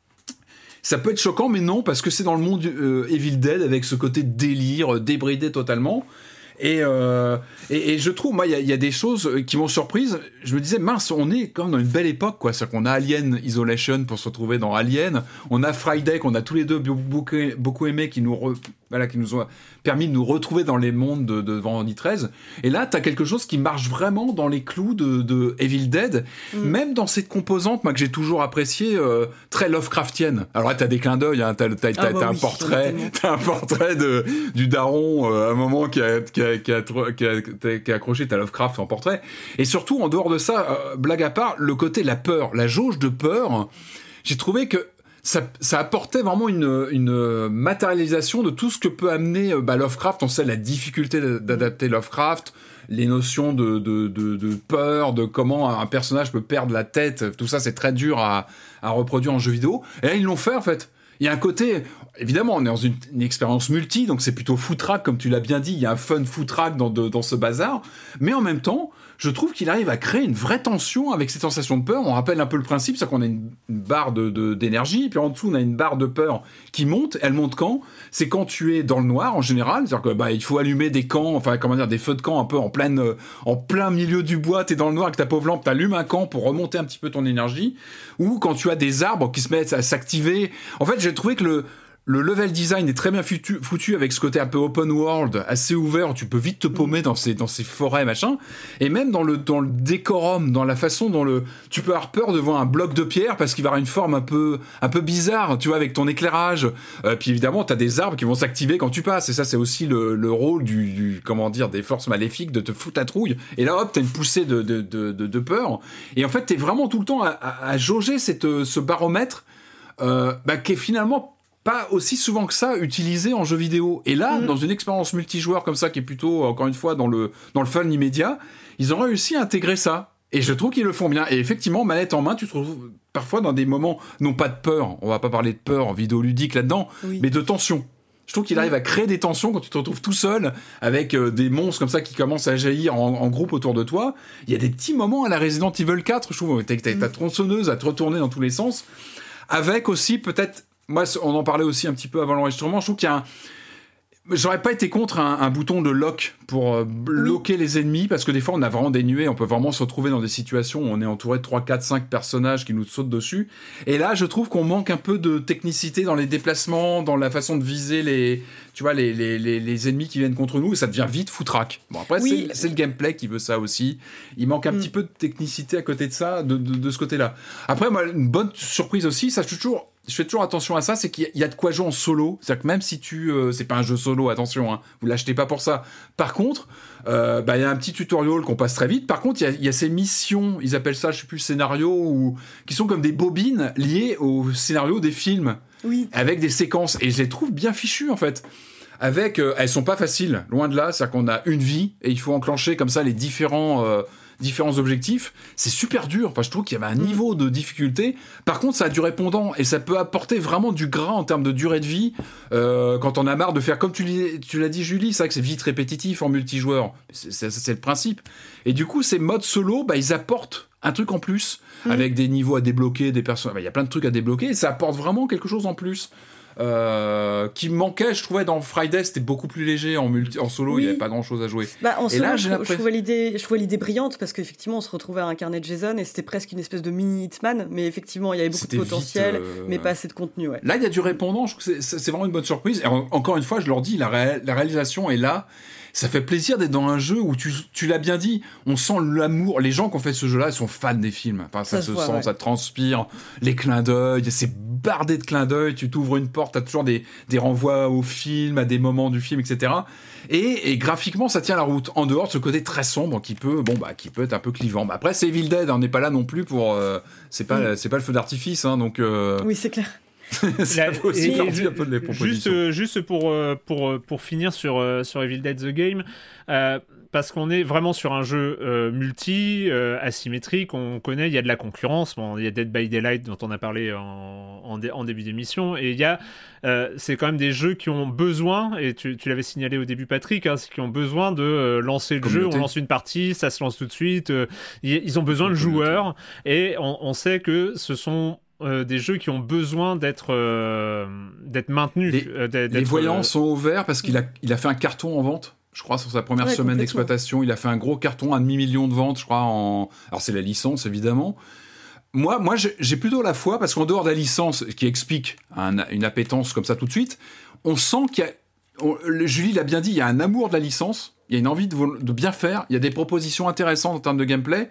Ça peut être choquant, mais non, parce que c'est dans le monde euh, Evil Dead avec ce côté délire, débridé totalement. Et, euh, et, et je trouve, moi, il y, y a des choses qui m'ont surprise. Je me disais, mince, on est quand même dans une belle époque, quoi. C'est-à-dire qu'on a Alien Isolation pour se retrouver dans Alien. On a Friday, qu'on a tous les deux beaucoup, beaucoup aimé, qui nous, re, voilà, qui nous ont permis de nous retrouver dans les mondes de, de Vendredi treize. Et là, t'as quelque chose qui marche vraiment dans les clous de, de Evil Dead, mm. même dans cette composante, moi, que j'ai toujours appréciée, euh, très Lovecraftienne. Alors là, t'as des clins d'œil, hein. T'as, t'as, t'as, ah bah t'as oui, un portrait, t'as un portrait de, du daron, euh, à un moment qui a, qui a, qui a, qui a, qui a accroché ta Lovecraft en portrait. Et surtout, en dehors de ça, euh, blague à part, le côté, la peur, la jauge de peur, j'ai trouvé que ça, ça apportait vraiment une, une matérialisation de tout ce que peut amener bah, Lovecraft. On sait la difficulté d'adapter Lovecraft, les notions de, de, de, de peur, de comment un personnage peut perdre la tête. Tout ça, c'est très dur à, à reproduire en jeu vidéo. Et là, ils l'ont fait, en fait. Il y a un côté, évidemment, on est dans une, une expérience multi, donc c'est plutôt footrack, comme tu l'as bien dit, il y a un fun footrack dans, de, dans ce bazar, mais en même temps, je trouve qu'il arrive à créer une vraie tension avec cette sensation de peur. On rappelle un peu le principe, c'est qu'on a une, une barre de, de, d'énergie, puis en dessous, on a une barre de peur qui monte. Elle monte quand ? C'est quand tu es dans le noir, en général, c'est-à-dire que bah, il faut allumer des camps, enfin, comment dire, des feux de camp un peu en, pleine, euh, en plein milieu du bois, t'es dans le noir avec ta pauvre lampe, t'allumes un camp pour remonter un petit peu ton énergie, ou quand tu as des arbres qui se mettent à s'activer. En fait, j'ai trouvé que le... Le level design est très bien foutu, foutu avec ce côté un peu open world, assez ouvert, où tu peux vite te paumer dans ces, dans ces forêts, machin. Et même dans le, dans le décorum, dans la façon dont le, tu peux avoir peur devant un bloc de pierre parce qu'il va avoir une forme un peu, un peu bizarre, tu vois, avec ton éclairage. Euh, puis évidemment, t'as des arbres qui vont s'activer quand tu passes. Et ça, c'est aussi le, le rôle du, du, comment dire, des forces maléfiques de te foutre la trouille. Et là, hop, t'as une poussée de, de, de, de, de peur. Et en fait, t'es vraiment tout le temps à, à, à jauger cette, ce baromètre, euh, bah, qui est finalement pas aussi souvent que ça utilisé en jeu vidéo. Et là, mmh. dans une expérience multijoueur comme ça, qui est plutôt, encore une fois, dans le, dans le fun immédiat, ils ont réussi à intégrer ça. Et je trouve qu'ils le font bien. Et effectivement, manette en main, tu te retrouves parfois dans des moments, non pas de peur, on va pas parler de peur vidéoludique là-dedans, oui. mais de tension. Je trouve qu'il arrive à créer des tensions quand tu te retrouves tout seul avec euh, des monstres comme ça qui commencent à jaillir en, en groupe autour de toi. Il y a des petits moments à la Resident Evil quatre, je trouve, t'as, t'as, mmh. ta tronçonneuse à te retourner dans tous les sens. Avec aussi, peut-être, moi, on en parlait aussi un petit peu avant l'enregistrement, je trouve qu'il y a un... J'aurais pas été contre un, un bouton de lock pour euh, locker oui. les ennemis, parce que des fois on a vraiment des nuées, on peut vraiment se retrouver dans des situations où on est entouré de trois, quatre, cinq personnages qui nous sautent dessus. Et là, je trouve qu'on manque un peu de technicité dans les déplacements, dans la façon de viser les, tu vois, les, les, les, les ennemis qui viennent contre nous, et ça devient vite foutraque. Bon, après, oui. c'est, c'est le gameplay qui veut ça aussi. Il manque un mm. petit peu de technicité à côté de ça, de, de, de ce côté-là. Après, moi, une bonne surprise aussi, ça, je suis toujours je fais toujours attention à ça, c'est qu'il y a de quoi jouer en solo. C'est-à-dire que même si tu... Euh, c'est pas un jeu solo, attention, hein, vous l'achetez pas pour ça. Par contre, euh, bah, y a un petit tutoriel qu'on passe très vite. Par contre, il y, y a ces missions, ils appellent ça, je sais plus, scénario, ou, qui sont comme des bobines liées au scénario des films. Oui. Avec des séquences. Et je les trouve bien fichues, en fait. Avec... Euh, elles sont pas faciles, loin de là. C'est-à-dire qu'on a une vie, et il faut enclencher comme ça les différents... Euh, différents objectifs, c'est super dur. Enfin, je trouve qu'il y avait un niveau de difficulté. Par contre, ça a du répondant et ça peut apporter vraiment du gras en termes de durée de vie. Euh, quand on a marre de faire, comme tu, tu l'as dit, Julie, c'est vrai que c'est vite répétitif en multijoueur. C'est, c'est, c'est le principe. Et du coup, ces modes solo, bah, ils apportent un truc en plus, mmh. avec des niveaux à débloquer, des personnages. Bah, il y a plein de trucs à débloquer et ça apporte vraiment quelque chose en plus. Euh, qui me manquait, je trouvais dans Friday, c'était beaucoup plus léger en, multi, en solo, oui. Il n'y avait pas grand chose à jouer. Bah, en et solo, là, je, j'ai je, trouvais l'idée, je trouvais l'idée brillante parce qu'effectivement, on se retrouvait à incarner Jason et c'était presque une espèce de mini Hitman, mais effectivement, il y avait beaucoup c'était de potentiel, vite, euh... mais pas assez de contenu. Ouais. Là, il y a du répondant, je trouve que c'est, c'est vraiment une bonne surprise. Et en, encore une fois, je leur dis, la, ré, la réalisation est là. Ça fait plaisir d'être dans un jeu où tu, tu l'as bien dit, on sent l'amour. Les gens qui ont fait ce jeu-là, ils sont fans des films. Enfin, ça, ça se voit, sent, ouais. Ça transpire, les clins d'œil, c'est bardé de clins d'œil. Tu t'ouvres une porte, t'as toujours des, des renvois au film, à des moments du film, et cetera. Et, et graphiquement, ça tient la route. En dehors de ce côté très sombre qui peut, bon bah, qui peut être un peu clivant. Bah, après, c'est Evil Dead, on n'est pas là non plus pour, euh, c'est pas, oui. c'est pas le feu d'artifice, hein, donc. Euh... Oui, c'est clair. Ça peut aussi faire un peu de les propositions. Juste, juste pour, pour, pour finir sur, sur Evil Dead The Game, euh, parce qu'on est vraiment sur un jeu euh, multi, euh, asymétrique, on connaît, il y a de la concurrence, bon, il y a Dead by Daylight dont on a parlé en, en, dé, en début d'émission, et il y a, euh, c'est quand même des jeux qui ont besoin, et tu, tu l'avais signalé au début Patrick, hein, qui ont besoin de euh, lancer le Communauté. jeu, on lance une partie, ça se lance tout de suite, euh, ils ont besoin de joueurs, et on, on sait que ce sont Euh, des jeux qui ont besoin d'être euh, d'être maintenus. Les, euh, d'être, les voyants euh... sont ouverts parce qu'il a, il a fait un carton en vente, je crois, sur sa première ouais, semaine d'exploitation. Il a fait un gros carton, un demi-million de ventes, je crois. En... Alors, c'est la licence, évidemment. Moi, moi j'ai, j'ai plutôt la foi, parce qu'en dehors de la licence, qui explique un, une appétence comme ça tout de suite, on sent qu'il y a... On, Julie l'a bien dit, il y a un amour de la licence, il y a une envie de, de bien faire, il y a des propositions intéressantes en termes de gameplay.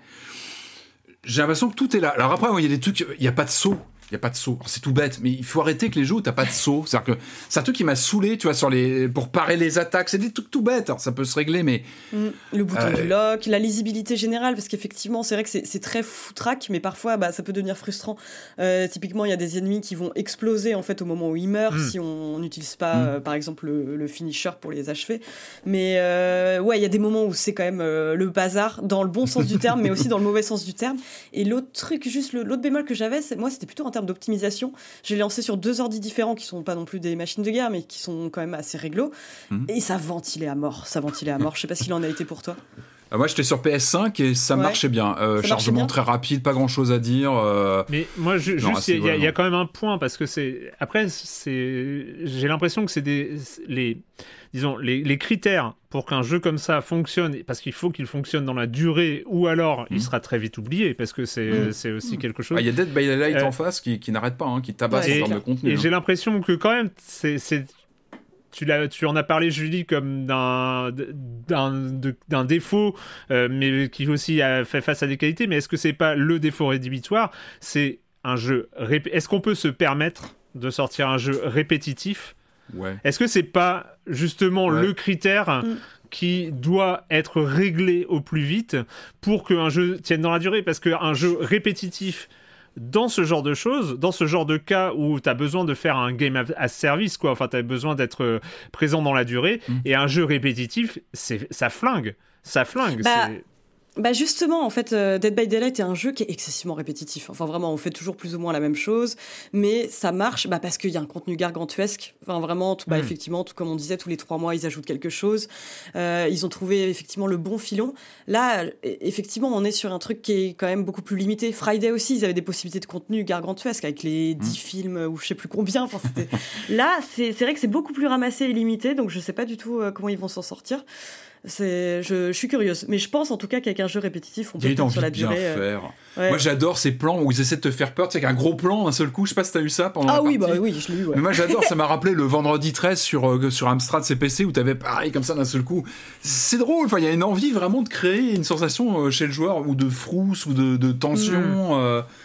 J'ai l'impression que tout est là. Alors après, il y a des trucs, il n'y a pas de saut. Il n'y a pas de saut. Alors, c'est tout bête, mais il faut arrêter que les jeux où tu n'as pas de saut. C'est-à-dire que c'est un truc qui m'a saoulé, tu vois, sur les... pour parer les attaques. C'est des trucs tout bêtes. Alors, ça peut se régler, mais. Mmh. Le bouton euh... du lock, la lisibilité générale, parce qu'effectivement, c'est vrai que c'est, c'est très foutraque, mais parfois, bah, ça peut devenir frustrant. Euh, typiquement, il y a des ennemis qui vont exploser en fait, au moment où ils meurent, mmh. si on n'utilise pas, mmh. euh, par exemple, le, le finisher pour les achever. Mais euh, ouais, il y a des moments où c'est quand même euh, le bazar, dans le bon sens du terme, mais aussi dans le mauvais sens du terme. Et l'autre truc, juste le, l'autre bémol que j'avais, c'est, moi, c'était plutôt en termes d'optimisation. J'ai lancé sur deux ordis différents qui sont pas non plus des machines de guerre, mais qui sont quand même assez réglo. Mmh. Et ça ventilait à mort. Ça ventilait à mort. Je sais pas s'il en a été pour toi. Ah, moi, j'étais sur P S cinq et ça ouais. marchait bien. Euh, ça chargement marchait bien. Très rapide, pas grand chose à dire. Euh... Mais moi, je, non, juste, il y, y, y a quand même un point parce que c'est. Après, c'est. J'ai l'impression que c'est des les. Disons, les, les critères pour qu'un jeu comme ça fonctionne, parce qu'il faut qu'il fonctionne dans la durée, ou alors mmh. il sera très vite oublié, parce que c'est, mmh. c'est aussi mmh. quelque chose... Il ah, y a Dead by Daylight euh... en face qui, qui n'arrête pas, hein, qui tabasse en termes de contenu. Et hein. j'ai l'impression que quand même, c'est... c'est... Tu, l'as, tu en as parlé, Julie, comme d'un, d'un, de, d'un défaut, euh, mais qui aussi a fait face à des qualités, mais est-ce que c'est pas le défaut rédhibitoire ? C'est un jeu... Rép... Est-ce qu'on peut se permettre de sortir un jeu répétitif ? Ouais. Est-ce que c'est pas justement ouais. le critère mm. qui doit être réglé au plus vite pour qu'un jeu tienne dans la durée ? Parce qu'un jeu répétitif dans ce genre de choses, dans ce genre de cas où tu as besoin de faire un game as service, quoi, enfin tu as besoin d'être présent dans la durée, mm. et un jeu répétitif, c'est, ça flingue, ça flingue. Bah... C'est... Bah justement, en fait, euh, Dead by Daylight est un jeu qui est excessivement répétitif. Enfin, vraiment, on fait toujours plus ou moins la même chose, mais ça marche bah, parce qu'il y a un contenu gargantuesque. Enfin, vraiment, tout, bah, mmh. effectivement, tout comme on disait, tous les trois mois, ils ajoutent quelque chose. Euh, ils ont trouvé, effectivement, le bon filon. Là, effectivement, on est sur un truc qui est quand même beaucoup plus limité. Friday aussi, ils avaient des possibilités de contenu gargantuesque avec les dix mmh. films ou je sais plus combien. Enfin, c'était... Là, c'est, c'est vrai que c'est beaucoup plus ramassé et limité, donc je sais pas du tout euh, comment ils vont s'en sortir. C'est, je, je suis curieuse, mais je pense en tout cas qu'avec un jeu répétitif, on peut faire sur la durée. Il y a une envie de bien faire. Ouais. Moi, j'adore ces plans où ils essaient de te faire peur. Tu sais, qu'un gros plan d'un seul coup. Je sais pas si t'as eu ça pendant ah la oui, partie. bah oui, je l'ai eu. Ouais. Mais moi, j'adore. Ça m'a rappelé le vendredi treize sur euh, sur Amstrad C P C où t'avais pareil comme ça d'un seul coup. C'est drôle. Enfin, il y a une envie vraiment de créer une sensation euh, chez le joueur ou de frousse ou de, de tension. Mmh. Euh...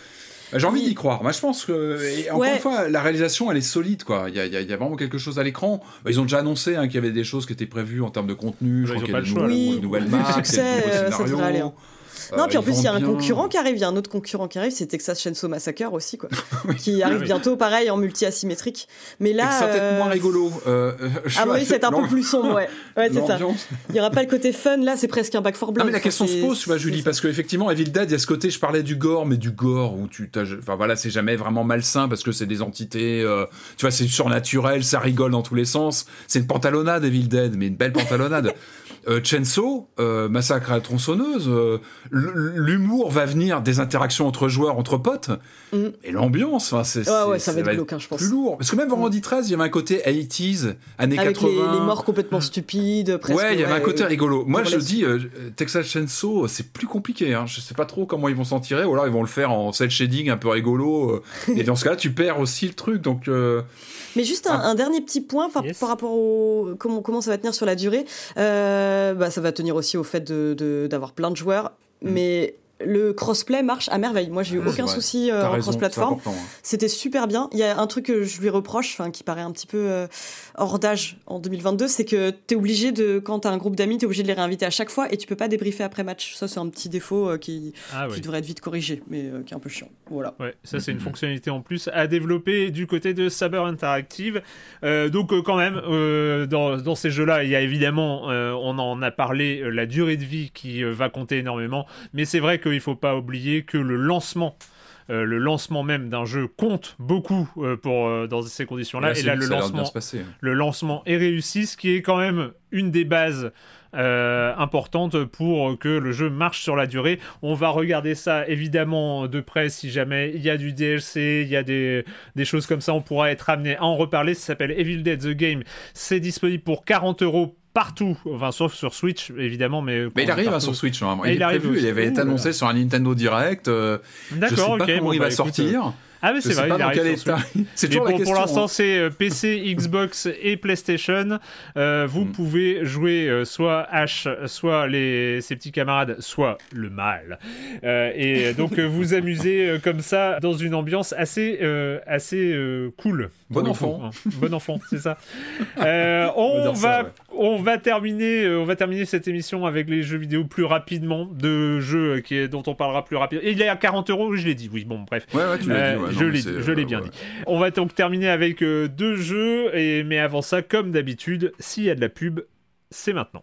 J'ai envie d'y croire. Moi, je pense que, et encore ouais. une fois, la réalisation, elle est solide, quoi. Il y a, il y a, il y a vraiment quelque chose à l'écran. Ils ont déjà annoncé hein, qu'il y avait des choses qui étaient prévues en termes de contenu. Je crois qu'il y a des nouvelles, oui. nouvelles marques, succès, des nouveaux euh, scénarios. Ça devrait aller. Hein. Non, euh, puis en plus, il y a un bien. concurrent qui arrive. Il y a un autre concurrent qui arrive, c'est Texas Chainsaw Massacre aussi, quoi. Qui arrive ah, oui. bientôt, pareil, en multi-asymétrique. Mais là. C'est peut-être euh... moins rigolo. Euh, ah oui, c'est un peu plus sombre, ouais. Ouais, c'est ça. Il n'y aura pas le côté fun, là, c'est presque un Back four Blood. Non, mais la question se pose, tu vois, Julie, parce qu'effectivement, Evil Dead, il y a ce côté, je parlais du gore, mais du gore où tu. Enfin voilà, c'est jamais vraiment malsain parce que c'est des entités. Euh, tu vois, c'est surnaturel, ça rigole dans tous les sens. C'est une pantalonnade, Evil Dead, mais une belle pantalonnade. Euh, Chainsaw, euh, Massacre à la tronçonneuse, euh, l'humour va venir des interactions entre joueurs, entre potes, mm. et l'ambiance, enfin, c'est, ouais, ouais, c'est, ça va être glauque, je pense. Plus lourd. Parce que même Vendredi treize, il y avait un côté eighties, années avec quatre-vingts. Avec les, les morts complètement stupides, presque. Ouais, il y avait ouais, un côté euh, rigolo. Moi, je dis, euh, Texas Chainsaw, c'est plus compliqué. Hein. Je sais pas trop comment ils vont s'en tirer, ou alors ils vont le faire en cel shading un peu rigolo. Euh, et dans ce cas-là, tu perds aussi le truc. Donc. Euh... Mais juste un, ah. un dernier petit point yes. par rapport au comment, comment ça va tenir sur la durée. Euh, bah, ça va tenir aussi au fait de, de, d'avoir plein de joueurs. Mm. Mais le crossplay marche à merveille. Moi, j'ai eu aucun souci euh, en cross-platform. Hein. C'était super bien. Il y a un truc que je lui reproche, qui paraît un petit peu euh, hors d'âge en deux mille vingt-deux, c'est que t'es obligé de, quand t'as un groupe d'amis, t'es obligé de les réinviter à chaque fois et tu peux pas débriefer après match. Ça, c'est un petit défaut euh, qui, ah, qui oui. devrait être vite corrigé, mais euh, qui est un peu chiant. Voilà. Ouais, ça, c'est mm-hmm. une fonctionnalité en plus à développer du côté de Saber Interactive. Euh, donc, euh, quand même, euh, dans, dans ces jeux-là, il y a évidemment, euh, on en a parlé, euh, la durée de vie qui euh, va compter énormément, mais c'est vrai que il ne faut pas oublier que le lancement, euh, le lancement même d'un jeu compte beaucoup euh, pour, euh, dans ces conditions-là. Là, et là, le lancement, passer, hein. le lancement est réussi, ce qui est quand même une des bases euh, importantes pour que le jeu marche sur la durée. On va regarder ça évidemment de près si jamais il y a du D L C, il y a des, des choses comme ça, on pourra être amené à en reparler. Ça s'appelle Evil Dead The Game. C'est disponible pour quarante euros partout, enfin sauf sur Switch évidemment, mais mais il arrive hein, sur Switch normalement. Il, il est prévu, il avait été annoncé voilà. sur un Nintendo Direct. Euh, D'accord, je sais ok. pas comment bon, il bah, va écoute, sortir. Ah mais c'est vrai, il arrive sur Switch. C'est toujours pour, la question, pour l'instant, hein. c'est euh, P C, Xbox et PlayStation. Euh, vous mm. pouvez jouer euh, soit Ash, soit les, ses petits camarades, soit le mal. Euh, et donc euh, vous amusez euh, comme ça dans une ambiance assez, euh, assez euh, cool. Bon enfant. Coup, hein. Bon enfant, c'est ça. Euh, on, on, va, ça, ouais. on, va terminer, euh, on va terminer cette émission avec les jeux vidéo plus rapidement, de jeux qui est, dont on parlera plus rapidement. Et il est à quarante euros, je l'ai dit, oui, bon, bref. Ouais, ouais, tu l'as euh, dit, ouais. Je non, l'ai, je l'ai bien ouais. dit. On va donc terminer avec euh, deux jeux, et, mais avant ça, comme d'habitude, s'il y a de la pub, c'est maintenant.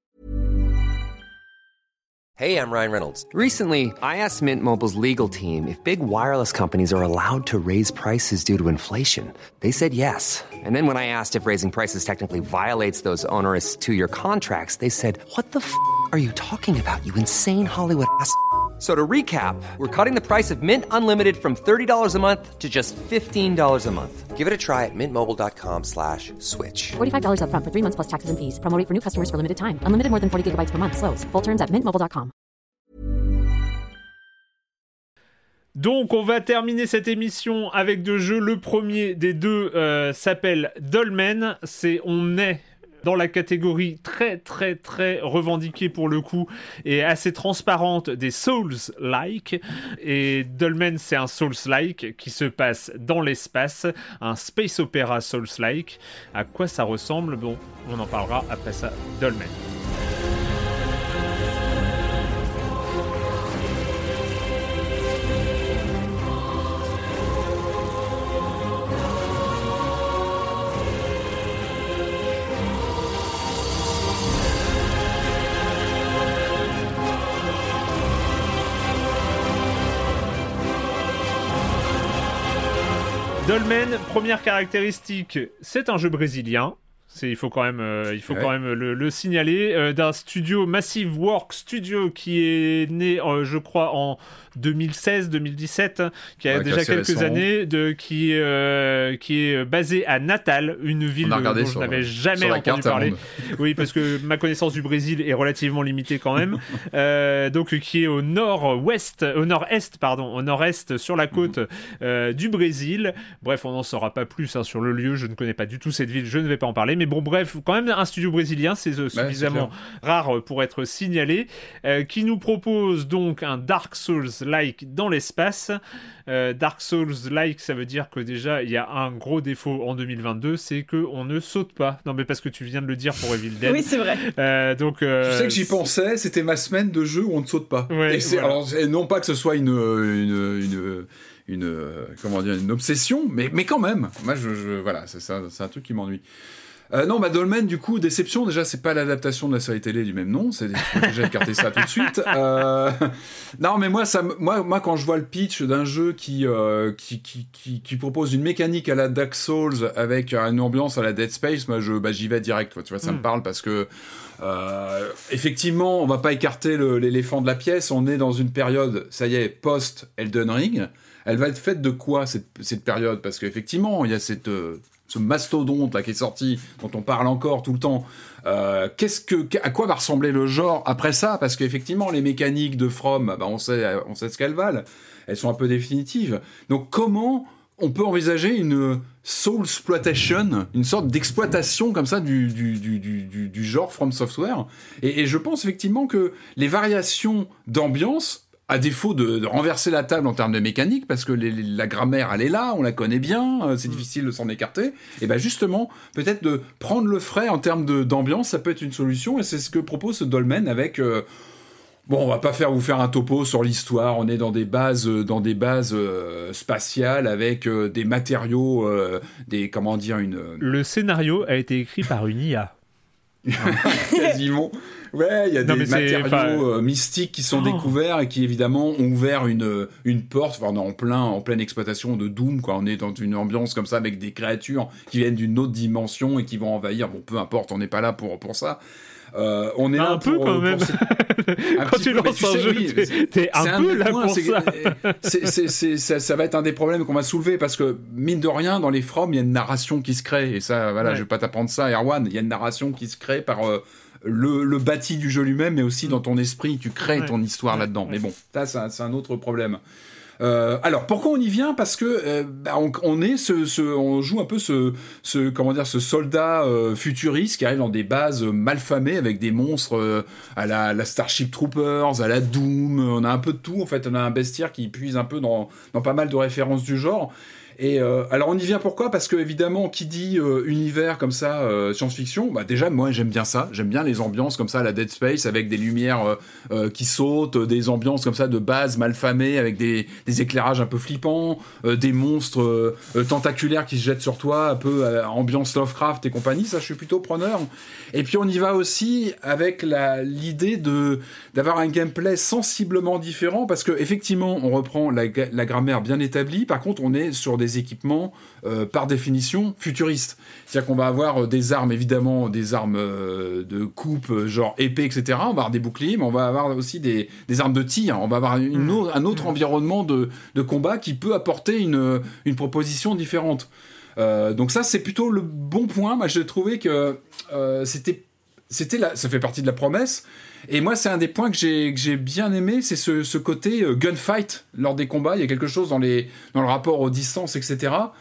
Hey, I'm Ryan Reynolds. Recently, I asked Mint Mobile's legal team if big wireless companies are allowed to raise prices due to inflation. They said yes. And then when I asked if raising prices technically violates those onerous two-year contracts, they said, what the f*** are you talking about, you insane Hollywood ass f- So to recap, we're cutting the price of Mint Unlimited from thirty dollars a month to just fifteen dollars a month. Give it a try at mintmobile.com slash switch. forty-five dollars up front for three months plus taxes and fees. Promo rate for new customers for limited time. Unlimited more than forty gigabytes per month. Slows full terms at mint mobile dot com. Donc on va terminer cette émission avec deux jeux. Le premier des deux euh, s'appelle Dolmen. C'est, on est dans la catégorie très très très revendiquée pour le coup et assez transparente des Souls-like. Et Dolmen, c'est un Souls-like qui se passe dans l'espace, un space opéra Souls-like. À quoi ça ressemble? Bon, on en parlera après ça. Dolmen. Dolmen, première caractéristique, c'est un jeu brésilien. C'est, il faut quand même, euh, il faut ouais. quand même le, le signaler, euh, d'un studio Massive Work Studio qui est né, euh, je crois, en deux mille seize deux mille dix-sept, qui a ouais, déjà quelques récent. années, de, qui, euh, qui est basé à Natal, une ville dont je n'avais jamais entendu parler. Oui, parce que ma connaissance du Brésil est relativement limitée quand même. euh, donc, qui est au nord-ouest, au nord-est, pardon, au nord-est, sur la côte euh, du Brésil. Bref, on n'en saura pas plus hein, sur le lieu. Je ne connais pas du tout cette ville, je ne vais pas en parler. mais bon, bref, quand même un studio brésilien, c'est euh, suffisamment ouais, rare pour être signalé, euh, qui nous propose donc un Dark Souls-like dans l'espace. Euh, Dark Souls-like, ça veut dire que déjà, il y a un gros défaut en deux mille vingt-deux, c'est qu'on ne saute pas. Non, mais parce que tu viens de le dire pour Evil Dead. Oui, c'est vrai. Euh, donc, euh, tu sais que j'y pensais, c'était ma semaine de jeu où on ne saute pas. Ouais, et c'est, voilà. alors, et non pas que ce soit une... une, une Une, euh, comment dire, une obsession, mais, mais quand même, moi, je, je, voilà, c'est, ça, c'est un truc qui m'ennuie. Euh, non, bah Dolmen, du coup, déception, déjà, c'est pas l'adaptation de la série télé du même nom, c'est, je peux déjà écarter ça tout de suite. Euh, non, mais moi, ça, moi, moi, quand je vois le pitch d'un jeu qui, euh, qui, qui, qui, qui propose une mécanique à la Dark Souls avec une ambiance à la Dead Space, moi, je, bah, j'y vais direct, tu vois, ça mm. me parle parce que Euh, effectivement, on va pas écarter le, l'éléphant de la pièce. On est dans une période, ça y est, post Elden Ring. Elle va être faite de quoi cette, cette période ? Parce qu'effectivement, il y a cette, euh, ce mastodonte là qui est sorti, dont on parle encore tout le temps. Euh, qu'est-ce que, à quoi va ressembler le genre après ça ? Parce qu'effectivement, les mécaniques de From, bah, on sait, on sait ce qu'elles valent. Elles sont un peu définitives. Donc, comment on peut envisager une soulsploitation, une sorte d'exploitation comme ça du, du, du, du, du genre From Software. Et, et je pense effectivement que les variations d'ambiance, à défaut de, de renverser la table en termes de mécanique, parce que les, la grammaire, elle est là, on la connaît bien, euh, c'est mmh. difficile de s'en écarter, et bien justement, peut-être de prendre le frais en termes de, d'ambiance, ça peut être une solution, et c'est ce que propose ce Dolmen avec... Euh, Bon, on va pas faire vous faire un topo sur l'histoire. On est dans des bases, dans des bases euh, spatiales avec euh, des matériaux, euh, des comment dire une. Le scénario a été écrit par une I A. Quasiment. Ouais, il y a non, des matériaux pas... euh, mystiques qui sont oh. découverts et qui évidemment ont ouvert une une porte. Enfin, on est en plein en pleine exploitation de Doom, quoi. On est dans une ambiance comme ça avec des créatures qui viennent d'une autre dimension et qui vont envahir. Bon, peu importe, on n'est pas là pour pour ça. Euh, on est un là peu pour, quand pour même. Cette... Quand tu lances tu un sais, jeu, oui, t'es, t'es un, un peu là points, pour c'est, ça. C'est, c'est, c'est, ça. Ça va être un des problèmes qu'on va soulever parce que mine de rien, dans les From, il y a une narration qui se crée et ça, voilà, ouais. je vais pas t'apprendre ça, Erwan. Il y a une narration qui se crée par euh, le, le bâti du jeu lui-même, mais aussi dans ton esprit, tu crées ouais. ton histoire ouais. là-dedans. Ouais. Mais bon, ça, c'est un, c'est un autre problème. Euh, alors pourquoi on y vient ? Parce que euh, bah, on, on est ce, ce, on joue un peu ce, ce comment dire, ce soldat euh, futuriste qui arrive dans des bases malfamées avec des monstres euh, à la, la Starship Troopers, à la Doom. On a un peu de tout en fait. On a un bestiaire qui puise un peu dans, dans pas mal de références du genre. Et euh, alors on y vient pourquoi ? Parce que évidemment qui dit euh, univers comme ça, euh, science-fiction, bah déjà moi j'aime bien ça, j'aime bien les ambiances comme ça à la Dead Space avec des lumières euh, euh, qui sautent, des ambiances comme ça de base malfamées avec des, des éclairages un peu flippants, euh, des monstres euh, euh, tentaculaires qui se jettent sur toi, un peu euh, ambiance Lovecraft et compagnie, ça je suis plutôt preneur. Et puis on y va aussi avec la, l'idée de d'avoir un gameplay sensiblement différent parce que effectivement on reprend la, la grammaire bien établie, par contre on est sur des équipements euh, par définition futuristes. C'est-à-dire qu'on va avoir des armes, évidemment, des armes euh, de coupe, genre épée, et cetera. On va avoir des boucliers, mais on va avoir aussi des, des armes de tir. On va avoir une mmh. autre, un autre mmh. environnement de, de combat qui peut apporter une, une proposition différente. Euh, donc ça, c'est plutôt le bon point. Moi, j'ai trouvé que euh, c'était... C'était là, ça fait partie de la promesse. Et moi, c'est un des points que j'ai, que j'ai bien aimé, c'est ce, ce côté euh, gunfight lors des combats. Il y a quelque chose dans, les, dans le rapport aux distances, et cetera.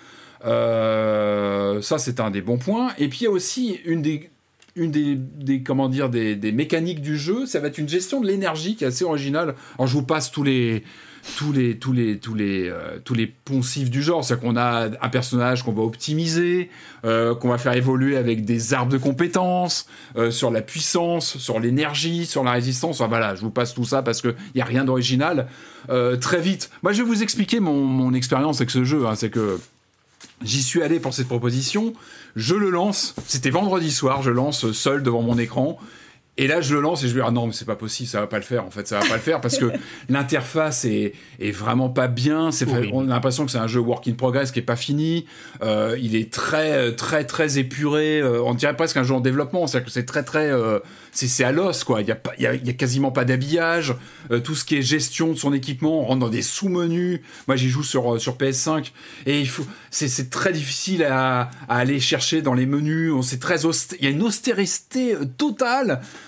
Euh, ça, c'est un des bons points. Et puis, il y a aussi une des, une des, des, comment dire, des, des mécaniques du jeu. Ça va être une gestion de l'énergie qui est assez originale. Alors, je vous passe tous les... tous les tous les tous les euh, tous les poncifs du genre, c'est-à-dire qu'on a un personnage qu'on va optimiser, euh, qu'on va faire évoluer avec des arbres de compétences, euh, sur la puissance, sur l'énergie, sur la résistance. Enfin, voilà, je vous passe tout ça parce que il y a rien d'original. Euh, très vite, moi je vais vous expliquer mon mon expérience avec ce jeu. Hein, c'est que j'y suis allé pour cette proposition, je le lance. C'était vendredi soir, je lance seul devant mon écran. Et là, je le lance et je me dis, ah non, mais c'est pas possible, ça va pas le faire, en fait, ça va pas le faire parce que l'interface est, est vraiment pas bien. C'est, oui. On a l'impression que c'est un jeu work in progress qui est pas fini. Euh, il est très, très, très épuré. Euh, on dirait presque un jeu en développement. C'est-à-dire que c'est très, très, euh, c'est, c'est à l'os, quoi. Il y a pas, il y a, il y a quasiment pas d'habillage. Euh, tout ce qui est gestion de son équipement, on rentre dans des sous-menus. Moi, j'y joue sur, sur P S cinq et il faut, c'est, c'est très difficile à, à aller chercher dans les menus. On, c'est très aust- il y a une austérité totale.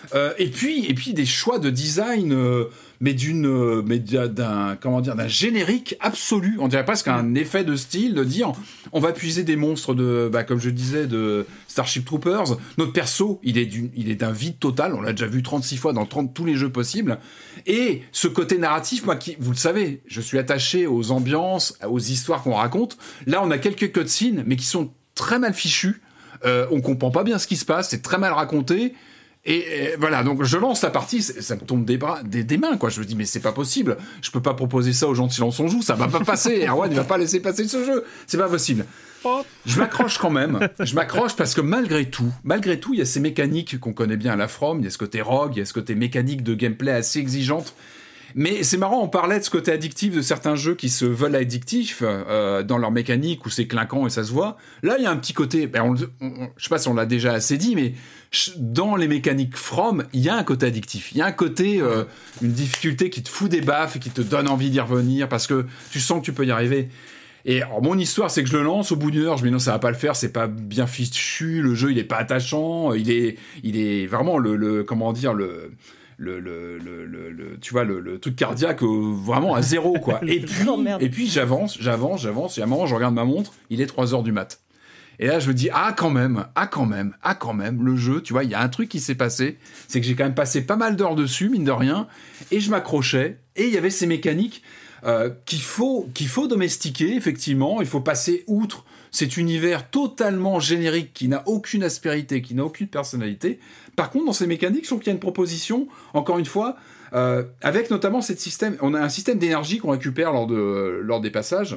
Euh, et puis, et puis des choix de design, euh, mais d'une, euh, mais d'un, comment dire, d'un générique absolu. On dirait presque un effet de style de dire, on va puiser des monstres de, bah, comme je disais, de Starship Troopers. Notre perso, il est d'une, il est d'un vide total. On l'a déjà vu trente-six fois dans trente, tous les jeux possibles. Et ce côté narratif, moi, qui, vous le savez, je suis attaché aux ambiances, aux histoires qu'on raconte. Là, on a quelques cutscenes, mais qui sont très mal fichus. Euh, on comprend pas bien ce qui se passe. C'est très mal raconté. Et, et voilà, donc je lance la partie, ça me tombe des, bras, des, des mains, quoi. Je me dis, mais c'est pas possible. Je peux pas proposer ça aux gens de Silence on Joue, ça va pas passer. Erwan, il va pas laisser passer ce jeu. C'est pas possible. Je m'accroche quand même. Je m'accroche parce que malgré tout, malgré tout, il y a ces mécaniques qu'on connaît bien à la From. Il y a ce côté rogue, il y a ce côté mécanique de gameplay assez exigeante. Mais c'est marrant, on parlait de ce côté addictif de certains jeux qui se veulent addictifs euh, dans leur mécanique où c'est clinquant et ça se voit. Là, il y a un petit côté, ben on, on, on, je sais pas si on l'a déjà assez dit, mais dans les mécaniques From, il y a un côté addictif. Il y a un côté, euh, une difficulté qui te fout des baffes et qui te donne envie d'y revenir parce que tu sens que tu peux y arriver. Et alors, mon histoire, c'est que je le lance, au bout d'une heure, je me dis non, ça va pas le faire, c'est pas bien fichu, le jeu, il est pas attachant, il est, il est vraiment le, le comment dire, le... Le, le, le, le, le, tu vois, le, le truc cardiaque euh, vraiment à zéro, quoi. Et puis, et puis j'avance, j'avance, j'avance, et à un moment, je regarde ma montre, il est trois heures du mat. Et là, je me dis, ah, quand même, ah, quand même, ah, quand même, le jeu, tu vois, il y a un truc qui s'est passé, c'est que j'ai quand même passé pas mal d'heures dessus, mine de rien, et je m'accrochais, et il y avait ces mécaniques euh, qu'il faut, qu'il faut domestiquer, effectivement, il faut passer outre cet univers totalement générique qui n'a aucune aspérité, qui n'a aucune personnalité. Par contre, dans ces mécaniques, je trouve qu'il y a une proposition, encore une fois, euh, avec notamment cette système, on a un système d'énergie qu'on récupère lors, de, lors des passages,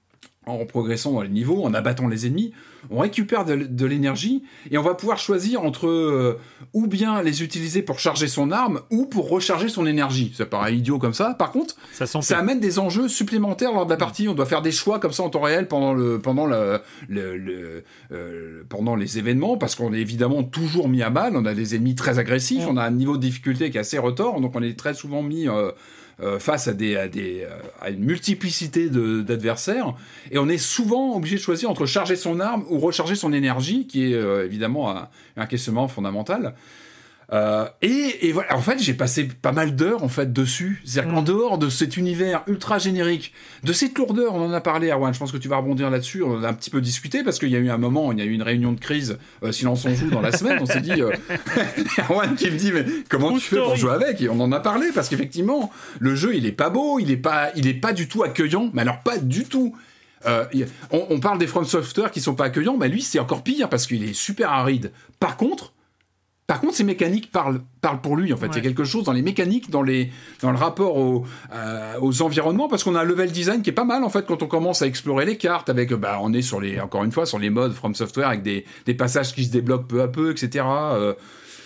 en progressant dans les niveaux, en abattant les ennemis, on récupère de, de l'énergie et on va pouvoir choisir entre euh, ou bien les utiliser pour charger son arme ou pour recharger son énergie. Ça paraît idiot comme ça. Par contre, ça, ça amène des enjeux supplémentaires lors de la partie. On doit faire des choix comme ça en temps réel pendant le pendant le, le, le euh, pendant les événements parce qu'on est évidemment toujours mis à mal. On a des ennemis très agressifs, on a un niveau de difficulté qui est assez retors, donc on est très souvent mis euh, Euh, face à, des, à, des, euh, à une multiplicité de, d'adversaires, et on est souvent obligé de choisir entre charger son arme ou recharger son énergie, qui est euh, évidemment un, un questionnement fondamental. Euh, et, et voilà, en fait, j'ai passé pas mal d'heures en fait dessus. C'est-à-dire mmh. qu'en dehors de cet univers ultra générique, de cette lourdeur, on en a parlé, Erwan. Je pense que tu vas rebondir là-dessus. On en a un petit peu discuté parce qu'il y a eu un moment, il y a eu une réunion de crise. Euh, Silence on Joue dans la semaine. On s'est dit, euh... Erwan qui me dit, mais comment True tu fais story. Pour jouer avec ? Et on en a parlé parce qu'effectivement, le jeu, il est pas beau, il est pas, il est pas du tout accueillant. Mais alors pas du tout. Euh, on, on parle des From Software qui sont pas accueillants, mais lui, c'est encore pire parce qu'il est super aride. Par contre. Par contre, ces mécaniques parlent, parlent pour lui, en fait. Ouais. Il y a quelque chose dans les mécaniques, dans, les, dans le rapport au, euh, aux environnements, parce qu'on a un level design qui est pas mal, en fait, quand on commence à explorer les cartes, avec, bah, on est sur les, encore une fois, sur les modes From Software, avec des, des passages qui se débloquent peu à peu, et cetera. Euh,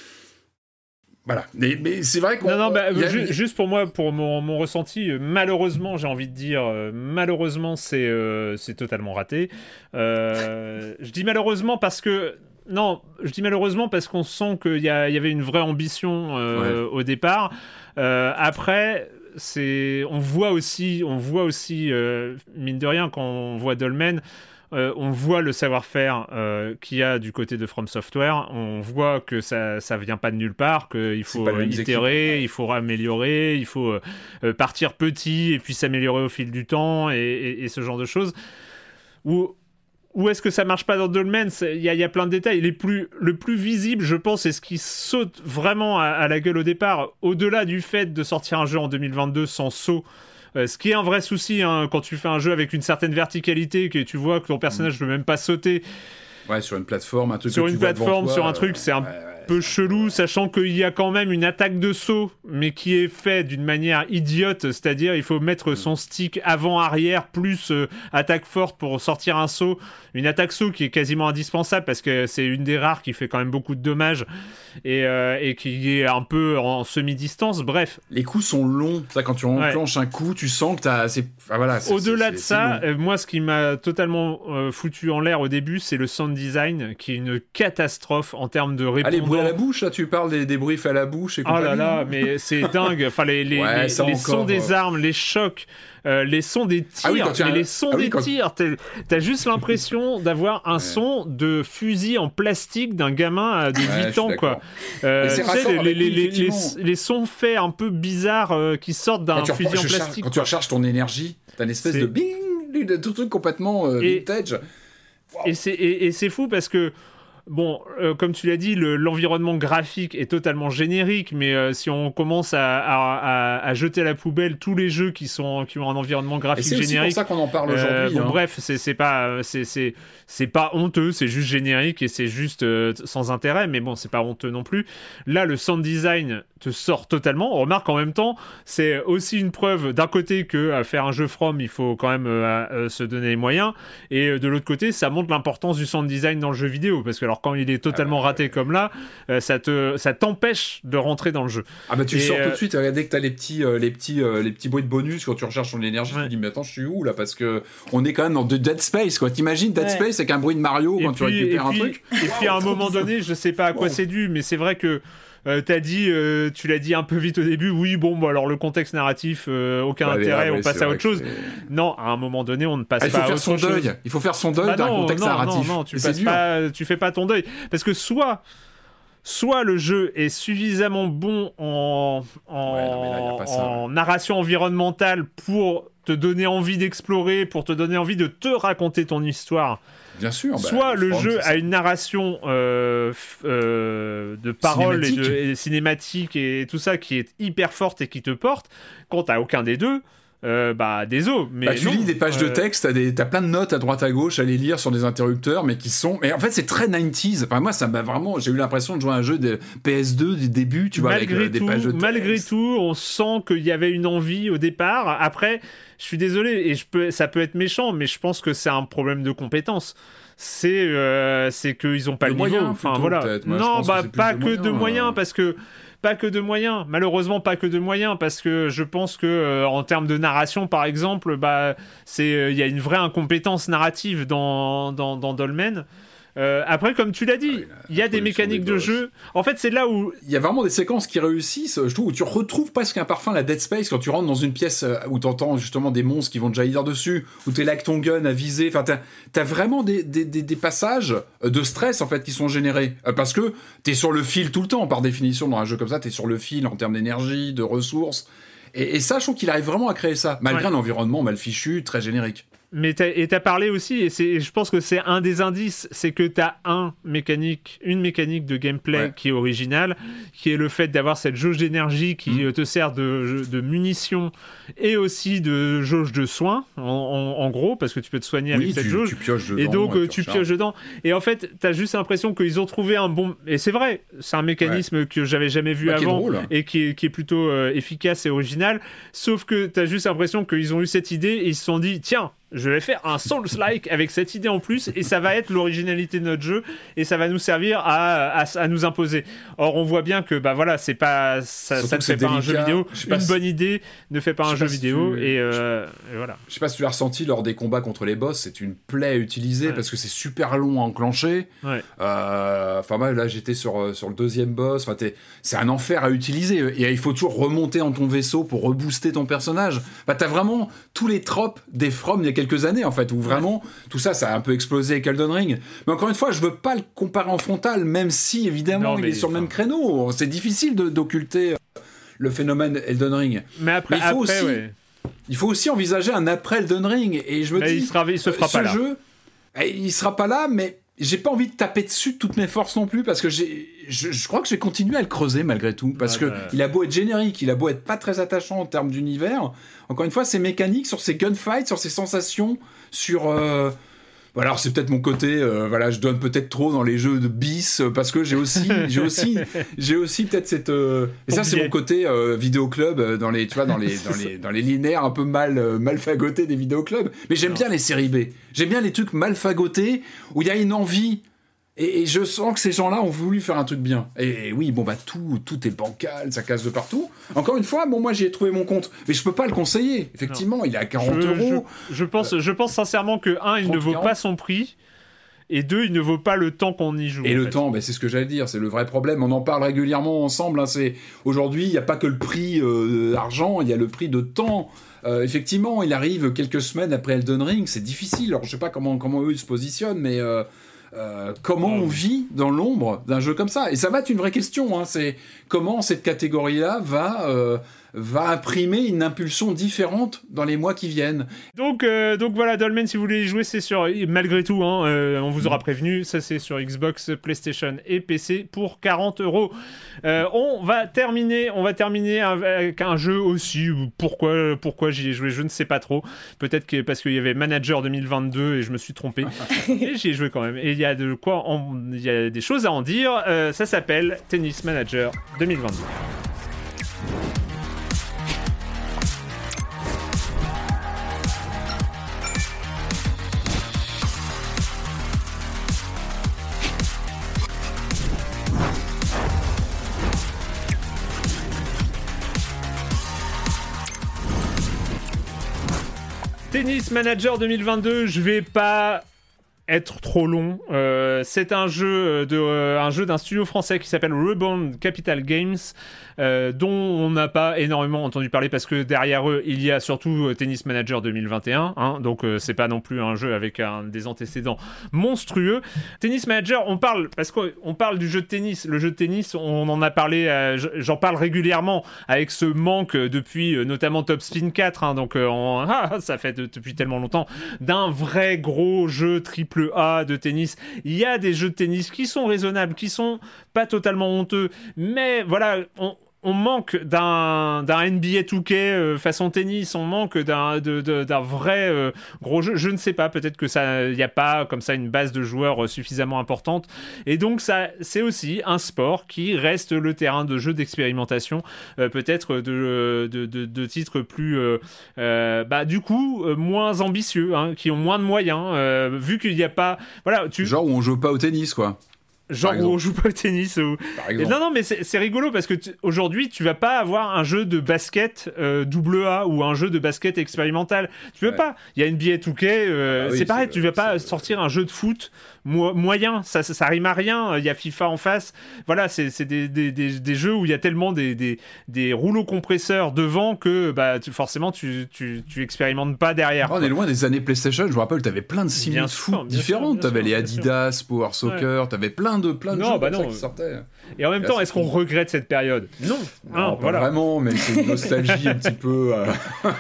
Voilà, mais, mais c'est vrai qu'on... Non, non, bah, a... ju- juste pour moi, pour mon, mon ressenti, euh, malheureusement, j'ai envie de dire, euh, malheureusement, c'est, euh, c'est totalement raté. Euh, je dis malheureusement parce que... Non, je dis malheureusement parce qu'on sent qu'il y, a, il y avait une vraie ambition euh, ouais. au départ. Euh, après, c'est, on voit aussi, on voit aussi euh, mine de rien, quand on voit Dolmen, euh, on voit le savoir-faire euh, qu'il y a du côté de From Software. On voit que ça ça vient pas de nulle part, qu'il faut itérer, équipes. Il faut améliorer, il faut euh, partir petit et puis s'améliorer au fil du temps et, et, et ce genre de choses. Où Où est-ce que ça marche pas dans Dolmen ? Il y, y a plein de détails. Les plus, le plus visible, je pense, c'est ce qui saute vraiment à, à la gueule au départ. Au-delà du fait de sortir un jeu en deux mille vingt-deux sans saut, euh, ce qui est un vrai souci hein, quand tu fais un jeu avec une certaine verticalité, que tu vois que ton personnage ne mmh. peut même pas sauter. Ouais, sur une plateforme, un truc sur que une tu plateforme, vois sur un euh, truc, c'est un ouais, ouais, peu chelou, sachant qu'il y a quand même une attaque de saut, mais qui est faite d'une manière idiote, c'est-à-dire il faut mettre son stick avant-arrière plus euh, attaque forte pour sortir un saut, une attaque saut qui est quasiment indispensable parce que c'est une des rares qui fait quand même beaucoup de dommages et, euh, et qui est un peu en semi-distance, bref. Les coups sont longs, ça, quand tu enclenches ouais. un coup, tu sens que t'as... C'est... Enfin, voilà, c'est, au-delà c'est, de c'est, ça, c'est euh, moi ce qui m'a totalement euh, foutu en l'air au début, c'est le sound design qui est une catastrophe en termes de répondant. Ah, bruits à la bouche, là, tu parles des, des bruits faits à la bouche et compagnie. Oh là là, mais c'est dingue. Enfin, les, les, ouais, les, les encore, sons des armes, les chocs, euh, les sons des tirs, ah oui, mais un... les sons ah oui, des quand... tirs, t'as, t'as juste l'impression d'avoir un ouais. son de fusil en plastique d'un gamin de ouais, huit ans, quoi. Euh, tu sais, les, les, les, les, les sons faits un peu bizarres euh, qui sortent d'un fusil en plastique. Charge, quand tu recharges ton énergie, t'as une espèce c'est... de bing, de tout truc complètement euh, et, vintage. Wow. Et, c'est, et, et c'est fou parce que bon, euh, comme tu l'as dit, le, l'environnement graphique est totalement générique, mais euh, si on commence à, à, à, à jeter à la poubelle tous les jeux qui, sont, qui ont un environnement graphique générique... Et c'est générique, aussi pour ça qu'on en parle aujourd'hui. Euh, bon, hein. Bref, c'est, c'est, pas, c'est, c'est, c'est pas honteux, c'est juste générique et c'est juste euh, sans intérêt, mais bon, c'est pas honteux non plus. Là, le sound design te sort totalement. On remarque en même temps, c'est aussi une preuve d'un côté que à faire un jeu From, il faut quand même euh, euh, se donner les moyens, et euh, de l'autre côté, ça montre l'importance du sound design dans le jeu vidéo, parce que alors quand il est totalement raté euh, comme là, euh, ça te ça t'empêche de rentrer dans le jeu. Ah bah tu et le sors euh... tout de suite. Regardez que t'as les petits euh, les petits euh, les petits bruits de bonus quand tu recharges ton énergie. Ouais. Tu te dis mais attends, je suis où là, parce que on est quand même dans de Dead Space, quoi. T'imagines Dead ouais. Space avec un bruit de Mario et quand puis, tu récupères un puis, truc. Et wow, puis à un moment donné, je sais pas à quoi wow. c'est dû, mais c'est vrai que Euh, t'as dit, euh, tu l'as dit un peu vite au début, oui, bon, bah, alors le contexte narratif, euh, aucun ouais, là, intérêt, ouais, on passe à autre chose. Non, à un moment donné, on ne passe ah, pas à autre chose. Deuil. Il faut faire son deuil bah d'un non, contexte non, narratif. Non, non, tu, passes pas, tu fais pas ton deuil. Parce que soit, soit le jeu est suffisamment bon en, en, ouais, non, là, ça, en ouais. narration environnementale pour te donner envie d'explorer, pour te donner envie de te raconter ton histoire. Bien sûr. Soit bah, le jeu a une narration euh, euh, de paroles et, de, et cinématique et tout ça qui est hyper forte et qui te porte. Quand t'as aucun des deux, euh, bah désolé. Mais bah, tu non, lis des pages euh... de texte, t'as, des, t'as plein de notes à droite à gauche à les lire sur des interrupteurs, mais qui sont. Mais en fait, c'est très quatre-vingt-dix. Enfin, moi, ça m'a vraiment. J'ai eu l'impression de jouer à un jeu de P S deux du début, tu vois, malgré avec euh, tout, des pages de texte. Malgré tout, on sent qu'il y avait une envie au départ. Après, je suis désolé, et je peux, ça peut être méchant, mais je pense que c'est un problème de compétence. C'est euh, c'est qu'ils ont pas le, le niveau. Enfin plutôt, voilà. Moi, non, bah que pas de que moyens, de moyens, euh... parce que pas que de moyens. Malheureusement, pas que de moyens, parce que je pense que euh, en termes de narration, par exemple, bah c'est il euh, y a une vraie incompétence narrative dans dans dans Dolmen. Euh, après, comme tu l'as dit, il y a des mécaniques des de jeu. En fait, c'est là où... Il y a vraiment des séquences qui réussissent, je trouve, où tu retrouves presque un parfum, la Dead Space, quand tu rentres dans une pièce où t'entends justement des monstres qui vont te jaillir dessus, où t'es là avec ton gun à viser. Enfin, t'as, t'as vraiment des, des, des, des passages de stress, en fait, qui sont générés. Parce que t'es sur le fil tout le temps, par définition, dans un jeu comme ça, t'es sur le fil en termes d'énergie, de ressources. Et, et ça, je trouve qu'il arrive vraiment à créer ça, malgré ouais. un environnement mal fichu, très générique. Mais t'as, et t'as parlé aussi, et, c'est, et je pense que c'est un des indices, c'est que t'as un mécanique, une mécanique de gameplay ouais. qui est originale, qui est le fait d'avoir cette jauge d'énergie qui mmh. te sert de, de munitions et aussi de jauge de soins, en, en, en gros, parce que tu peux te soigner oui, avec tu, cette jauge. Tu pioches dedans, et donc ouais, tu pioches dedans. Et en fait, t'as juste l'impression qu'ils ont trouvé un bon... Et c'est vrai, c'est un mécanisme ouais. que j'avais jamais vu bah, avant qui et qui est, qui est plutôt euh, efficace et original, sauf que t'as juste l'impression qu'ils ont eu cette idée et ils se sont dit, tiens, je vais faire un Souls-like avec cette idée en plus et ça va être l'originalité de notre jeu et ça va nous servir à, à, à nous imposer. Or, on voit bien que bah voilà, c'est pas ça, ça ne fait pas délicat. Un jeu vidéo. Une si... bonne idée ne fait pas un jeu vidéo si tu... et, euh, je... et voilà. Je sais pas si tu l'as ressenti lors des combats contre les boss, c'est une plaie à utiliser ouais. parce que c'est super long à enclencher. Ouais. Euh, enfin moi là j'étais sur sur le deuxième boss. Enfin c'est un enfer à utiliser et il faut toujours remonter dans ton vaisseau pour rebooster ton personnage. Bah t'as vraiment tous les tropes des From il y a quelques années en fait où vraiment ouais. tout ça ça a un peu explosé avec Elden Ring, mais encore une fois je veux pas le comparer en frontal, même si évidemment non, il est sur enfin... le même créneau, c'est difficile de, d'occulter le phénomène Elden Ring, mais après mais il faut après, aussi ouais. il faut aussi envisager un après Elden Ring et je me mais dis il, sera, il se fera ce pas là. jeu il sera pas là, mais j'ai pas envie de taper dessus de toutes mes forces non plus parce que j'ai, je, je crois que je vais continuer à le creuser malgré tout parce ah, que bah... il a beau être générique, il a beau être pas très attachant en termes d'univers. Encore une fois, ses mécaniques, sur ses gunfights, sur ses sensations, sur euh... voilà, alors c'est peut-être mon côté, euh, voilà, je donne peut-être trop dans les jeux de bis parce que j'ai aussi, j'ai aussi, j'ai aussi peut-être cette, euh... et ça c'est mon côté euh, vidéoclub euh, dans les, tu vois, dans les, dans les, dans les linéaires un peu mal, euh, mal fagotés des vidéoclubs. Mais j'aime non. bien les séries B, j'aime bien les trucs mal fagotés où il y a une envie. Et, et je sens que ces gens-là ont voulu faire un truc bien. Et, et oui, bon bah tout, tout est bancal, ça casse de partout. Encore une fois, bon moi j'y ai trouvé mon compte, mais je peux pas le conseiller. Effectivement, non. il est à quarante je, euros. Je, je pense, euh, je pense sincèrement que un, il ne vaut quarante pas son prix. et deux, il ne vaut pas le temps qu'on y joue. Et le fait. temps, ben c'est ce que j'allais dire, c'est le vrai problème. On en parle régulièrement ensemble. Hein, c'est aujourd'hui, il n'y a pas que le prix euh, d'argent, il y a le prix de temps. Euh, effectivement, il arrive quelques semaines après Elden Ring, c'est difficile. Alors, je sais pas comment comment eux se positionnent, mais euh, euh, comment on vit dans l'ombre d'un jeu comme ça ? Et ça va être une vraie question. Hein, c'est comment cette catégorie-là va euh, va imprimer une impulsion différente dans les mois qui viennent. Donc, euh, donc voilà, Dolmen, si vous voulez y jouer, c'est sur, malgré tout, hein, euh, on vous aura prévenu, ça c'est sur Xbox, PlayStation et P C pour quarante euros. Euh, on va terminer, on va terminer avec un jeu aussi. Pourquoi, pourquoi j'y ai joué, je ne sais pas trop. Peut-être que parce qu'il y avait Manager deux mille vingt-deux et je me suis trompé. Et j'y ai joué quand même. Et il y a de quoi, en, il y a des choses à en dire. Euh, ça s'appelle Tennis Manager deux mille vingt-deux. Tennis Manager deux mille vingt-deux, je vais pas être trop long. Euh, c'est un jeu de euh, un jeu d'un studio français qui s'appelle Reborn Capital Games, euh, dont on n'a pas énormément entendu parler parce que derrière eux il y a surtout Tennis Manager deux mille vingt et un, hein, donc euh, c'est pas non plus un jeu avec un, des antécédents monstrueux. Tennis Manager, on parle parce qu'on parle du jeu de tennis. Le jeu de tennis, on en a parlé, euh, j'en parle régulièrement avec ce manque depuis euh, notamment Top Spin quatre, hein, donc euh, on, ah, ça fait de, depuis tellement longtemps d'un vrai gros jeu triple A de tennis. Il y a des jeux de tennis qui sont raisonnables, qui sont pas totalement honteux, mais voilà, on, on manque d'un, d'un N B A deux K euh, façon tennis, on manque d'un, de, de, d'un vrai euh, gros jeu. Je ne sais pas, peut-être que ça, il n'y a pas comme ça une base de joueurs euh, suffisamment importante, et donc ça, c'est aussi un sport qui reste le terrain de jeu d'expérimentation, euh, peut-être de, de, de, de titres plus, euh, euh, bah du coup euh, moins ambitieux, hein, qui ont moins de moyens, euh, vu qu'il n'y a pas, voilà, tu... genre où on joue pas au tennis, quoi. Genre où on joue pas au tennis ou... Et non non mais c'est, c'est rigolo parce que tu, aujourd'hui tu vas pas avoir un jeu de basket euh, double A ou un jeu de basket expérimental, tu veux ouais. pas, il y a N B A deux K, euh, ah oui, c'est pareil, c'est, tu vas pas c'est, sortir un jeu de foot mo- moyen, ça, ça ça rime à rien, il y a FIFA en face, voilà, c'est, c'est des, des, des, des jeux où il y a tellement des, des, des rouleaux compresseurs devant que bah, tu, forcément tu, tu, tu expérimentes pas derrière. Oh, on est loin des années PlayStation, je me rappelle, t'avais plein de simules de foot différentes, t'avais les Adidas, Power Soccer, ouais. t'avais plein de plein de non, jeux bah comme non. ça qui sortaient. Et en même et temps, là, est-ce qu'on cool. regrette cette période ? Non, non hein, pas voilà. vraiment, mais c'est une nostalgie un petit peu. Euh...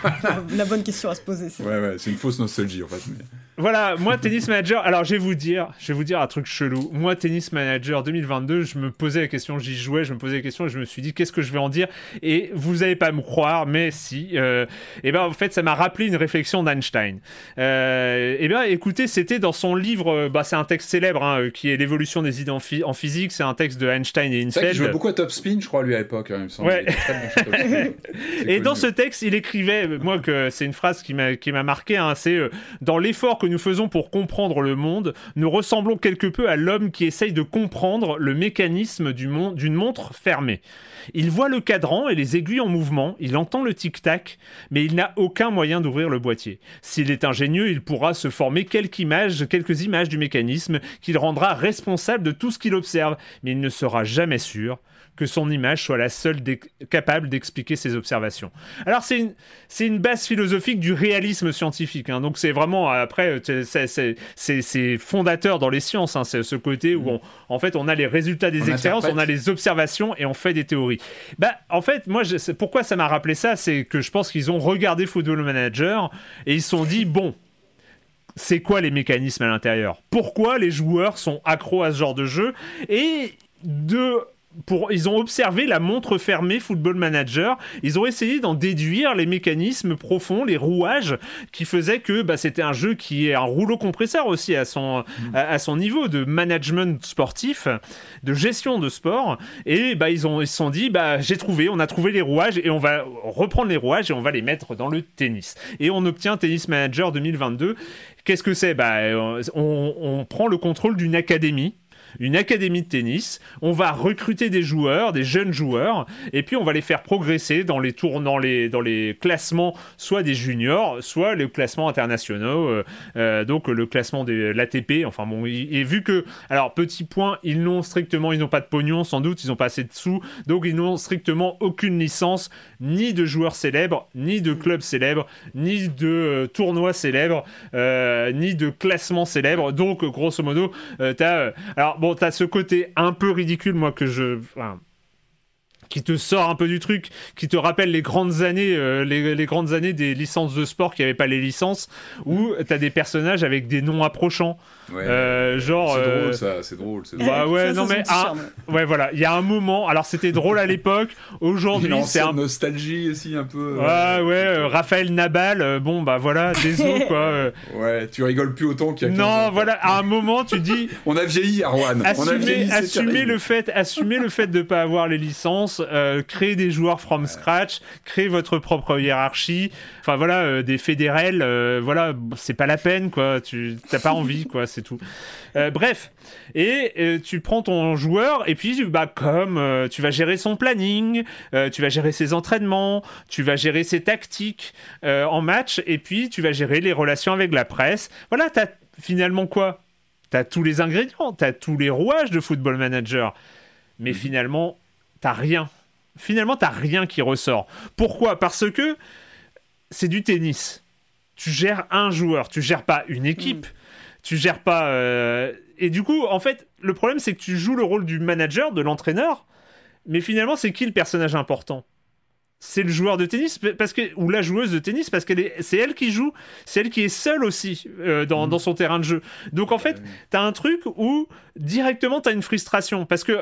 La bonne question à se poser. C'est ouais, ouais, c'est une fausse nostalgie en fait. Mais... Voilà, moi Tennis Manager. Alors je vais vous dire, je vais vous dire un truc chelou. Moi Tennis Manager deux mille vingt-deux, je me posais la question, j'y jouais, je me posais la question et je me suis dit qu'est-ce que je vais en dire. Et vous allez pas me croire, mais si. Euh, et ben en fait, ça m'a rappelé une réflexion d'Einstein. Euh, et ben écoutez, c'était dans son livre. Bah c'est un texte célèbre hein, qui est l'évolution des idées en, phy- en physique. C'est un texte de Einstein et Infeld. C'est vrai qu'il jouait beaucoup à Top Spin, je crois, lui à l'époque. Hein, il me semble. Ouais. Très bon et connu. Dans ce texte, il écrivait, moi que c'est une phrase qui m'a qui m'a marqué. Hein, c'est euh, dans l'effort que nous faisons pour comprendre le monde, nous ressemblons quelque peu à l'homme qui essaye de comprendre le mécanisme du mon- d'une montre fermée. Il voit le cadran et les aiguilles en mouvement, il entend le tic-tac, mais il n'a aucun moyen d'ouvrir le boîtier. S'il est ingénieux, il pourra se former quelques images, quelques images du mécanisme qu'il rendra responsable de tout ce qu'il observe, mais il ne sera jamais sûr que son image soit la seule dé- capable d'expliquer ses observations. Alors c'est une, c'est une base philosophique du réalisme scientifique, hein. Donc c'est vraiment, après, c'est, c'est, c'est, c'est fondateur dans les sciences, hein. C'est ce côté où on, en fait on a les résultats des on expériences, interprète. On a les observations et on fait des théories. Bah, en fait, moi, je, c'est, pourquoi ça m'a rappelé ça, c'est que je pense qu'ils ont regardé Football Manager et ils se sont dit, bon, c'est quoi les mécanismes à l'intérieur ? Pourquoi les joueurs sont accros à ce genre de jeu ? Et de... Pour, ils ont observé la montre fermée Football Manager, ils ont essayé d'en déduire les mécanismes profonds, les rouages qui faisaient que bah, c'était un jeu qui est un rouleau compresseur aussi à son, mmh. à, à son niveau de management sportif, de gestion de sport, et bah, ils, ont, ils se sont dit bah, j'ai trouvé, on a trouvé les rouages et on va reprendre les rouages et on va les mettre dans le tennis. Et on obtient Tennis Manager deux mille vingt-deux. Qu'est-ce que c'est ? Bah, on, on prend le contrôle d'une académie. une académie de tennis, on va recruter des joueurs, des jeunes joueurs, et puis on va les faire progresser dans les tours, dans les, dans les classements, soit des juniors, soit les classements internationaux, euh, euh, donc le classement de l'A T P, enfin bon, et vu que, alors petit point, ils n'ont strictement, ils n'ont pas de pognon, sans doute, ils n'ont pas assez de sous, donc ils n'ont strictement aucune licence, ni de joueurs célèbres, ni de clubs célèbres, ni de euh, tournois célèbres, euh, ni de classements célèbres, donc grosso modo, euh, t'as, euh, alors bon, t'as ce côté un peu ridicule, moi, que je... Enfin, qui te sort un peu du truc, qui te rappelle les grandes années, euh, les, les grandes années des licences de sport qui n'avaient pas les licences, où t'as des personnages avec des noms approchants. Ouais, euh, genre, c'est euh... drôle ça, c'est drôle. C'est drôle. Bah ouais, ça, non ça, mais un... ouais voilà, il y a un moment. Alors c'était drôle à l'époque. Aujourd'hui, c'est un nostalgie aussi un peu. Ouais euh... ouais, euh, Raphaël Nadal. Euh, bon bah voilà, désolé quoi. Euh... Ouais, tu rigoles plus autant qu'il y a quinze non, ans. Non voilà, à un moment tu dis. On a vieilli, Arwan. Assumer, On a vieilli, assumer le fait, assumer le fait de pas avoir les licences, euh, créer des joueurs from ouais. scratch, créer votre propre hiérarchie. Enfin voilà, euh, des fédérels. Euh, voilà, c'est pas la peine quoi. Tu t'as pas envie quoi, c'est tout. Euh, bref, et euh, tu prends ton joueur et puis bah, comme euh, tu vas gérer son planning, euh, tu vas gérer ses entraînements, tu vas gérer ses tactiques euh, en match et puis tu vas gérer les relations avec la presse. Voilà, t'as finalement quoi ? T'as tous les ingrédients, t'as tous les rouages de Football Manager, mais mmh. finalement t'as rien. Finalement t'as rien qui ressort. Pourquoi ? Parce que c'est du tennis. Tu gères un joueur, tu gères pas une équipe. Mmh. Tu gères pas... Euh... Et du coup, en fait, le problème, c'est que tu joues le rôle du manager, de l'entraîneur, mais finalement, c'est qui le personnage important ? C'est le joueur de tennis, parce que... ou la joueuse de tennis, parce que est... c'est elle qui joue, c'est elle qui est seule aussi euh, dans, mmh. dans son terrain de jeu. Donc, en fait, t'as un truc où, directement, t'as une frustration, parce que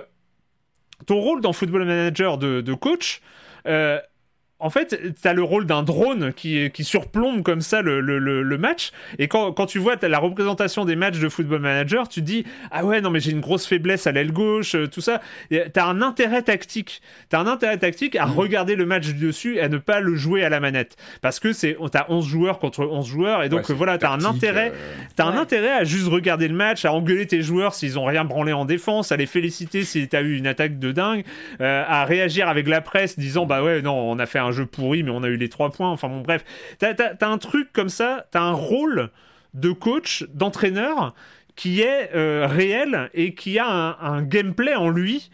ton rôle dans Football Manager de, de coach... Euh... En fait, t'as le rôle d'un drone qui, qui surplombe comme ça le, le, le, le match. Et quand, quand tu vois t'as la représentation des matchs de Football Manager, tu te dis « Ah ouais, non mais j'ai une grosse faiblesse à l'aile gauche, tout ça. » T'as un intérêt tactique. T'as un intérêt tactique à mmh. regarder le match du dessus et à ne pas le jouer à la manette. Parce que c'est, t'as onze joueurs contre onze joueurs. Et donc ouais, voilà, t'as tactique, un intérêt euh... t'as ouais. un intérêt à juste regarder le match, à engueuler tes joueurs s'ils ont rien branlé en défense, à les féliciter si t'as eu une attaque de dingue, euh, à réagir avec la presse disant « Bah ouais, non, on a fait un jeu pourri, mais on a eu les trois points. » Enfin bon, bref. T'as, t'as, t'as un truc comme ça, t'as un rôle de coach, d'entraîneur qui est euh, réel et qui a un, un gameplay en lui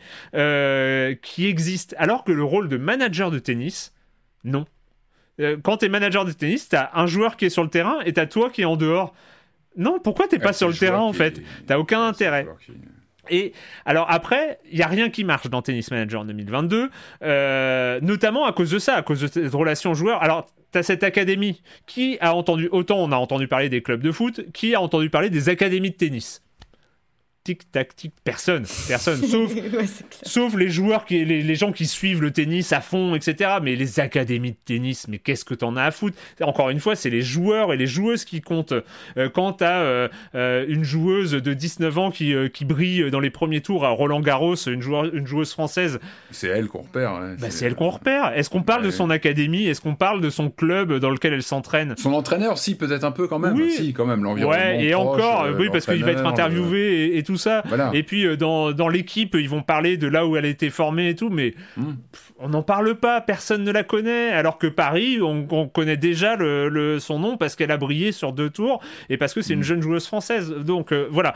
euh, qui existe. Alors que le rôle de manager de tennis, non. Euh, quand t'es manager de tennis, t'as un joueur qui est sur le terrain et t'as toi qui est en dehors. Non, pourquoi t'es ouais, pas sur le terrain en fait ? T'as aucun ouais, intérêt. Qui... Et alors après, il n'y a rien qui marche dans Tennis Manager en deux mille vingt-deux, euh, notamment à cause de ça, à cause de cette relation joueur. Alors, tu as cette académie qui a entendu, autant on a entendu parler des clubs de foot, qui a entendu parler des académies de tennis. Tic tac tic, personne, personne, sauf, ouais, sauf les joueurs, qui, les, les gens qui suivent le tennis à fond, et cetera. Mais les académies de tennis, mais qu'est-ce que t'en as à foutre ? Encore une fois, c'est les joueurs et les joueuses qui comptent. Euh, quand t'as euh, euh, une joueuse de dix-neuf ans qui, euh, qui brille dans les premiers tours à Roland-Garros, une, joueur, une joueuse française, c'est elle qu'on repère. Ouais. Bah, c'est, c'est elle qu'on repère. Est-ce qu'on parle ouais. de son académie ? Est-ce qu'on parle de son club dans lequel elle s'entraîne ? Son entraîneur, si, peut-être un peu quand même. Oui, si, quand même, l'environnement. Ouais, et proche, encore, euh, oui, parce qu'il va être interviewé euh... et, et tout ça. Voilà. Et puis euh, dans, dans l'équipe, ils vont parler de là où elle a été formée et tout, mais mmh. pff, on n'en parle pas, personne ne la connaît. Alors que Paris, on, on connaît déjà le, le, son nom parce qu'elle a brillé sur deux tours et parce que c'est mmh. une jeune joueuse française. Donc euh, voilà.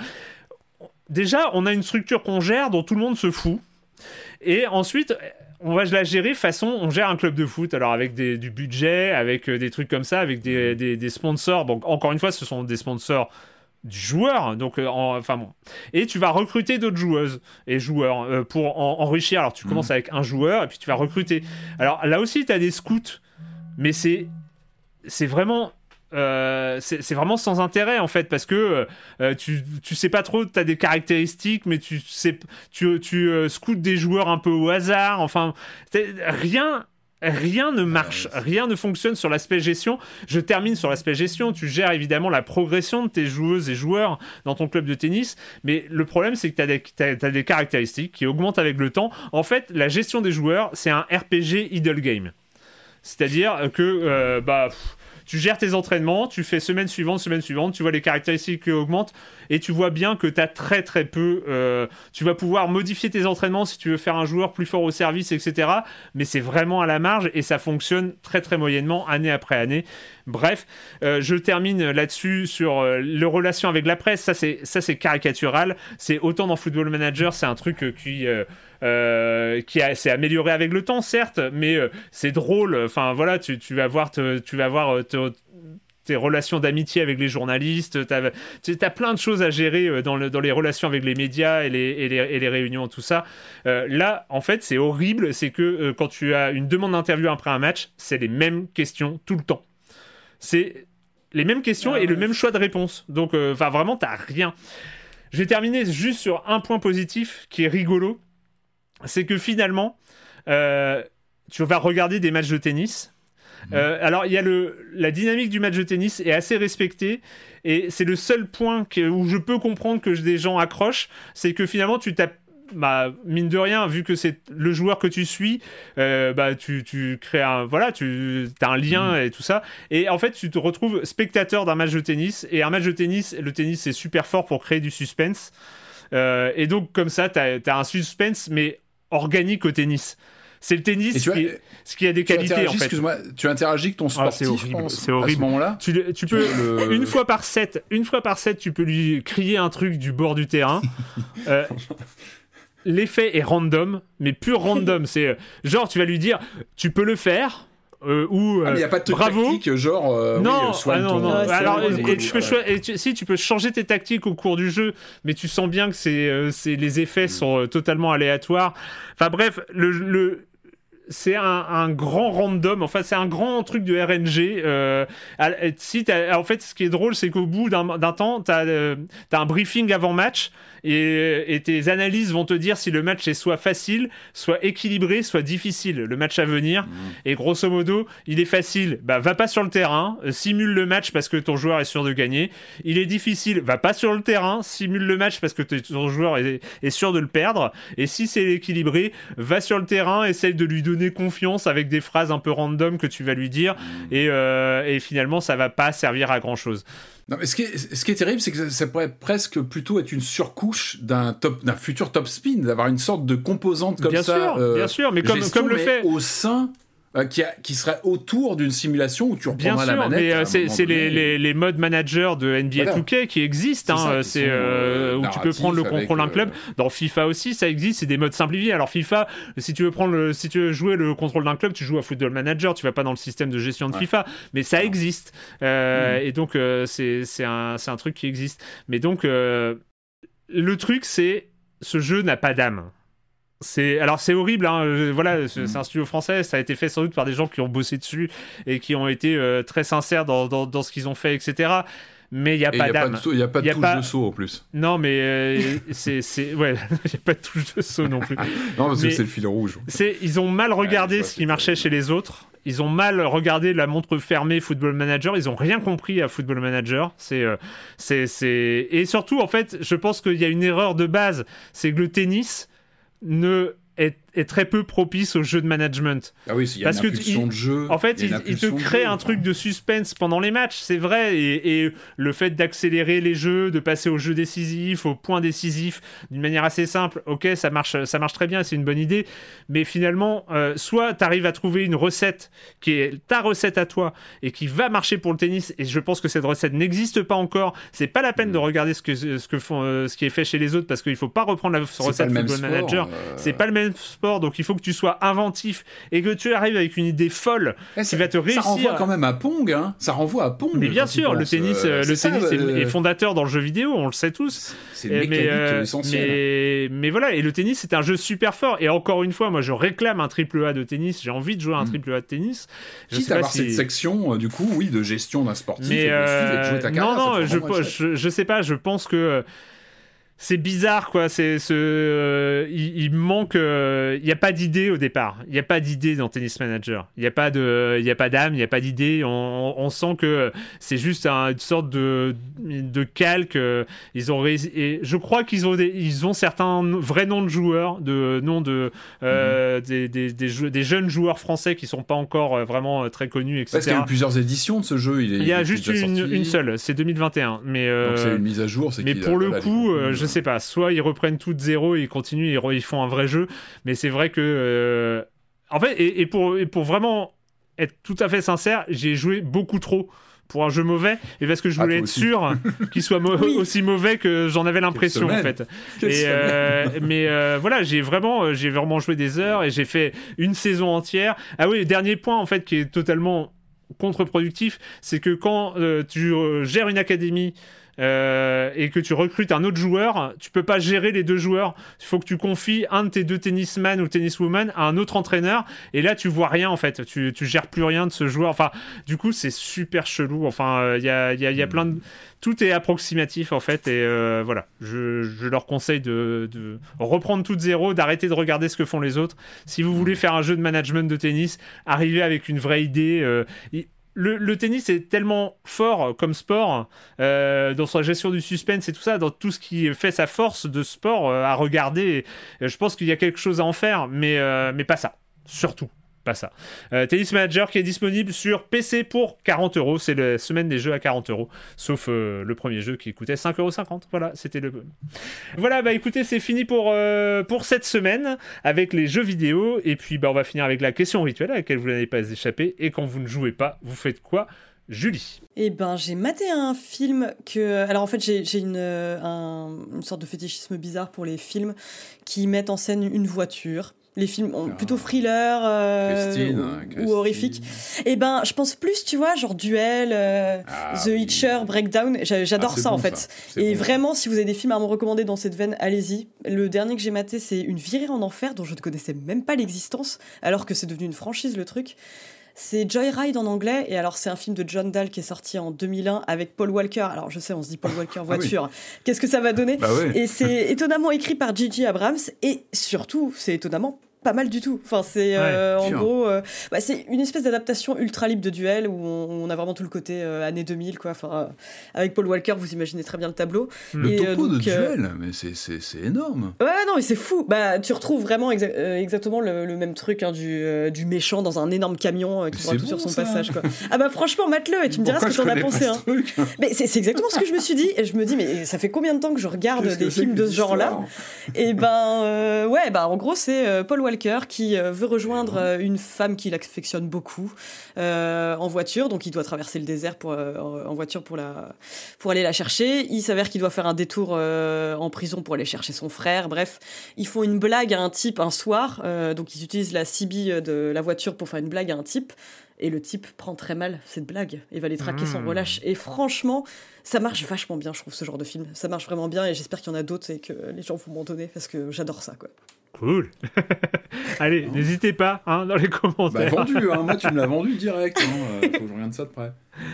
Déjà, on a une structure qu'on gère dont tout le monde se fout. Et ensuite, on va la gérer façon, on gère un club de foot, alors avec des, du budget, avec euh, des trucs comme ça, avec des, des, des sponsors. Donc encore une fois, ce sont des sponsors du joueur, donc euh, en, enfin bon, et tu vas recruter d'autres joueuses et joueurs euh, pour en, enrichir. Alors tu commences mmh. avec un joueur et puis tu vas recruter. Alors là aussi tu as des scouts, mais c'est c'est vraiment euh, c'est, c'est vraiment sans intérêt en fait, parce que euh, tu tu sais pas trop, tu as des caractéristiques, mais tu sais tu tu euh, scoutes des joueurs un peu au hasard. Enfin rien. Rien ne marche, rien ne fonctionne sur l'aspect gestion. Je termine sur l'aspect gestion. Tu gères évidemment la progression de tes joueuses et joueurs dans ton club de tennis, mais le problème c'est que tu as des, t'as, t'as des caractéristiques qui augmentent avec le temps. En fait, la gestion des joueurs, c'est un R P G idle game. C'est-à-dire que euh, bah, pff, tu gères tes entraînements, tu fais semaine suivante, semaine suivante, tu vois les caractéristiques qui augmentent et tu vois bien que tu as très très peu. Euh, tu vas pouvoir modifier tes entraînements si tu veux faire un joueur plus fort au service, et cetera. Mais c'est vraiment à la marge et ça fonctionne très très moyennement année après année. Bref, euh, je termine là-dessus sur euh, les relations avec la presse. Ça c'est, ça, c'est caricatural. C'est autant dans Football Manager, c'est un truc euh, qui. Euh, Euh, qui a, s'est amélioré avec le temps, certes, mais euh, c'est drôle. Enfin voilà, tu, tu vas voir, te, tu vas voir te, tes relations d'amitié avec les journalistes. T'as, t'as plein de choses à gérer dans, le, dans les relations avec les médias et les, et les, et les réunions, tout ça. Euh, là, en fait, c'est horrible. C'est que euh, quand tu as une demande d'interview après un match, c'est les mêmes questions tout le temps. C'est les mêmes questions ah, et ouais. le même choix de réponse. Donc, enfin, euh, vraiment, t'as rien. Je vais terminer juste sur un point positif qui est rigolo. C'est que finalement, euh, tu vas regarder des matchs de tennis. Euh, alors, il y a le, la dynamique du match de tennis est assez respectée et c'est le seul point que, où je peux comprendre que des gens accrochent, c'est que finalement, tu tapes, bah, mine de rien, vu que c'est le joueur que tu suis, euh, bah, tu, tu crées un, voilà, tu as un lien mmh. et tout ça. Et en fait, tu te retrouves spectateur d'un match de tennis. Et un match de tennis, le tennis, c'est super fort pour créer du suspense. Euh, et donc, comme ça, tu as un suspense, mais organique au tennis. C'est le tennis tu qui, vois, ce qui a des qualités en fait. Excuse-moi, tu interagis avec ton sportif. Ah, c'est horrible. C'est horrible. À ce moment-là, tu, tu, tu peux le... une fois par set, une fois par set, tu peux lui crier un truc du bord du terrain. euh, l'effet est random, mais pur random. C'est euh, genre tu vas lui dire, tu peux le faire. Euh, ou il ah, n'y a pas de bravo. tactique genre euh, non, oui, soit ah, non, ton... non. Ouais, alors et, et, et tu peux cho- et tu, si tu peux changer tes tactiques au cours du jeu, mais tu sens bien que c'est, euh, c'est les effets sont euh, totalement aléatoires. Enfin bref, le, le c'est un, un grand random, enfin c'est un grand truc de R N G. Euh, si en fait, ce qui est drôle, c'est qu'au bout d'un, d'un temps, t'as, euh, t'as un briefing avant match. Et, et tes analyses vont te dire si le match est soit facile, soit équilibré, soit difficile, le match à venir. Mmh. Et grosso modo, il est facile, bah va pas sur le terrain, euh, simule le match parce que ton joueur est sûr de gagner. Il est difficile, va pas sur le terrain, simule le match parce que t- ton joueur est, est sûr de le perdre. Et si c'est équilibré, va sur le terrain, essaye de lui donner confiance avec des phrases un peu random que tu vas lui dire. Mmh. Et, euh, et finalement, ça va pas servir à grand chose. Non, mais ce qui est, ce qui est terrible, c'est que ça, ça pourrait presque plutôt être une surcouche d'un top, d'un futur top spin, d'avoir une sorte de composante comme bien ça. Sûr, euh, bien sûr, mais comme, gestion, comme le mais fait au sein. Euh, qui, a, qui serait autour d'une simulation où tu reprendras bien sûr, la manette. Mais euh, c'est, c'est les, les, les modes managers de N B A voilà. deux K qui existent, c'est, hein, ça, qui c'est euh, où tu peux prendre le contrôle d'un club. Euh... Dans FIFA aussi, ça existe, c'est des modes simplifiés. Alors FIFA, si tu veux prendre, le, si tu veux jouer le contrôle d'un club, tu joues à Football Manager, tu vas pas dans le système de gestion de ouais. FIFA, mais ça ouais. existe. Euh, mmh. Et donc euh, c'est, c'est un, c'est un truc qui existe. Mais donc euh, le truc, c'est ce jeu n'a pas d'âme. C'est alors c'est horrible, hein, euh, voilà, c'est, mmh. c'est un studio français, ça a été fait sans doute par des gens qui ont bossé dessus et qui ont été euh, très sincères dans, dans, dans ce qu'ils ont fait, et cetera. Mais il n'y a, a pas d'âme. Il n'y a pas de touche pas... de saut en plus. Non, mais euh, c'est, c'est ouais, il n'y a pas de touche de saut non plus. Non, parce mais que c'est le fil rouge. C'est, ils ont mal regardé ouais, ce qui marchait chez les autres. Ils ont mal regardé la montre fermée Football Manager. Ils ont rien compris à Football Manager. C'est, euh, c'est, c'est... Et surtout, en fait, je pense qu'il y a une erreur de base. C'est que le tennis ne est, est très peu propice au jeu de management. Ah oui, il y a parce une impulsion il, de jeu. En fait, il, il te crée jeu, un truc de suspense pendant les matchs, c'est vrai, et, et le fait d'accélérer les jeux, de passer au jeu décisif, au point décisif, d'une manière assez simple, ok, ça marche, ça marche très bien, c'est une bonne idée, mais finalement, euh, soit tu arrives à trouver une recette qui est ta recette à toi, et qui va marcher pour le tennis, et je pense que cette recette n'existe pas encore, c'est pas la peine mmh. de regarder ce, que, ce, que font, euh, ce qui est fait chez les autres, parce qu'il faut pas reprendre la c'est recette Football sport, Manager, euh... c'est pas le même sport, donc il faut que tu sois inventif et que tu arrives avec une idée folle eh, qui ça, va te réussir. Ça renvoie quand même à Pong, hein. Ça renvoie à Pong. Mais bien sûr, le tennis, euh, le ça, tennis euh... est fondateur dans le jeu vidéo, on le sait tous. C'est une mécanique euh, essentielle. Mais, mais voilà, et le tennis c'est un jeu super fort. Et encore une fois, moi je réclame un triple A de tennis. J'ai envie de jouer un mm. triple A de tennis. Je Quitte à avoir si... cette section, euh, du coup, oui, de gestion d'un sportif. Mais et euh... de jouer ta carrière, non, non, je, je, je sais pas. Je pense que c'est bizarre, quoi. C'est ce, euh, il, il manque, il euh, n'y a pas d'idée au départ. Il n'y a pas d'idée dans Tennis Manager. Il n'y a pas de, il y a pas d'âme, il n'y a pas d'idée. On, on sent que c'est juste un, une sorte de, de calque. Ils ont, et je crois qu'ils ont, des, ils ont certains vrais noms de joueurs, de noms de euh, mmh. des, des, des, jeux, des jeunes joueurs français qui sont pas encore vraiment très connus, et cetera. Parce qu'il y a eu plusieurs éditions de ce jeu. Il, est, il y a il juste une, une seule. C'est deux mille vingt et un. Mais euh, donc c'est une mise à jour. C'est mais pour a, le voilà, coup, euh, je sais pas, soit ils reprennent tout de zéro et ils continuent, ils, re, ils font un vrai jeu, mais c'est vrai que euh, en fait, et, et, pour, et pour vraiment être tout à fait sincère, j'ai joué beaucoup trop pour un jeu mauvais, et parce que je voulais ah, être sûr qu'il soit mo- oui. aussi mauvais que j'en avais l'impression, en fait. Et, euh, mais euh, voilà, j'ai vraiment, j'ai vraiment joué des heures et j'ai fait une saison entière. Ah oui, le dernier point en fait qui est totalement contre-productif, c'est que quand euh, tu euh, gères une académie Euh, et que tu recrutes un autre joueur, tu peux pas gérer les deux joueurs. Il faut que tu confies un de tes deux tennisman ou tenniswoman à un autre entraîneur, et là tu vois rien en fait. Tu, tu gères plus rien de ce joueur. Enfin, du coup, c'est super chelou. Enfin, il euh, y a, y a, y a plein de. Tout est approximatif en fait, et euh, voilà. Je, je leur conseille de, de reprendre tout de zéro, d'arrêter de regarder ce que font les autres. Si vous voulez faire un jeu de management de tennis, arrivez avec une vraie idée. Euh, y, Le, le tennis est tellement fort comme sport, euh, dans sa gestion du suspense et tout ça, dans tout ce qui fait sa force de sport euh, à regarder. Et je pense qu'il y a quelque chose à en faire, mais, euh, mais pas ça. Surtout pas ça. Euh, Tennis Manager qui est disponible sur P C pour quarante euros. C'est la semaine des jeux à quarante euros. Sauf euh, le premier jeu qui coûtait cinq euros cinquante. Voilà, c'était le... Voilà, bah écoutez, c'est fini pour, euh, pour cette semaine avec les jeux vidéo. Et puis, bah on va finir avec la question rituelle à laquelle vous n'avez pas échappé. Et quand vous ne jouez pas, vous faites quoi, Julie? Eh ben, j'ai maté un film que... Alors, en fait, j'ai, j'ai une, un, une sorte de fétichisme bizarre pour les films qui mettent en scène une voiture. Les films ont plutôt thriller euh, Christine, ou, Christine. ou horrifique. Et ben, je pense plus, tu vois, genre Duel, euh, ah, The Hitcher, oui. Breakdown. J'adore ah, ça, bon, en fait. Ça. Et bon. Vraiment, si vous avez des films à me recommander dans cette veine, allez-y. Le dernier que j'ai maté, c'est Une virée en enfer, dont je ne connaissais même pas l'existence, alors que c'est devenu une franchise, le truc. C'est Joyride en anglais, et alors c'est un film de John Dahl qui est sorti en deux mille un avec Paul Walker. Alors je sais, on se dit Paul Walker voiture, ah oui. Qu'est-ce que ça va donner? Bah oui. Et c'est étonnamment écrit par J J Abrams, et surtout, c'est étonnamment pas mal du tout. Enfin, c'est euh, ouais, en gros, euh, bah, c'est une espèce d'adaptation ultra libre de Duel où on, on a vraiment tout le côté euh, années deux mille, quoi. Enfin, euh, avec Paul Walker, vous imaginez très bien le tableau. Le et, topo euh, donc, de Duel, euh... mais c'est, c'est, c'est énorme. Ouais, non, mais c'est fou. Bah, tu retrouves vraiment exa- euh, exactement le, le même truc hein, du, euh, du méchant dans un énorme camion euh, qui prend tout bon, sur son ça. passage, quoi. Ah bah franchement, mate-le et tu me diras ce que t'en as pensé. Hein. Mais c'est, c'est exactement ce que je me suis dit. Et je me dis, mais ça fait combien de temps que je regarde Qu'est-ce des films de ce genre-là? Et ben, euh, ouais, bah en gros, c'est euh, Paul Walker qui euh, veut rejoindre euh, une femme qu'il affectionne beaucoup euh, en voiture, donc il doit traverser le désert pour, euh, en voiture pour, la, pour aller la chercher. Il s'avère qu'il doit faire un détour euh, en prison pour aller chercher son frère. Bref, ils font une blague à un type un soir, euh, donc ils utilisent la C B de la voiture pour faire une blague à un type, et le type prend très mal cette blague et va les traquer mmh. sans relâche. Et franchement, ça marche vachement bien, je trouve, ce genre de film. Ça marche vraiment bien, et j'espère qu'il y en a d'autres et que les gens vont m'en donner, parce que j'adore ça, quoi. Cool. Allez, non. N'hésitez pas hein, dans les commentaires. Bah, vendu, hein. Moi tu me l'as vendu direct. Hein. Euh, faut que je regarde ça de près.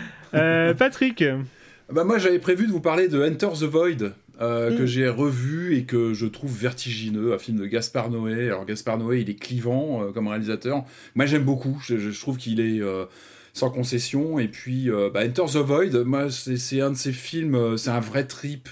Euh, Patrick. Bah moi j'avais prévu de vous parler de Enter the Void, euh, mm. que j'ai revu et que je trouve vertigineux, un film de Gaspard Noé. Alors Gaspard Noé, il est clivant euh, comme réalisateur. Moi j'aime beaucoup. Je, je trouve qu'il est euh, sans concession. Et puis euh, bah, Enter the Void, moi c'est, c'est un de ces films, euh, c'est un vrai trip.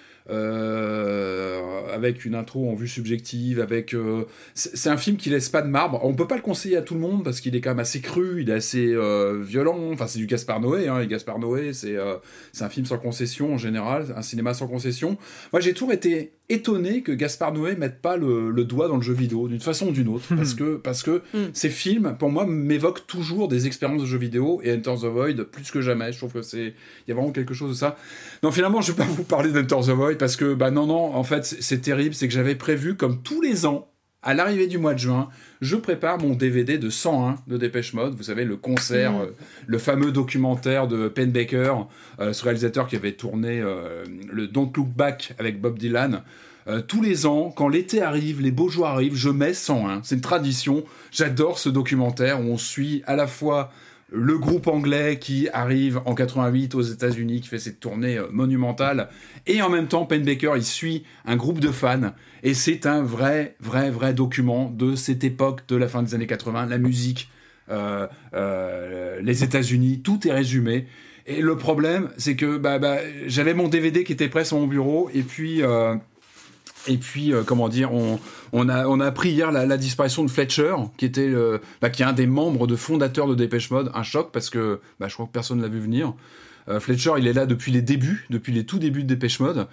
Euh, avec une intro en vue subjective, avec euh, c'est, c'est un film qui laisse pas de marbre. On peut pas le conseiller à tout le monde parce qu'il est quand même assez cru, il est assez euh, violent. Enfin, c'est du Gaspard Noé, hein, et Gaspard Noé, c'est euh, c'est un film sans concession en général, un cinéma sans concession. Moi, j'ai toujours été étonné que Gaspard Noé mette pas le, le doigt dans le jeu vidéo d'une façon ou d'une autre, parce que parce que mm. ces films, pour moi, m'évoquent toujours des expériences de jeux vidéo, et Enter the Void plus que jamais. Je trouve que c'est il y a vraiment quelque chose de ça. Non, finalement, je vais pas vous parler d'Enter the Void parce que bah non non, en fait, c'est, c'est terrible, c'est que j'avais prévu comme tous les ans. À l'arrivée du mois de juin, je prépare mon D V D de cent un de Dépêche Mode. Vous savez, le concert, mmh. euh, le fameux documentaire de Penn Baker, euh, ce réalisateur qui avait tourné euh, le Don't Look Back avec Bob Dylan. Euh, tous les ans, quand l'été arrive, les beaux jours arrivent, je mets cent un. C'est une tradition. J'adore ce documentaire où on suit à la fois le groupe anglais qui arrive en quatre-vingt-huit aux États-Unis, qui fait cette tournée euh, monumentale, et en même temps, Penn Baker, il suit un groupe de fans, et c'est un vrai, vrai, vrai document de cette époque de la fin des années quatre-vingts, la musique, euh, euh, les États-Unis, tout est résumé. Et le problème, c'est que bah, bah, j'avais mon D V D qui était prêt sur mon bureau, et puis... Euh, Et puis, euh, comment dire, on, on, a, on a appris hier la, la disparition de Fletcher, qui était euh, bah, qui est un des membres de fondateurs de Depeche Mode. Un choc, parce que bah, je crois que personne ne l'a vu venir. Euh, Fletcher, il est là depuis les débuts, depuis les tout débuts de Depeche Mode.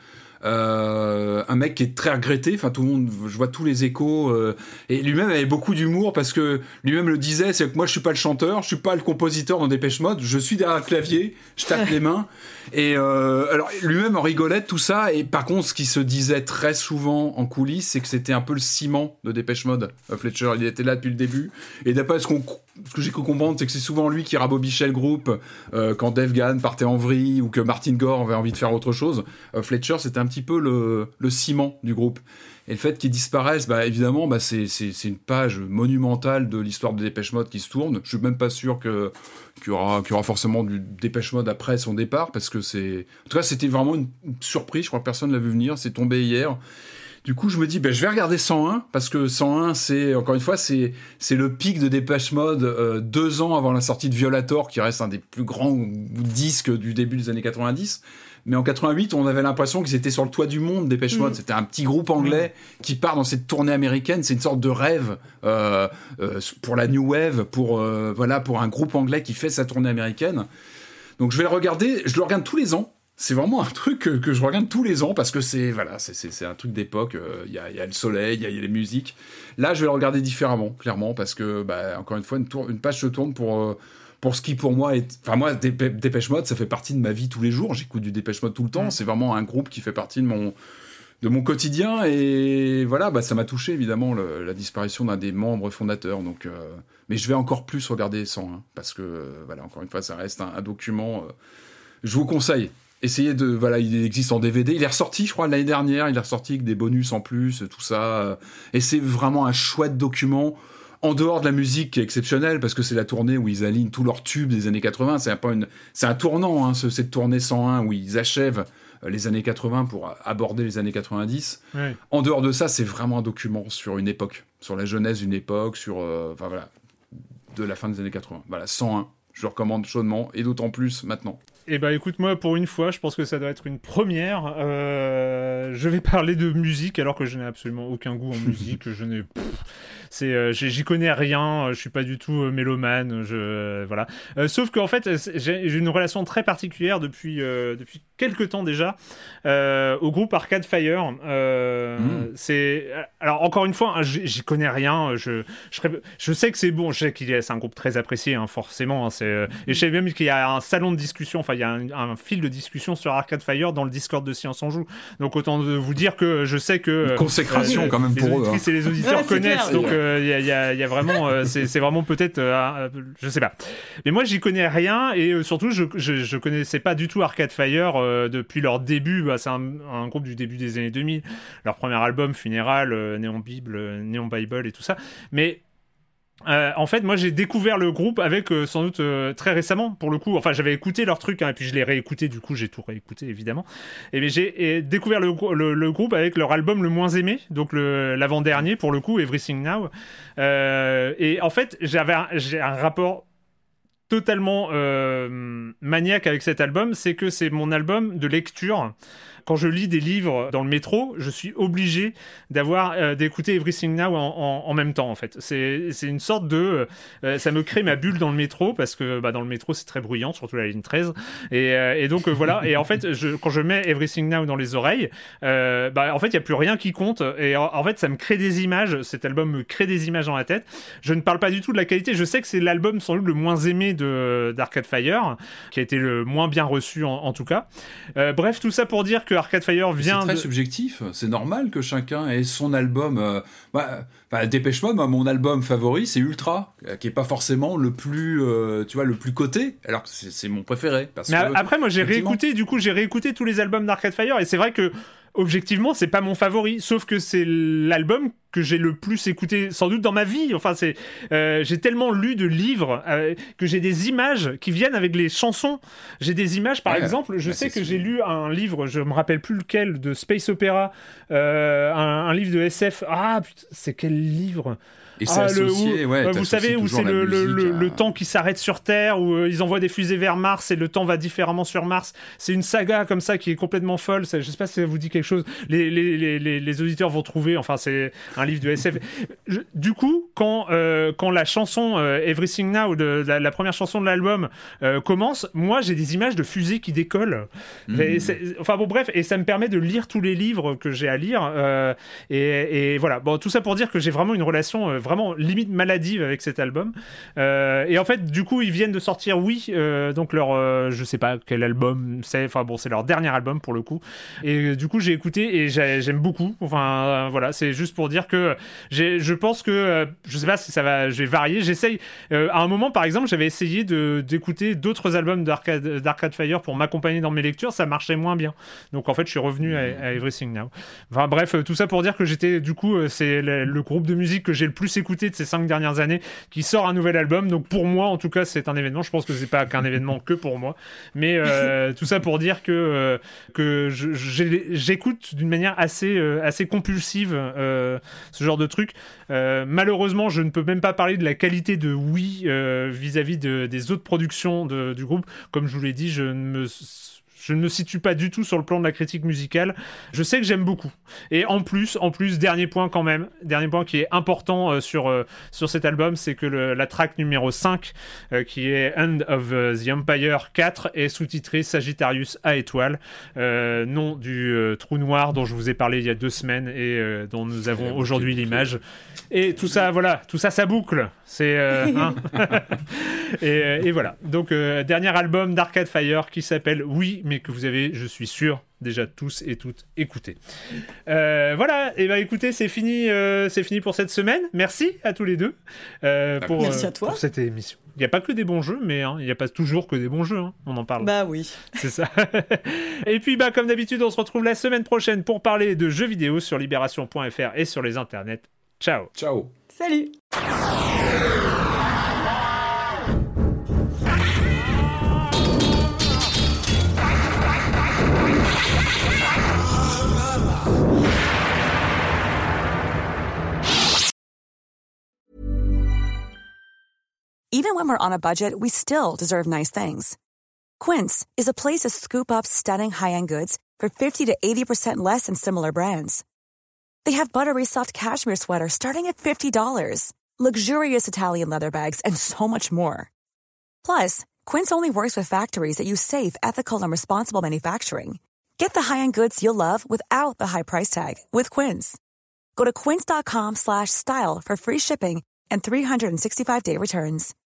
Euh, un mec qui est très regretté, enfin tout le monde, je vois tous les échos, euh, et lui-même avait beaucoup d'humour parce que lui-même le disait, c'est que moi je suis pas le chanteur, je suis pas le compositeur dans Depeche Mode, je suis derrière le clavier, je tape les mains, et euh, alors lui-même en rigolait de tout ça, et par contre ce qui se disait très souvent en coulisses, c'est que c'était un peu le ciment de Depeche Mode. euh, Fletcher, il était là depuis le début, et d'après ce qu'on ce que j'ai cru comprendre, c'est que c'est souvent lui qui rabobichait le groupe euh, quand Dave Gahan partait en vrille ou que Martin Gore avait envie de faire autre chose. Euh, Fletcher, c'était un petit peu le, le ciment du groupe. Et le fait qu'il disparaisse, bah, évidemment, bah, c'est, c'est, c'est une page monumentale de l'histoire de Depeche Mode qui se tourne. Je suis même pas sûr que, qu'il y aura, qu'il y aura forcément du Depeche Mode après son départ, parce que c'est... En tout cas, c'était vraiment une surprise. Je crois que personne ne l'a vu venir. C'est tombé hier. Du coup, je me dis, ben, je vais regarder cent un, parce que cent un, c'est, encore une fois, c'est, c'est le pic de Depeche Mode, euh, deux ans avant la sortie de Violator, qui reste un des plus grands disques du début des années quatre-vingt-dix. Mais en quatre-vingt-huit, on avait l'impression qu'ils étaient sur le toit du monde, Depeche Mode. Mmh. C'était un petit groupe anglais mmh. qui part dans cette tournée américaine. C'est une sorte de rêve euh, euh, pour la New Wave, pour, euh, voilà, pour un groupe anglais qui fait sa tournée américaine. Donc je vais le regarder, je le regarde tous les ans. C'est vraiment un truc que, que je regarde tous les ans parce que c'est, voilà, c'est, c'est, c'est un truc d'époque. Il euh, y, y a le soleil, il y, y a les musiques. Là, je vais le regarder différemment, clairement, parce que, bah, encore une fois, une, tour, une page se tourne pour, euh, pour ce qui, pour moi, est... Enfin, moi, Depeche Mode, ça fait partie de ma vie tous les jours. J'écoute du Depeche Mode tout le temps. Mmh. C'est vraiment un groupe qui fait partie de mon, de mon quotidien. Et voilà, bah, ça m'a touché, évidemment, le, la disparition d'un des membres fondateurs. Donc, euh... Mais je vais encore plus regarder cent un, parce que, euh, voilà, encore une fois, ça reste un, un document... Euh... Je vous conseille. Essayez de... Voilà, il existe en D V D. Il est ressorti, je crois, l'année dernière. Il est ressorti avec des bonus en plus, tout ça. Et c'est vraiment un chouette document, en dehors de la musique qui est exceptionnelle, parce que c'est la tournée où ils alignent tous leurs tubes des années quatre-vingts. C'est un, peu une... c'est un tournant, hein, ce, cette tournée cent un, où ils achèvent les années quatre-vingts pour aborder les années quatre-vingt-dix. Ouais. En dehors de ça, c'est vraiment un document sur une époque, sur la jeunesse d'une époque, sur... Euh, enfin, voilà, de la fin des années quatre-vingts. Voilà, cent un. Je le recommande chaudement, et d'autant plus maintenant. Eh ben écoute, moi pour une fois, je pense que ça doit être une première. Euh, je vais parler de musique alors que je n'ai absolument aucun goût en musique. je n'ai, pff, c'est, euh, j'y connais rien. Je suis pas du tout euh, mélomane. Je, euh, voilà. Euh, sauf qu'en fait, j'ai, j'ai une relation très particulière depuis euh, depuis quelques temps déjà euh, au groupe Arcade Fire. Euh, mmh. C'est alors encore une fois, hein, j'y, j'y connais rien. Je, je je sais que c'est bon. Je sais qu'il est, c'est un groupe très apprécié, hein, forcément. Hein, c'est, euh, et je sais même qu'il y a un salon de discussion. Enfin, il y a un, un fil de discussion sur Arcade Fire dans le Discord de Science en Joue. Donc autant de vous dire que je sais que une consécration euh, quand même les pour eux. Hein. Et les auditeurs ouais, connaissent. Clair, donc il euh, y, y, a, y a vraiment, euh, c'est, c'est vraiment peut-être, euh, je sais pas. Mais moi j'y connais rien et euh, surtout je, je je connaissais pas du tout Arcade Fire euh, depuis leur début. Bah, c'est un, un groupe du début des années deux mille. Leur premier album Funéral, euh, Néon Bible, euh, Néon Bible et tout ça. Mais Euh, en fait, moi, j'ai découvert le groupe avec euh, sans doute euh, très récemment, pour le coup. Enfin, j'avais écouté leur truc, hein, et puis je l'ai réécouté. Du coup, j'ai tout réécouté, évidemment. Et mais j'ai et découvert le, le, le groupe avec leur album le moins aimé, donc le, l'avant-dernier pour le coup, Everything Now. Euh, et en fait, j'avais un, j'ai un rapport totalement euh, maniaque avec cet album, c'est que c'est mon album de lecture. Quand je lis des livres dans le métro, je suis obligé d'avoir euh, d'écouter Everything Now en, en, en même temps en fait. C'est c'est une sorte de euh, ça me crée ma bulle dans le métro parce que bah dans le métro c'est très bruyant, surtout la ligne treize et euh, et donc euh, voilà et en fait je quand je mets Everything Now dans les oreilles, euh, bah en fait il y a plus rien qui compte et en, en fait ça me crée des images. Cet album me crée des images dans la tête. Je ne parle pas du tout de la qualité. Je sais que c'est l'album sans doute le moins aimé de d'Arcade Fire, qui a été le moins bien reçu en, en tout cas. Euh, bref, tout ça pour dire que Arcade Fire vient. C'est très de... subjectif. C'est normal que chacun ait son album. Euh, bah, bah, Dépêche Mode, moi, mon album favori, c'est Ultra, qui est pas forcément le plus, euh, tu vois, le plus coté. Alors que c'est, c'est mon préféré. Parce Mais que, après, moi, j'ai réécouté. Du coup, j'ai réécouté tous les albums d'Arcade Fire, et c'est vrai que objectivement, c'est pas mon favori, sauf que c'est l'album que j'ai le plus écouté sans doute dans ma vie. Enfin, c'est, euh, j'ai tellement lu de livres euh, que j'ai des images qui viennent avec les chansons. J'ai des images, par ouais, exemple, je bah sais que sûr. J'ai lu un livre, je me rappelle plus lequel, de Space Opera, euh, un, un livre de S F. Ah, putain, c'est quel livre ? Et c'est ah, associé, le, où, ouais, euh, vous savez, où c'est le, le, le, à... le temps qui s'arrête sur Terre, où euh, ils envoient des fusées vers Mars et le temps va différemment sur Mars. C'est une saga comme ça qui est complètement folle. Ça, je sais pas si ça vous dit quelque chose. Les, les, les, les, les auditeurs vont trouver. Enfin, c'est un livre de S F. Je, du coup, quand, euh, quand la chanson euh, Everything Now, de, la, la première chanson de l'album, euh, commence, moi, j'ai des images de fusées qui décollent. Mmh. Et enfin bon, bref, et ça me permet de lire tous les livres que j'ai à lire. Euh, et, et voilà. Bon, tout ça pour dire que j'ai vraiment une relation euh, vraiment limite maladive avec cet album. Euh, et en fait, du coup, ils viennent de sortir, oui, euh, donc leur, euh, je sais pas quel album c'est, enfin bon, c'est leur dernier album pour le coup. Et du coup, j'ai écouté et j'ai, j'aime beaucoup. Enfin, euh, voilà, c'est juste pour dire que j'ai, je pense que, euh, je sais pas si ça va, je vais varier. J'essaye, euh, à un moment, par exemple, j'avais essayé de, d'écouter d'autres albums d'Arcade, d'Arcade Fire pour m'accompagner dans mes lectures, ça marchait moins bien. Donc en fait, je suis revenu à, à Everything Now. Enfin bref, tout ça pour dire que j'étais, du coup, c'est le, le groupe de musique que j'ai le plus écouté de ces cinq dernières années qui sort un nouvel album. Donc pour moi, en tout cas, c'est un événement. Je pense que c'est pas qu'un événement que pour moi, mais euh, tout ça pour dire que euh, que je, j'écoute d'une manière assez euh, assez compulsive euh, ce genre de truc. Euh, malheureusement, je ne peux même pas parler de la qualité de Oui euh, vis-à-vis de, des autres productions de, du groupe. Comme je vous l'ai dit, je ne me Je ne me situe pas du tout sur le plan de la critique musicale. Je sais que j'aime beaucoup. Et en plus, en plus, dernier point quand même, dernier point qui est important euh, sur, euh, sur cet album, c'est que le, la track numéro cinq, euh, qui est End of the Empire quatre, est sous-titrée Sagittarius à étoile, euh, nom du euh, trou noir dont je vous ai parlé il y a deux semaines et euh, dont nous avons aujourd'hui l'image. Et tout ça, voilà, tout ça, ça boucle. C'est... Euh, hein et, euh, et voilà. Donc, euh, dernier album d'Arcade Fire qui s'appelle Oui, mais que vous avez, je suis sûr, déjà tous et toutes écouté. Euh, voilà, et bah écoutez, c'est fini, euh, c'est fini pour cette semaine. Merci à tous les deux euh, pour, Merci à toi. pour cette émission. Il n'y a pas que des bons jeux, mais hein, il n'y a pas toujours que des bons jeux, hein, on en parle. Bah oui. C'est ça. Et puis, bah, comme d'habitude, on se retrouve la semaine prochaine pour parler de jeux vidéo sur libération point f r et sur les internets. Ciao. Ciao. Salut. Even when we're on a budget, we still deserve nice things. Quince is a place to scoop up stunning high-end goods for fifty to eighty percent less than similar brands. They have buttery soft cashmere sweaters starting at fifty dollars, luxurious Italian leather bags, and so much more. Plus, Quince only works with factories that use safe, ethical, and responsible manufacturing. Get the high-end goods you'll love without the high price tag with Quince. Go to quince dot com slash style for free shipping and three sixty-five day returns.